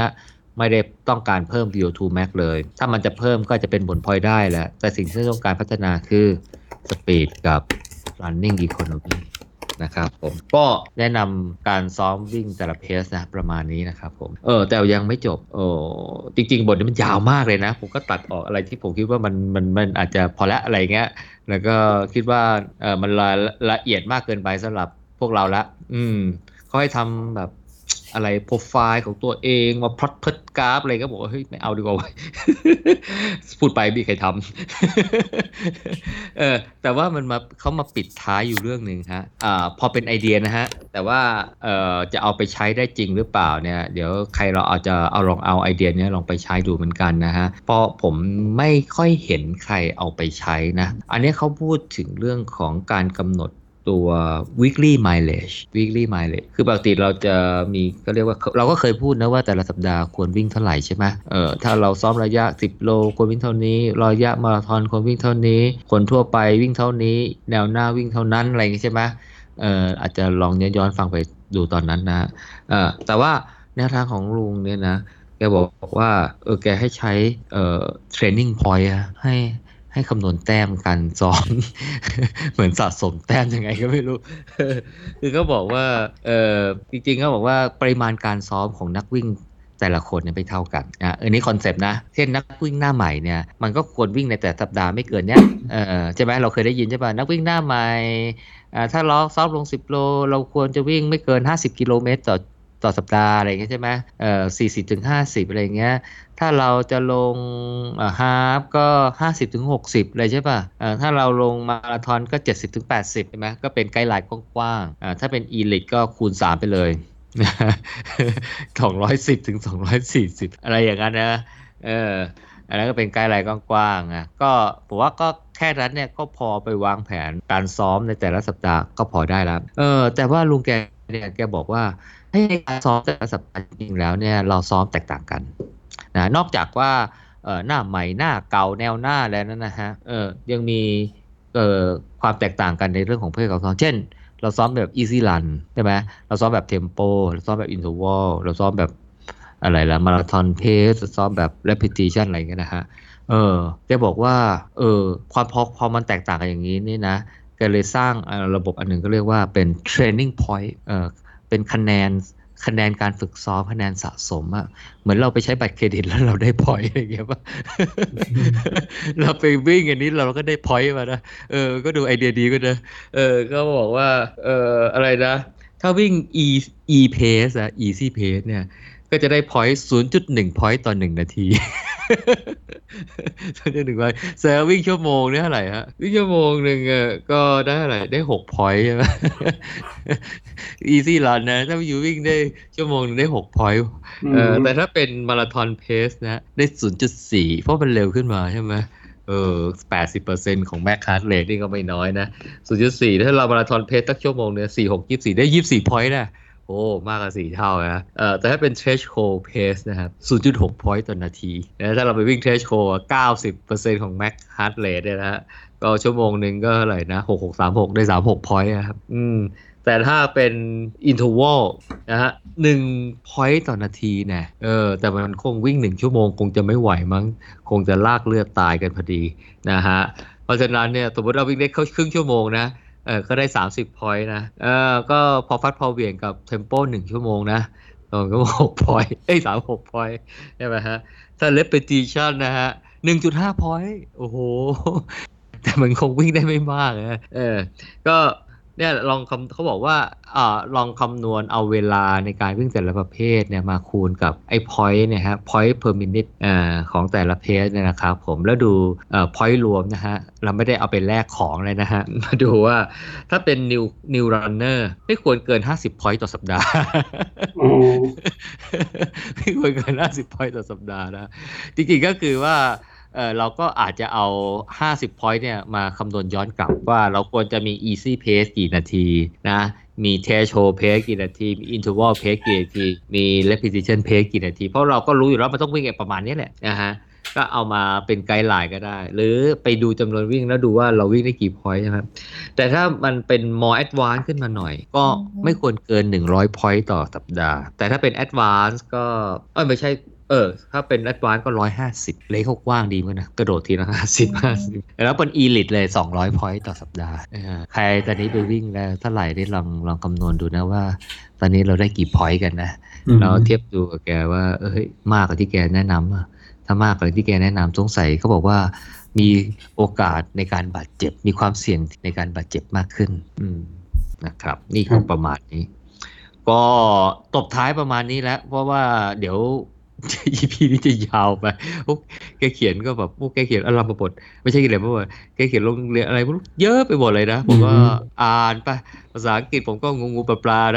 ไม่ได้ต้องการเพิ่ม วี โอ ทู max เลยถ้ามันจะเพิ่มก็จะเป็นผลพลอยได้แหละแต่สิ่งที่ต้องการพัฒนาคือ speed กับ running economy นะครับผมก็แนะนำการซ้อมวิ่งแต่ละเพสนะประมาณนี้นะครับผมเออแต่ยังไม่จบโอ้จริงๆบทนี้มันยาวมากเลยนะผมก็ตัดออกอะไรที่ผมคิดว่ามันมันมันอาจจะพอละอะไรเงี้ยแล้วก็คิดว่าเออมันละละเอียดมากเกินไปสำหรับพวกเราละอืมเขาให้ทำแบบอะไรโปรไฟล์ของตัวเองมาพลอตเพิร์ทกราฟอะไรก็บอกว่าเฮ้ยไม่เอาดีกว่า พูดไปมีใครทำ เออแต่ว่ามันมาเขามาปิดท้ายอยู่เรื่องหนึ่งฮะอ่าพอเป็นไอเดียนะฮะแต่ว่าเอ่อจะเอาไปใช้ได้จริงหรือเปล่าเนี่ยเดี๋ยวใครเราอาจจะเอาลองเอาไอเดียนี้ลองไปใช้ดูเหมือนกันนะฮะเพราะผมไม่ค่อยเห็นใครเอาไปใช้นะอันนี้เขาพูดถึงเรื่องของการกำหนดตัว weekly mileage weekly mileage คือปกติเราจะมีก็เรียกว่าเราก็เคยพูดนะว่าแต่ละสัปดาห์ควรวิ่งเท่าไหร่ใช่ไหมเออถ้าเราซ้อมระยะสิบโลควรวิ่งเท่านี้ระยะมาราธอนควรวิ่งเท่านี้คนทั่วไปวิ่งเท่านี้แนวหน้าวิ่งเท่านั้นอะไรอย่างงี้ใช่ไหมเอออาจจะลองย้อนฟังไปดูตอนนั้นนะเออแต่ว่าแนวทางของลุงเนี่ยนะแกบอกว่าเออแกให้ใช้เอ่อ training point ให้ให้คำนวณแต้มการซ้อม เหมือนสะสมแต้มยังไงก็ไม่รู้ คือเขาบอกว่าเออจริงๆเขาบอกว่าปริมาณการซ้อมของนักวิ่งแต่ละคนเนี่ยไม่เท่ากันนะอันนี้คอนเซปต์นะเช่นนักวิ่งหน้าใหม่เนี่ยมันก็ควรวิ่งในแต่สัปดาห์ไม่เกินเนี้ยเออใช่ไหมเราเคยได้ยินใช่ป่ะนักวิ่งหน้าใหม่อ่าถ้าเราซ้อมลงสิบโลเราควรจะวิ่งไม่เกินห้าสิบกิโลเมตรต่อต่อสัปดาห์อะไรอย่างเงี้ยใช่ไหมเอ่อสี่สิบถึงห้าสิบอะไรอย่างเงี้ยถ้าเราจะลงฮาล์ฟก็ห้าสิบถึงหกสิบเลยใช่ป่ะเอ่อถ้าเราลงมาราธอนก็เจ็ดสิบถึงแปดสิบใช่ไหมก็เป็นไกด์ไลน์กว้างๆอ่าถ้าเป็นอีลิทก็คูณสามไปเลย สองร้อยสิบถึงสองร้อยสี่สิบอะไรอย่างนั้นนะเอออันนั้นก็เป็นไกด์ไลน์กว้างๆอ่ะก็ผมว่าก็แค่นั้นเนี่ยก็พอไปวางแผนการซ้อมในแต่ละสัปดาห์ก็พอได้แล้วเออแต่ว่าลุงแกเนี่ยแกบอกว่าให้การซ้อมแต่ละสัปดาห์จริงๆแล้วเนี่ยเราซ้อมแตกต่างกันนะนอกจากว่าเออหน้าใหม่หน้าเก่าแนวหน้าแล้วนั่นนะฮะเออยังมีเอ่อความแตกต่างกันในเรื่องของเพศการซ้อมเช่นเราซ้อมแบบ easy run ใช่ไหมเราซ้อมแบบ tempo เราซ้อมแบบ interval เราซ้อมแบบอะไรล่ะ marathon pace เราซ้อมแบบ repetition อะไรอย่างเงี้ยนะฮะเออแกบอกว่าเออความพอพอมันแตกต่างกันอย่างนี้นี่นะแกเลยสร้างระบบอันหนึ่งก็เรียกว่าเป็น training point เออเป็นคะแนนคะแนนการฝึกซ้อมคะแนนสะสมอะเหมือนเราไปใช้บัตรเครดิตแล้วเราได้พอยต์อะไรอย่างเงี้ยป่ะ เราไปวิ่งอันนี้เราก็ได้พอยต์มานะเออก็ดูไอเดียดีก็นะเออก็บอกว่าเอออะไรนะถ้าวิ่ง e e pace อะ easy pace เนี่ยก็จะได้พอยต์ ศูนย์จุดหนึ่ง พอยต์ต่อหนึ่งนาที ศูนย์จุดหนึ่ง พอยต์แสดงวิ่งชั่วโมงเนี่ยเท่าไหร่ฮะวิ่งชั่วโมงหนึ่งอ่ะก็ได้เท่าไหร่ได้หกพอยต์ใช่ไหม easy run นะถ้าอยู่วิ่งได้ชั่วโมงนึงได้หกพอยต์เออแต่ถ้าเป็นมาราธอนเพสนะได้ ศูนย์จุดสี่ เพราะมันเร็วขึ้นมาใช่ไหมเออ แปดสิบเปอร์เซ็นต์ ของแม็กฮาร์ทเรทนี่ก็ไม่น้อยนะ ศูนย์จุดสี่ ถ้าเรามาราธอนเพสสักชั่วโมงเนี่ยสี่ หก ยี่สิบสี่ได้ยี่สิบสี่พอยต์นะโอ้มากกว่าสี่เท่านะเออแต่ถ้าเป็น threshold pace นะครับ ศูนย์จุดหก point ต่อนาทีนะถ้าเราไปวิ่ง threshold เก้าสิบเปอร์เซ็นต์ ของ max heart rate เนี่ยนะฮะก็ชั่วโมงหนึ่งก็เท่าไหร่นะหก หก สาม หกได้สามสิบหก point นะครับอืมแต่ถ้าเป็น interval นะฮะหนึ่ง point ต่อนาทีเนี่ยเออแต่มันคงวิ่งหนึ่งชั่วโมงคงจะไม่ไหวมั้งคงจะลากเลือดตายกันพอดีนะฮะเพราะฉะนั้นเนี่ยสมมติเราวิ่งได้ครึ่งชั่วโมงนะเออก็ได้สามสิบ point นะเออก็พอฟัดพอเหวี่ยงกับ tempo หนึ่งชั่วโมงนะเออก็หก point เอ้ยสามสิบหก point ใช่ไหมฮะถ้า repetition นะฮะ หนึ่งจุดห้า point โอ้โหแต่มันคงวิ่งได้ไม่มากนะเออก็เนี่ยลองคำเขาบอกว่าอ่าลองคำนวณเอาเวลาในการวิ่งแต่ละประเภทเนี่ยมาคูณกับไอ้ point เนี่ยฮะ point per minute อ่าของแต่ละเพจเนี่ยนะครับผมแล้วดูเอ่อ point รวมนะฮะเราไม่ได้เอาไปแลกของเลยนะฮะมาดูว่าถ้าเป็น new new runner ไม่ควรเกินห้าสิบ point ต่อสัปดาห์ ไม่ควรเกินห้าสิบ point ต่อสัปดาห์นะจริงๆก็คือว่าเออเราก็อาจจะเอาห้าสิบ point เนี่ยมาคำนวณย้อนกลับว่าเราควรจะมี easy pace กี่นาทีนะมี threshold pace กี่นาทีมี interval pace กี่นาทีมี repetition pace กี่นาทีเพราะเราก็รู้อยู่แล้วมันต้องวิ่งประมาณนี้แหละนะฮะก็เอามาเป็นไกด์ไลน์ก็ได้หรือไปดูจำนวนวิ่งแล้วดูว่าเราวิ่งได้กี่ point ใช่ไหมแต่ถ้ามันเป็น more advanced ขึ้นมาหน่อยก็ไม่ควรเกินหนึ่งร้อย point ต่อสัปดาห์แต่ถ้าเป็น advanced ก็เออไม่ใช่เออถ้าเป็นแอดวานซ์ก็หนึ่งร้อยห้าสิบเลขเขากว้างดีเหมือนกันนะกระโดดทีละห้าสิบ ห้าสิบแล้วเป็นอีลิทเลยสองร้อยพอยต์ต่อสัปดาห์เออใครตอนนี้ไปวิ่งแล้วเท่าไหร่ได้ลองลองคำนวณดูนะว่าตอนนี้เราได้กี่พอยต์กันนะเราเทียบดูกับแกว่าเอ้ยมากกว่าที่แกแนะนำอะถ้ามากกว่าที่แกแนะนำสงสัยเขาบอกว่ามีโอกาสในการบาดเจ็บมีความเสี่ยงในการบาดเจ็บมากขึ้นอืมนะครับนี่ก็ประมาณนี้ก็ตบท้ายประมาณนี้แล้วเพราะว่าเดี๋ยว อี พี นี้จะยาวไปพวกแกเขียนก็แบบพวกแกเขียนอารมณ์บทไม่ใช่อะไรเพราะว่าแกเขียนลงเรียนอะไรไม่รู้เยอะไปหมดเลยนะผมก็อ่านไปภาษาอังกฤษผมก็งูงูปลาปลา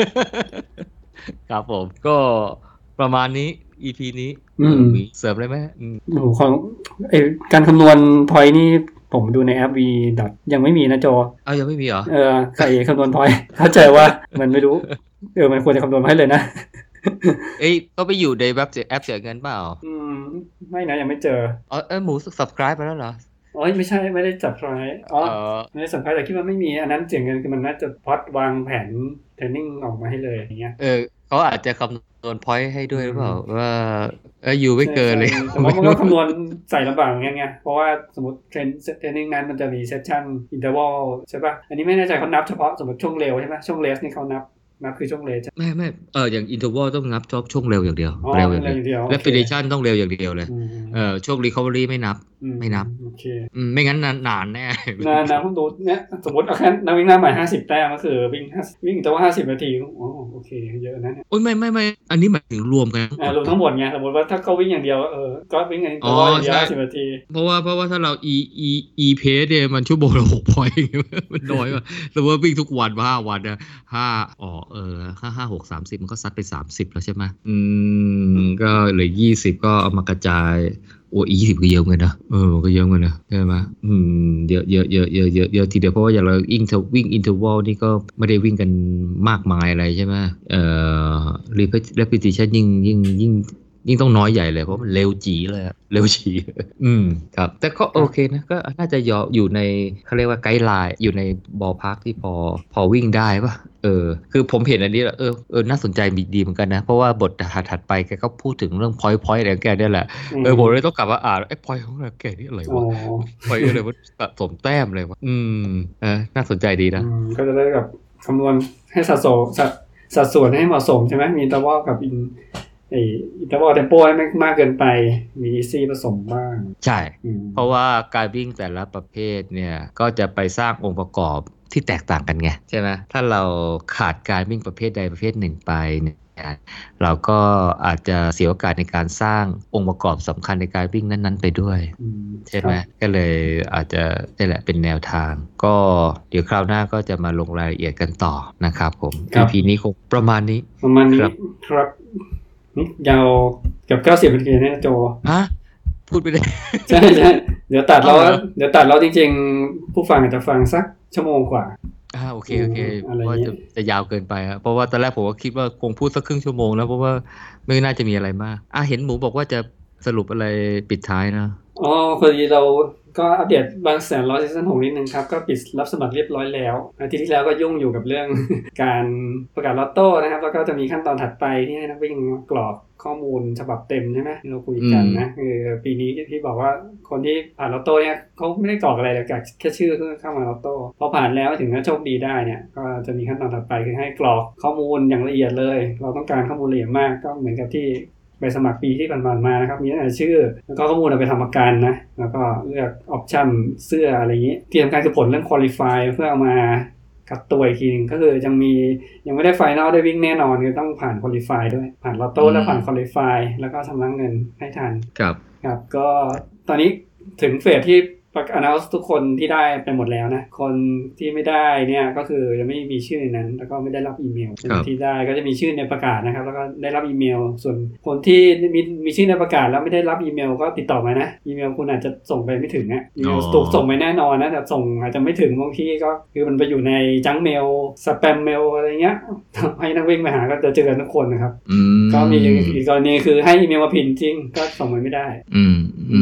นะครับผมก็ประมาณนี้ อี พี นี้มีเสริมอะไรไหมโอ้ของไอการคำนวณพอยต์นี่ผมดูในแอป V. ยังไม่มีนะโจอ้าวยังไม่มีเหรอเออใส่คำนวณพอยต์เข้าใจว่ามันไม่รู้เออมันควรจะคำนวณให้เลยนะเอ้ยก็ไปอยู่ในเว็บแอปเสียเงินเปล่าอืมไม่นะยังไม่เจออ๋อเออหมู subscribe ไปแล้วเหรออ๋อไม่ใช่ไม่ได้ subscribe อ๋อไม่ได้ subscribe แต่คิดว่าไม่มีอันนั้นเสียเงินคือมันน่าจะพอดวางแผนเทรนนิ่งออกมาให้เลยอย่างเงี้ยเออเขาอาจจะคำนวณ point ให้ด้วยหรือเปล่าว่าเอออยู่ไม่เกินเลยแต่ว่ามันก็คำนวณใส่ลำบากอย่างเงี้ยเพราะว่าสมมติเทรนเทรนนิ่งนั้นมันจะมีเซสชั่นอินเตอร์วัลใช่ป่ะอันนี้ไม่แน่ใจเขานับเฉพาะสมมติช่วงเร็วใช่ไหมช่วงเลสนี่เขานับนับคือช่วงเลสไม่ไม่เอออย่างอินเทอร์วัลต้องนับช่วงเร็วอย่างเดียวเร็วอย่างเดียว repetition ต้องเร็วอย่างเดียวเลยเออช่วง recovery ไม่นับไม่นับโอเคไม่งั้นนานแน่นานนะผมดูเนี่ยสมมติเอาแค่นักวิ่งหน้าใหม่ห้าสิบแต้มก็คือวิ่งวิ่งแต่ว่าห้าสิบนาทีอ๋อโอเคเยอะนะเนี่ยโอ้ยไม่ไม่ไม่อันนี้หมายถึงรวมกันอ่ารวมทั้งหมดไงสมมติว่าถ้าเขาวิ่งอย่างเดียวเออก็วิ่งอย่างเดียวอย่างเดียวห้าสิบนาทีเพราะว่าเพราะว่าถ้าเรา e e e pace เนี่ยมันชั่วโมงละหก point มันน้อยว่ะสมมติว่าวิ่งทุกวันห้าวันนะห้าอ๋อเออห้า ห้า หก สามสิบมันก็ซัดไปสามสิบแล้วใช่ไหมอืมก็เหลือยี่สิบก็เอามากระจายโอ้ยี่สิบก็เยอะเงินนะเออก็เยอะเงินนะใช่ไหมอืมเยอะเยอะเยอะเยอะเยอะเยอะทีเดียวเพราะว่าอย่างเราวิ่งวิ่งอินเทอร์วัลนี่ก็ไม่ได้วิ่งกันมากมายอะไรใช่ไหมเอ่อ repetition ยิ่งยิ่งยิ่งยิ่งต้องน้อยใหญ่เลยเพราะมันเร็วจีเลยเร็วจีอืมครับแต่ก็โอเคนะก็น่าจะอยู่ในเขาเรียกว่าไกด์ไลน์อยู่ในบอลพาร์คที่พอพอวิ่งได้ป่ะเออคือผมเห็นอันนี้แล้วเออเออน่าสนใจดีเหมือนกันนะเพราะว่าบทถัดๆไปแกก็พูดถึงเรื่อง point point อะไรของแกเนี่ยแหละเออผมเลยต้องกลับมาอ่านไอ้ point ของแกนี่อะไรวะ point อะไรวะสะสมแต้มเลยวะอืมเออน่าสนใจดีนะก็จะได้กับคำนวณให้สัดส่วนสัดส่วนให้เหมาะสมใช่ไหมมีตะว่ากับอินไอ้อินเตอร์วัลเทมโปไม่มากเกินไปมีอีซี่ผสมบ้างใช่เพราะว่าการวิ่งแต่ละประเภทเนี่ยก็จะไปสร้างองค์ประกอบที่แตกต่างกันไงใช่ไหมถ้าเราขาดการวิ่งประเภทใดประเภทหนึ่งไปเนี่ยเราก็อาจจะเสียโอกาสในการสร้างองค์ประกอบสำคัญในการวิ่งนั้นๆไปด้วยใช่ไหมก็เลยอาจจะนี่แหละเป็นแนวทางก็เดี๋ยวคราวหน้าก็จะมาลงรายละเอียดกันต่อนะครับผม อี พี นี้คงประมาณนี้ประมาณนี้ครับนี่ยาวเกือบเก้าสิบนาทีเนี่ยโจฮะพูดไปเลยใช่ใช่เดี๋ยวตัดแล้วเดี๋ยวตัดแล้วจริงๆผู้ฟังอาจจะฟังสักชั่วโมงกว่าอ่าโอเคโอเคเพราะว่าจะจะยาวเกินไปครับเพราะว่าตอนแรกผมก็คิดว่าคงพูดสักครึ่งชั่วโมงแล้วเพราะว่าไม่น่าจะมีอะไรมากอ่ะเห็นหมูบอกว่าจะสรุปอะไรปิดท้ายนะอ๋อพอดีเราก็อัปเดตบางแสนร้อยซีซั่นหกนิดนึงครับก็ปิดรับสมัครเรียบร้อยแล้วอาทิตย์ที่แล้วก็ยุ่งอยู่กับเรื่องการประกาศลอตโต้นะครับแล้วก็จะมีขั้นตอนถัดไปที่ให้นักวิ่งกรอกข้อมูลฉบับเต็มใช่ไหมเราคุยกันนะคือปีนี้ที่บอกว่าคนที่ผ่านลอตโต้เนี่ยเขาไม่ได้กรอกอะไรเลยแค่ชื่อเข้ามาลอตโต้พอผ่านแล้วถึงจะโชคดีได้เนี่ยก็จะมีขั้นตอนถัดไปคือให้กรอกข้อมูลอย่างละเอียดเลยเราต้องการข้อมูลละเอียดมากก็เหมือนกับที่ไปสมัครปีที่ผ่านๆมานะครับมีตั้งแต่ชื่อแล้วก็ข้อมูลเอาไปทำประกันนะแล้วก็เลือกออปชั่นเสื้ออะไรอย่างนี้ที่สำคัญคือผลเรื่อง qualify เพื่อเอามากัดตัวอีกทีนึงก็คือยังมียังไม่ได้ไฟนอลได้วิ่งแน่นอนก็ต้องผ่าน qualify ด้วยผ่านลอตโต้แล้วผ่าน qualify แล้วก็ชำระเงินให้ทันครับครับก็ตอนนี้ถึงเฟสที่ประกาศ announce ทุกคนที่ได้ไปหมดแล้วนะคนที่ไม่ได้เนี่ยก็คือยังไม่มีชื่อในนั้นแล้วก็ไม่ได้รับอีเมลที่ได้ก็จะมีชื่อในประกาศนะครับแล้วก็ได้รับอีเมลส่วนคนที่มีมีชื่อในประกาศแล้วไม่ได้รับอีเมลก็ติดต่อมานะอีเมลคุณอาจจะส่งไปไม่ถึงนะอีเมลถูกส่งไปแน่นอนนะแต่ส่งอาจจะไม่ถึงบางทีก็คือมันไปอยู่ในจังเมลสแปมเมลอะไรเงี้ยให้นักวิ่งไปหาก็จะเจอกันทุกคนนะครับก็มีอีกกรณีคือให้อีเมลมาผิดจริงก็ส่งไปไม่ได้อืมอืม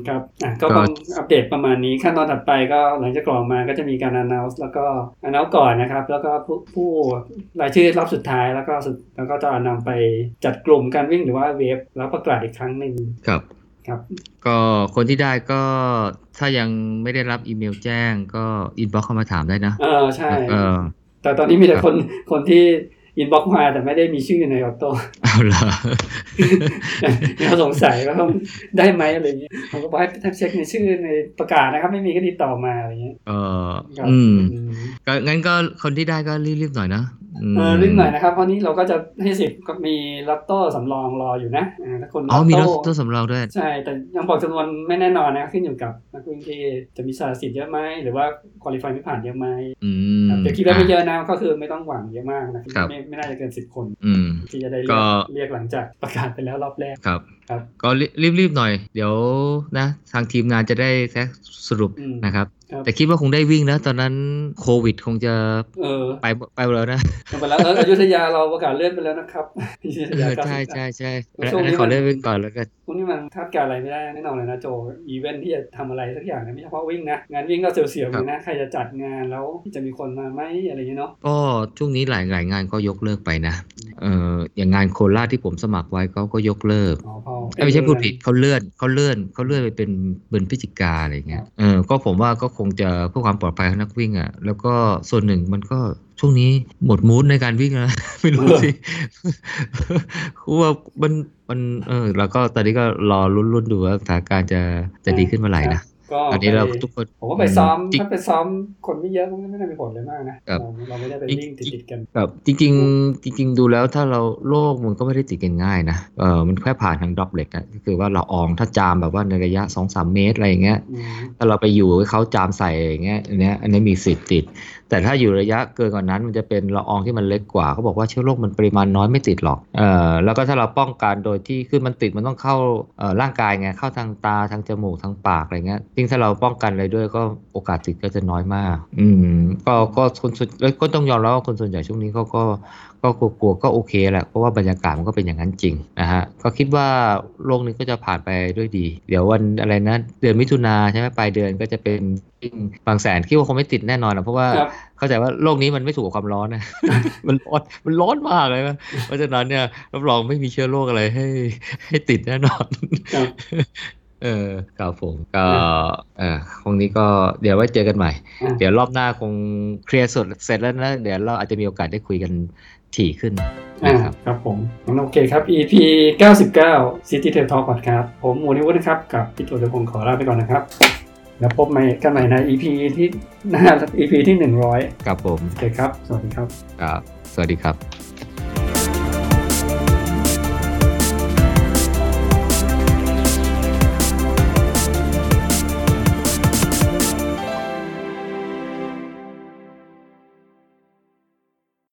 ครับอ่ะก็คงอัปเดตประมาณนี้ขั้นตอนถัดไปก็หลังจากกรอกมาก็จะมีการ announce แล้วก็ announce ก่อนนะครับแล้วก็ผู้ผู้รายชื่อรอบสุดท้ายแล้วก็แล้วก็จะนำไปจัดกลุ่มการวิ่งหรือว่าเวฟแล้วประกาศอีกครั้งหนึ่งครับครับก็คนที่ได้ก็ถ้ายังไม่ได้รับอีเมลแจ้งก็อินบ็อกซ์เข้ามาถามได้นะเออใช่แต่ตอนนี้มีแต่คนคนที่อินบ็อกซ์มาแต่ไม่ได้มีชื่อในออโต้เอาล่ะเขาสงสัยว่าต้องได้ไหมอะไรอย่างเงี้ยผมก็บอกให้เช็คในชื่อในประกาศนะครับไม่มีก็ติดต่อมาอะไรเงี้ยเอออืมก็งั้นก็คนที่ได้ก็รีบๆหน่อยนะเออรีบหน่อยนะครับเพราะนี้เราก็จะให้สิบก็มีลอตโต้สำรองรออยู่นะถ้าคนอ๋อมีลอตโต้สำรองด้วยใช่แต่ยังบอกจำนวนไม่แน่นอนนะขึ้นอยู่กับนักวิ่งที่จะมีสารสิทธิ์เยอะไหมหรือว่าควอลิฟายไม่ผ่านเยอะไหมแต่คิดว่าไม่เยอะนะก็คือไม่ต้องหวังเยอะมากนะไม่ไม่น่าจะเกินสิบคนที่จะได้เรียกเรียกหลังจากประกาศไปแล้วรอบแรกครับครับก็รีบๆหน่อยเดี๋ยวนะทางทีมงานจะได้แค่สรุปนะครับแต่คิดว่าคงได้วิ่งนะตอนนั้นโควิดคงจะไปไปแล้วนะไปแล้วเอออยุธยาเราประกาศเลื่อนไปแล้วนะครับใช่ใช่ใช่ช่วงนี้ขอเลื่อนวิ่งก่อนแล้วกันพวกนี้มันคาดการอะไรไม่ได้แน่นอนเลยนะโจอีเวนท์ที่จะทำอะไรสักอย่างนะไม่เฉพาะวิ่งนะงานวิ่งก็เสียวๆเลยนะใครจะจัดงานแล้วจะมีคนมาไหมอะไรอย่างเงี้ยเนาะก็ช่วงนี้หลายหลายงานก็ยกเลิกไปนะเอออย่างงานโคราชที่ผมสมัครไว้ก็ก็ยกเลิกไม่ใช่ผู้ผิดเขาเลื่อนเขาเลื่อนเขาเลื่อนไปเป็นเดือนพฤศจิกาอะไรเงี้ยเออก็ผมว่าก็คงจะเพื่อความปลอดภัยของนักวิ่งอ่ะแล้วก็ส่วนหนึ่งมันก็ช่วงนี้หมดมูดในการวิ่งนะไม่รู้สิคือว่ามันมันเออแล้วก็ตอนนี้ก็รอลุ้นๆดูว่าสถานการณ์จะจะดีขึ้นเมื่อไหร่นะตอนนี้เราทุกคนผมก็ไปซ้อมถ้าไปซ้อมคนไม่เยอะก็ไม่ได้มีผลเลยมากนะเราไม่ได้ไปวิ่งติดๆกันครับจริงๆจริงๆดูแล้วถ้าเราโรคมันก็ไม่ได้ติดกันง่ายนะเออมันแค่ผ่านทางดรอปเล็ตนะก็คือว่าเราอองถ้าจามแบบว่าในระยะ สองถึงสาม เมตรอะไรอย่างเงี้ยถ้าเราไปอยู่ให้เขาจามใส่อย่างเงี้ยอันนี้อันนี้มีสิทธิ์ติดแต่ถ้าอยู่ระยะเกินกว่านั้นมันจะเป็นละอองที่มันเล็กกว่าเขาบอกว่าเชื้อโรคมันปริมาณน้อยไม่ติดหรอกเอ่อแล้วก็ถ้าเราป้องกันโดยที่คือมันติดมันต้องเข้าเอ่อร่างกายไงเข้าทางตาทางจมูกทางปากอะไรเงี้ยยิ่งถ้าเราป้องกันอะไรด้วยก็โอกาสติดก็จะน้อยมากอืมก็ก็คนส่วนก็ต้องยอมรับว่าคนส่วนใหญ่ช่วงนี้เขาก็ก็กลัวๆก็โอเคแหละเพราะว่าบรรยากาศมันก็เป็นอย่างนั้นจริงนะฮะก็คิดว่าโรคนี้ก็จะผ่านไปด้วยดีเดี๋ยววันอะไรนะเดือนมิถุนาใช่ไหมปลายเดือนก็จะเป็นบางแสนคิดว่าคงไม่ติดแน่นอนนะเพราะว่าเข้าใจว่าโลกนี้มันไม่ถูกกับความร้อนนะ มันร้อนมันร้อนมากเลยนะเพราะฉะนั้นเนี่ยรับรองไม่มีเชื้อโรคอะไรให้ให้ติดแน่นอนเออครับผมก็เออคงนี้ก็เดี๋ยวไว้เจอกันใหม่เดี๋ยวรอบหน้าคงเคลียร์สุดเสร็จแล้วนะเดี๋ยวเราอาจจะมีโอกาสได้คุยกันถี่ขึ้นนะครับครับผมโอเคครับ อี พี เก้าสิบเก้า City Trail Talk Podcast ผมหมูนิวุฒิครับกับพี่ตัวเดพงศ์ขอลาไปก่อนนะครับแล้วพบกันใหม่ใน อี พี ที่หน้า อี พี ที่หนึ่งร้อยครับผมโอเคครับสวัสดีครับครับสวัสดีครับ